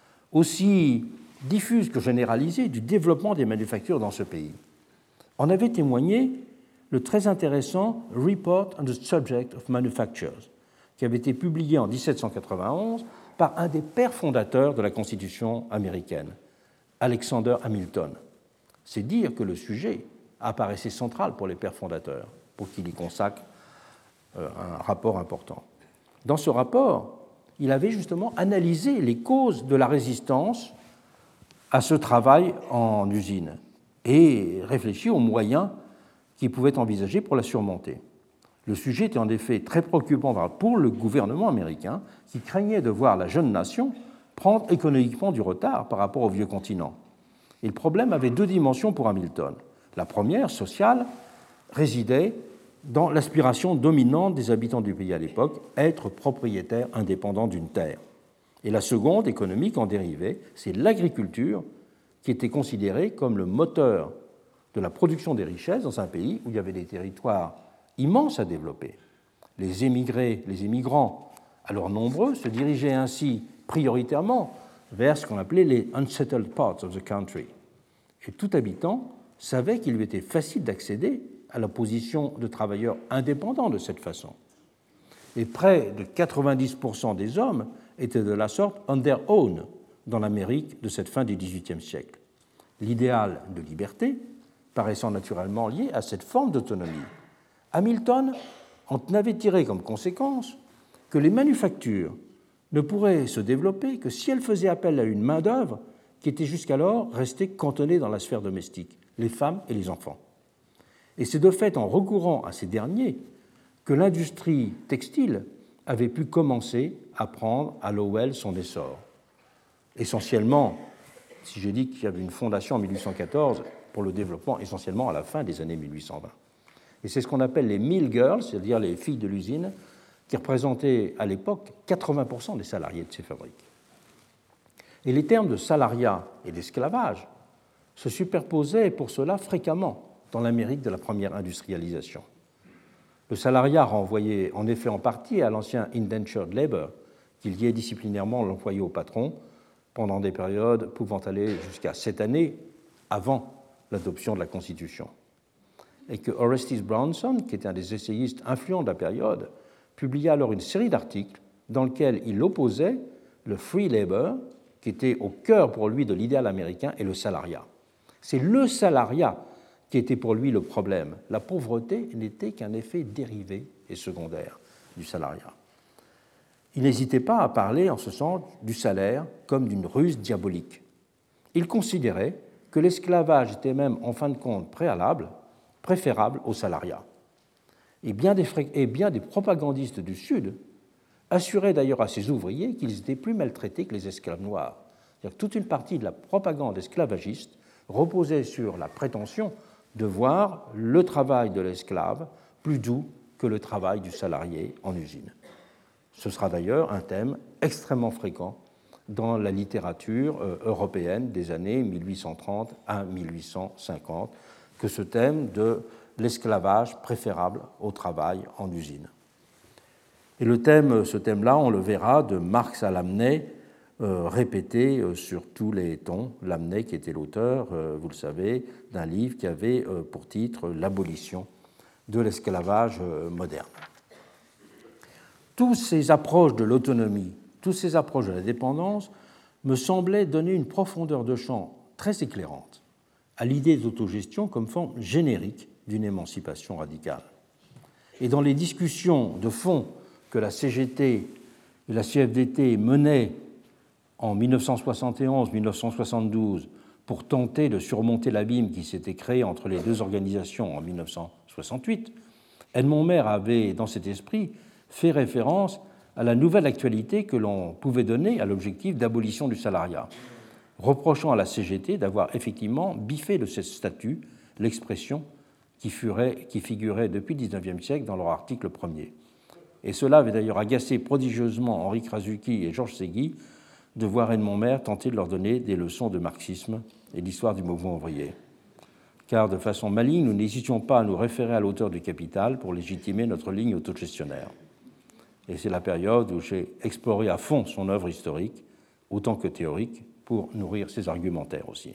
aussi diffuse que généralisée, du développement des manufactures dans ce pays. En avait témoigné le très intéressant Report on the Subject of Manufactures, qui avait été publié en dix-sept cent quatre-vingt-onze par un des pères fondateurs de la Constitution américaine, Alexander Hamilton. C'est dire que le sujet apparaissait central pour les pères fondateurs, pour qu'ils y consacrent un rapport important. Dans ce rapport, il avait justement analysé les causes de la résistance à ce travail en usine et réfléchi aux moyens qui pouvaient envisager pour la surmonter. Le sujet était en effet très préoccupant pour le gouvernement américain qui craignait de voir la jeune nation prendre économiquement du retard par rapport au vieux continent. Et le problème avait deux dimensions pour Hamilton. La première, sociale, résidait dans l'aspiration dominante des habitants du pays à l'époque, être propriétaire indépendant d'une terre. Et la seconde, économique, en dérivait, c'est l'agriculture qui était considérée comme le moteur de la production des richesses dans un pays où il y avait des territoires immenses à développer. Les émigrés, les émigrants, alors nombreux, se dirigeaient ainsi prioritairement vers ce qu'on appelait les unsettled parts of the country. Et tout habitant savait qu'il lui était facile d'accéder à la position de travailleur indépendant de cette façon. Et près de quatre-vingt-dix pour cent des hommes étaient de la sorte on their own dans l'Amérique de cette fin du dix-huitième siècle. L'idéal de liberté paraissant naturellement lié à cette forme d'autonomie. Hamilton en avait tiré comme conséquence que les manufactures ne pourraient se développer que si elles faisaient appel à une main-d'œuvre qui était jusqu'alors restée cantonnée dans la sphère domestique, les femmes et les enfants. Et c'est de fait en recourant à ces derniers que l'industrie textile avait pu commencer à prendre à Lowell son essor. Essentiellement, si j'ai dit qu'il y avait une fondation en mille huit cent quatorze pour le développement, essentiellement à la fin des années mille huit cent vingt. Et c'est ce qu'on appelle les mill girls, c'est-à-dire les filles de l'usine, qui représentaient à l'époque quatre-vingts pour cent des salariés de ces fabriques. Et les termes de salariat et d'esclavage se superposaient pour cela fréquemment dans l'Amérique de la première industrialisation. Le salariat renvoyait en effet en partie à l'ancien indentured labor, qui liait disciplinairement l'employé au patron pendant des périodes pouvant aller jusqu'à sept années avant l'adoption de la Constitution. Et que Orestes Brownson, qui était un des essayistes influents de la période, publia alors une série d'articles dans lesquels il opposait le free labor, qui était au cœur pour lui de l'idéal américain, et le salariat. C'est le salariat qui était pour lui le problème. La pauvreté n'était qu'un effet dérivé et secondaire du salariat. Il n'hésitait pas à parler en ce sens du salaire comme d'une ruse diabolique. Il considérait que l'esclavage était même en fin de compte préalable, préférable au salariat. Et bien des, et bien des propagandistes du Sud assuraient d'ailleurs à ces ouvriers qu'ils étaient plus maltraités que les esclaves noirs. C'est-à-dire que toute une partie de la propagande esclavagiste reposait sur la prétention de voir le travail de l'esclave plus doux que le travail du salarié en usine. Ce sera d'ailleurs un thème extrêmement fréquent dans la littérature européenne des années mille huit cent trente à mille huit cent cinquante, que ce thème de l'esclavage préférable au travail en usine. Et le thème, ce thème-là, on le verra, de Marx à Lamennais, euh, répété euh, sur tous les tons. Lamennais qui était l'auteur, euh, vous le savez, d'un livre qui avait euh, pour titre « L'abolition de l'esclavage euh, moderne ». Toutes ces approches de l'autonomie, toutes ces approches de la dépendance me semblaient donner une profondeur de champ très éclairante à l'idée d'autogestion comme forme générique d'une émancipation radicale. Et dans les discussions de fond que la C G T et la C F D T menaient en mille neuf cent soixante et onze mille neuf cent soixante-douze pour tenter de surmonter l'abîme qui s'était créé entre les deux organisations en mille neuf cent soixante-huit, Edmond Maire avait, dans cet esprit, fait référence à la nouvelle actualité que l'on pouvait donner à l'objectif d'abolition du salariat, reprochant à la C G T d'avoir effectivement biffé de ce statut l'expression qui, qui figurait depuis le dix-neuvième siècle dans leur article premier. Et cela avait d'ailleurs agacé prodigieusement Henri Krasuki et Georges Segui de voir Edmond Maire tenter de leur donner des leçons de marxisme et d'histoire du mouvement ouvrier. Car de façon maligne, nous n'hésitions pas à nous référer à l'auteur du Capital pour légitimer notre ligne autogestionnaire. Et c'est la période où j'ai exploré à fond son œuvre historique, autant que théorique, pour nourrir ses argumentaires aussi.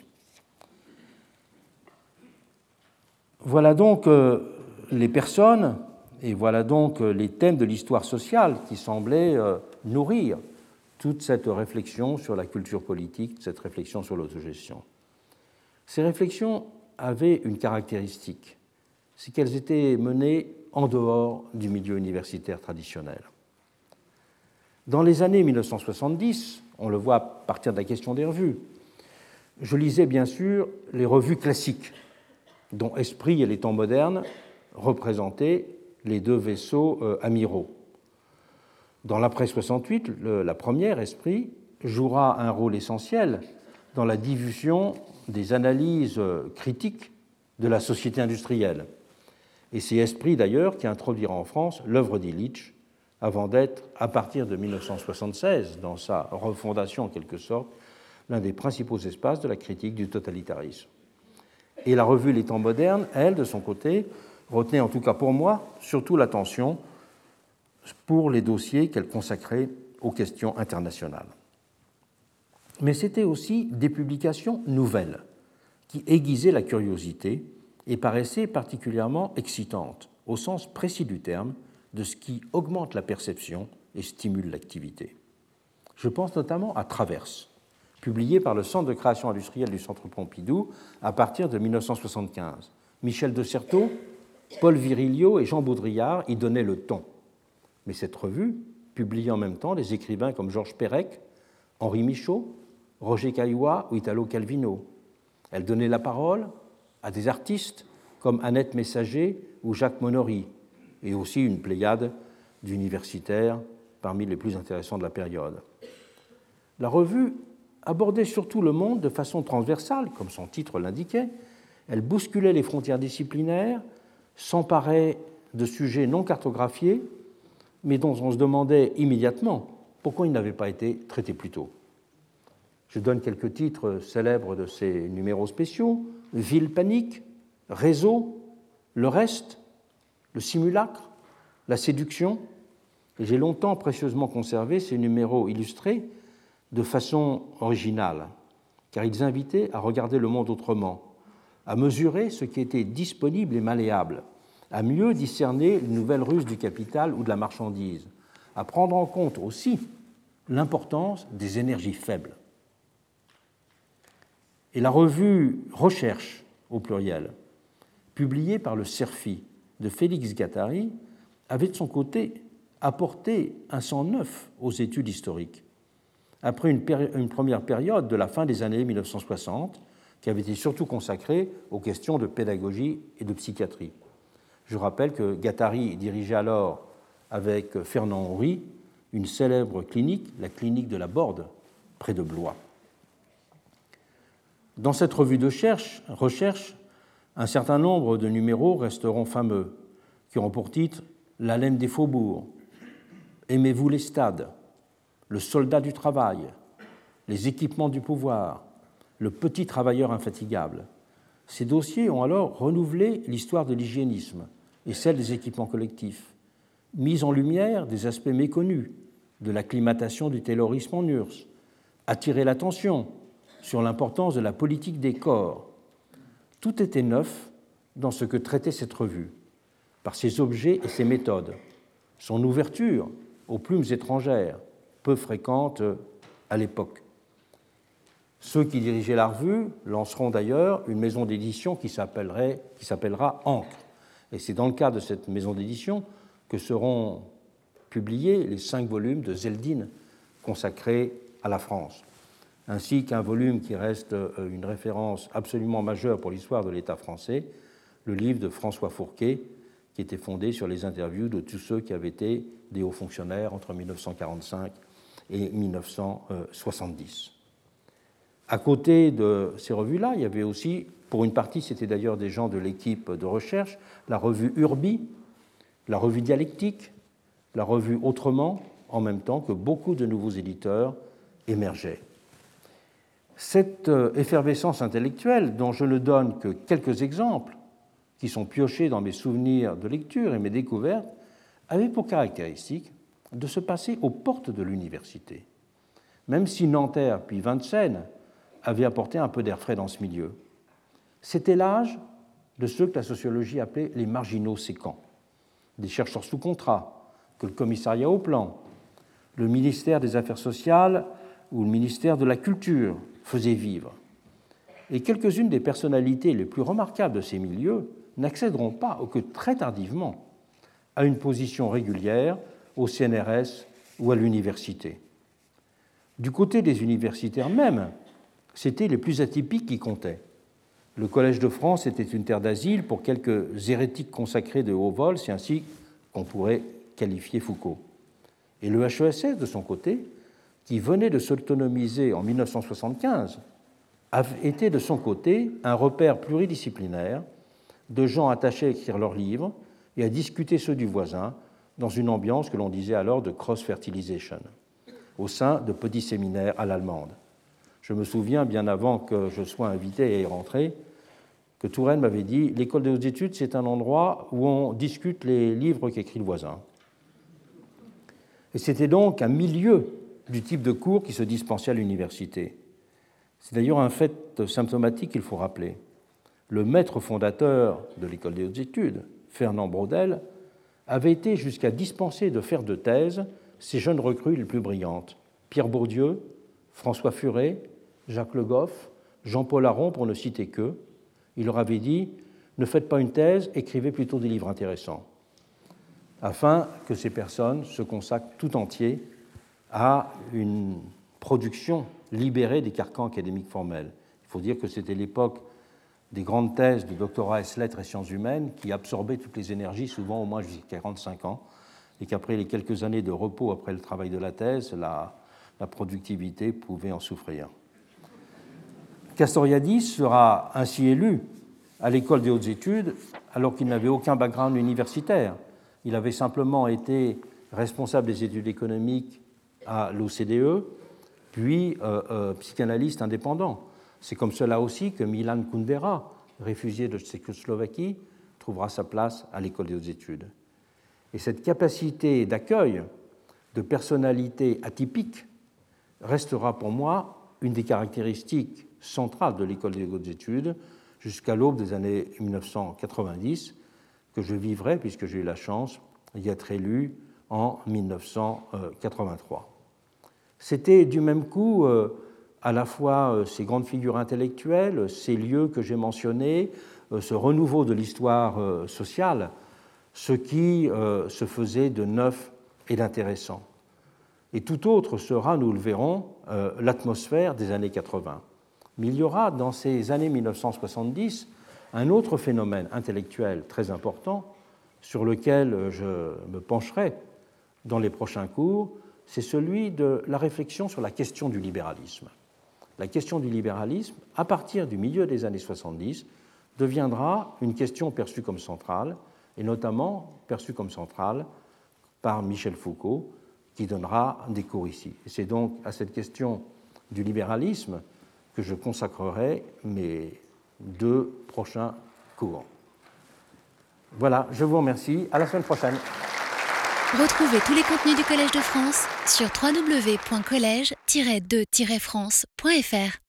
Voilà donc euh, les personnes et voilà donc euh, les thèmes de l'histoire sociale qui semblaient euh, nourrir toute cette réflexion sur la culture politique, cette réflexion sur l'autogestion. Ces réflexions avaient une caractéristique, c'est qu'elles étaient menées en dehors du milieu universitaire traditionnel. Dans les années mille neuf cent soixante-dix, on le voit à partir de la question des revues, je lisais bien sûr les revues classiques, dont Esprit et les temps modernes représentaient les deux vaisseaux euh, amiraux. Dans l'après soixante-huit, le, la première, Esprit, jouera un rôle essentiel dans la diffusion des analyses euh, critiques de la société industrielle. Et c'est Esprit, d'ailleurs, qui introduira en France l'œuvre d'Illich, avant d'être, à partir de mille neuf cent soixante-seize, dans sa refondation en quelque sorte, l'un des principaux espaces de la critique du totalitarisme. Et la revue Les Temps modernes, elle, de son côté, retenait en tout cas pour moi surtout l'attention pour les dossiers qu'elle consacrait aux questions internationales. Mais c'était aussi des publications nouvelles qui aiguisaient la curiosité et paraissaient particulièrement excitantes, au sens précis du terme, de ce qui augmente la perception et stimule l'activité. Je pense notamment à Traverse, publié par le Centre de création industrielle du Centre Pompidou à partir de mille neuf cent soixante-quinze. Michel de Certeau, Paul Virilio et Jean Baudrillard y donnaient le ton. Mais cette revue publiait en même temps des écrivains comme Georges Perec, Henri Michaud, Roger Caillois ou Italo Calvino. Elle donnait la parole à des artistes comme Annette Messager ou Jacques Monory, et aussi une pléiade d'universitaires parmi les plus intéressants de la période. La revue abordait surtout le monde de façon transversale, comme son titre l'indiquait. Elle bousculait les frontières disciplinaires, s'emparait de sujets non cartographiés, mais dont on se demandait immédiatement pourquoi ils n'avaient pas été traités plus tôt. Je donne quelques titres célèbres de ces numéros spéciaux: Ville panique, Réseau, Le Reste, Le simulacre, La séduction. Et j'ai longtemps précieusement conservé ces numéros illustrés de façon originale, car ils invitaient à regarder le monde autrement, à mesurer ce qui était disponible et malléable, à mieux discerner les nouvelles ruses du capital ou de la marchandise, à prendre en compte aussi l'importance des énergies faibles. Et la revue Recherche, au pluriel, publiée par le CERFI de Félix Guattari, avait de son côté apporté un sang neuf aux études historiques. Après une, péri- une première période de la fin des années mille neuf cent soixante, qui avait été surtout consacrée aux questions de pédagogie et de psychiatrie. Je rappelle que Guattari dirigeait alors, avec Fernand Henry, une célèbre clinique, la clinique de la Borde, près de Blois. Dans cette revue de recherche, Un certain nombre de numéros resteront fameux, qui auront pour titre « L'haleine des faubourgs »,« Aimez-vous les stades »,« Le soldat du travail »,« Les équipements du pouvoir »,« Le petit travailleur infatigable ». Ces dossiers ont alors renouvelé l'histoire de l'hygiénisme et celle des équipements collectifs, mis en lumière des aspects méconnus de l'acclimatation du taylorisme en U R S S, attiré l'attention sur l'importance de la politique des corps. Tout était neuf dans ce que traitait cette revue, par ses objets et ses méthodes, son ouverture aux plumes étrangères, peu fréquentes à l'époque. Ceux qui dirigeaient la revue lanceront d'ailleurs une maison d'édition qui s'appellerait, qui s'appellera Ancre. Et c'est dans le cadre de cette maison d'édition que seront publiés les cinq volumes de Zeldin consacrés à la France, ainsi qu'un volume qui reste une référence absolument majeure pour l'histoire de l'État français, le livre de François Fourquet, qui était fondé sur les interviews de tous ceux qui avaient été des hauts fonctionnaires entre mille neuf cent quarante-cinq et mille neuf cent soixante-dix. À côté de ces revues-là, il y avait aussi, pour une partie, c'était d'ailleurs des gens de l'équipe de recherche, la revue Urbi, la revue Dialectique, la revue Autrement, en même temps que beaucoup de nouveaux éditeurs émergeaient. Cette effervescence intellectuelle, dont je ne donne que quelques exemples, qui sont piochés dans mes souvenirs de lecture et mes découvertes, avait pour caractéristique de se passer aux portes de l'université, même si Nanterre puis Vincennes avaient apporté un peu d'air frais dans ce milieu. C'était l'âge de ceux que la sociologie appelait les marginaux sécants, des chercheurs sous contrat, que le commissariat au plan, le ministère des Affaires sociales ou le ministère de la Culture faisaient vivre. Et quelques-unes des personnalités les plus remarquables de ces milieux n'accéderont pas, ou que très tardivement, à une position régulière au C N R S ou à l'université. Du côté des universitaires même, c'étaient les plus atypiques qui comptaient. Le Collège de France était une terre d'asile pour quelques hérétiques consacrés de haut vol, c'est ainsi qu'on pourrait qualifier Foucault. Et le H E S S, de son côté, qui venait de s'autonomiser en mille neuf cent soixante-quinze, était de son côté un repère pluridisciplinaire de gens attachés à écrire leurs livres et à discuter ceux du voisin dans une ambiance que l'on disait alors de cross-fertilisation, au sein de petits séminaires à l'allemande. Je me souviens, bien avant que je sois invité à y rentrer, que Touraine m'avait dit « L'école des hautes études, c'est un endroit où on discute les livres qu'écrit le voisin ». Et c'était donc un milieu du type de cours qui se dispensait à l'université. C'est d'ailleurs un fait symptomatique qu'il faut rappeler. Le maître fondateur de l'école des hautes études, Fernand Braudel, avait été jusqu'à dispenser de faire de thèse ses jeunes recrues les plus brillantes, Pierre Bourdieu, François Furet, Jacques Le Goff, Jean-Paul Aron, pour ne citer qu'eux. Il leur avait dit « Ne faites pas une thèse, écrivez plutôt des livres intéressants », afin que ces personnes se consacrent tout entier à une production libérée des carcans académiques formels. Il faut dire que c'était l'époque des grandes thèses de doctorat ès lettres et sciences humaines qui absorbaient toutes les énergies, souvent au moins jusqu'à quarante-cinq ans, et qu'après les quelques années de repos après le travail de la thèse, la, la productivité pouvait en souffrir. Castoriadis sera ainsi élu à l'école des hautes études alors qu'il n'avait aucun background universitaire. Il avait simplement été responsable des études économiques à l'O C D E, puis euh, euh, psychanalyste indépendant. C'est comme cela aussi que Milan Kundera, réfugié de Tchécoslovaquie, trouvera sa place à l'école des hautes études. Et cette capacité d'accueil de personnalités atypiques restera pour moi une des caractéristiques centrales de l'école des hautes études jusqu'à l'aube des années mille neuf cent quatre-vingt-dix, que je vivrai, puisque j'ai eu la chance d'y être élu en mille neuf cent quatre-vingt-trois. C'était du même coup euh, à la fois euh, ces grandes figures intellectuelles, ces lieux que j'ai mentionnés, euh, ce renouveau de l'histoire euh, sociale, ce qui euh, se faisait de neuf et d'intéressant. Et tout autre sera, nous le verrons, euh, l'atmosphère des années quatre-vingts. Mais il y aura dans ces années mille neuf cent soixante-dix un autre phénomène intellectuel très important sur lequel je me pencherai dans les prochains cours, c'est celui de la réflexion sur la question du libéralisme. La question du libéralisme, à partir du milieu des années soixante-dix, deviendra une question perçue comme centrale, et notamment perçue comme centrale par Michel Foucault, qui donnera des cours ici. Et c'est donc à cette question du libéralisme que je consacrerai mes deux prochains cours. Voilà, je vous remercie. À la semaine prochaine. Retrouvez tous les contenus du Collège de France sur w w w point collège tiret de tiret france point f r.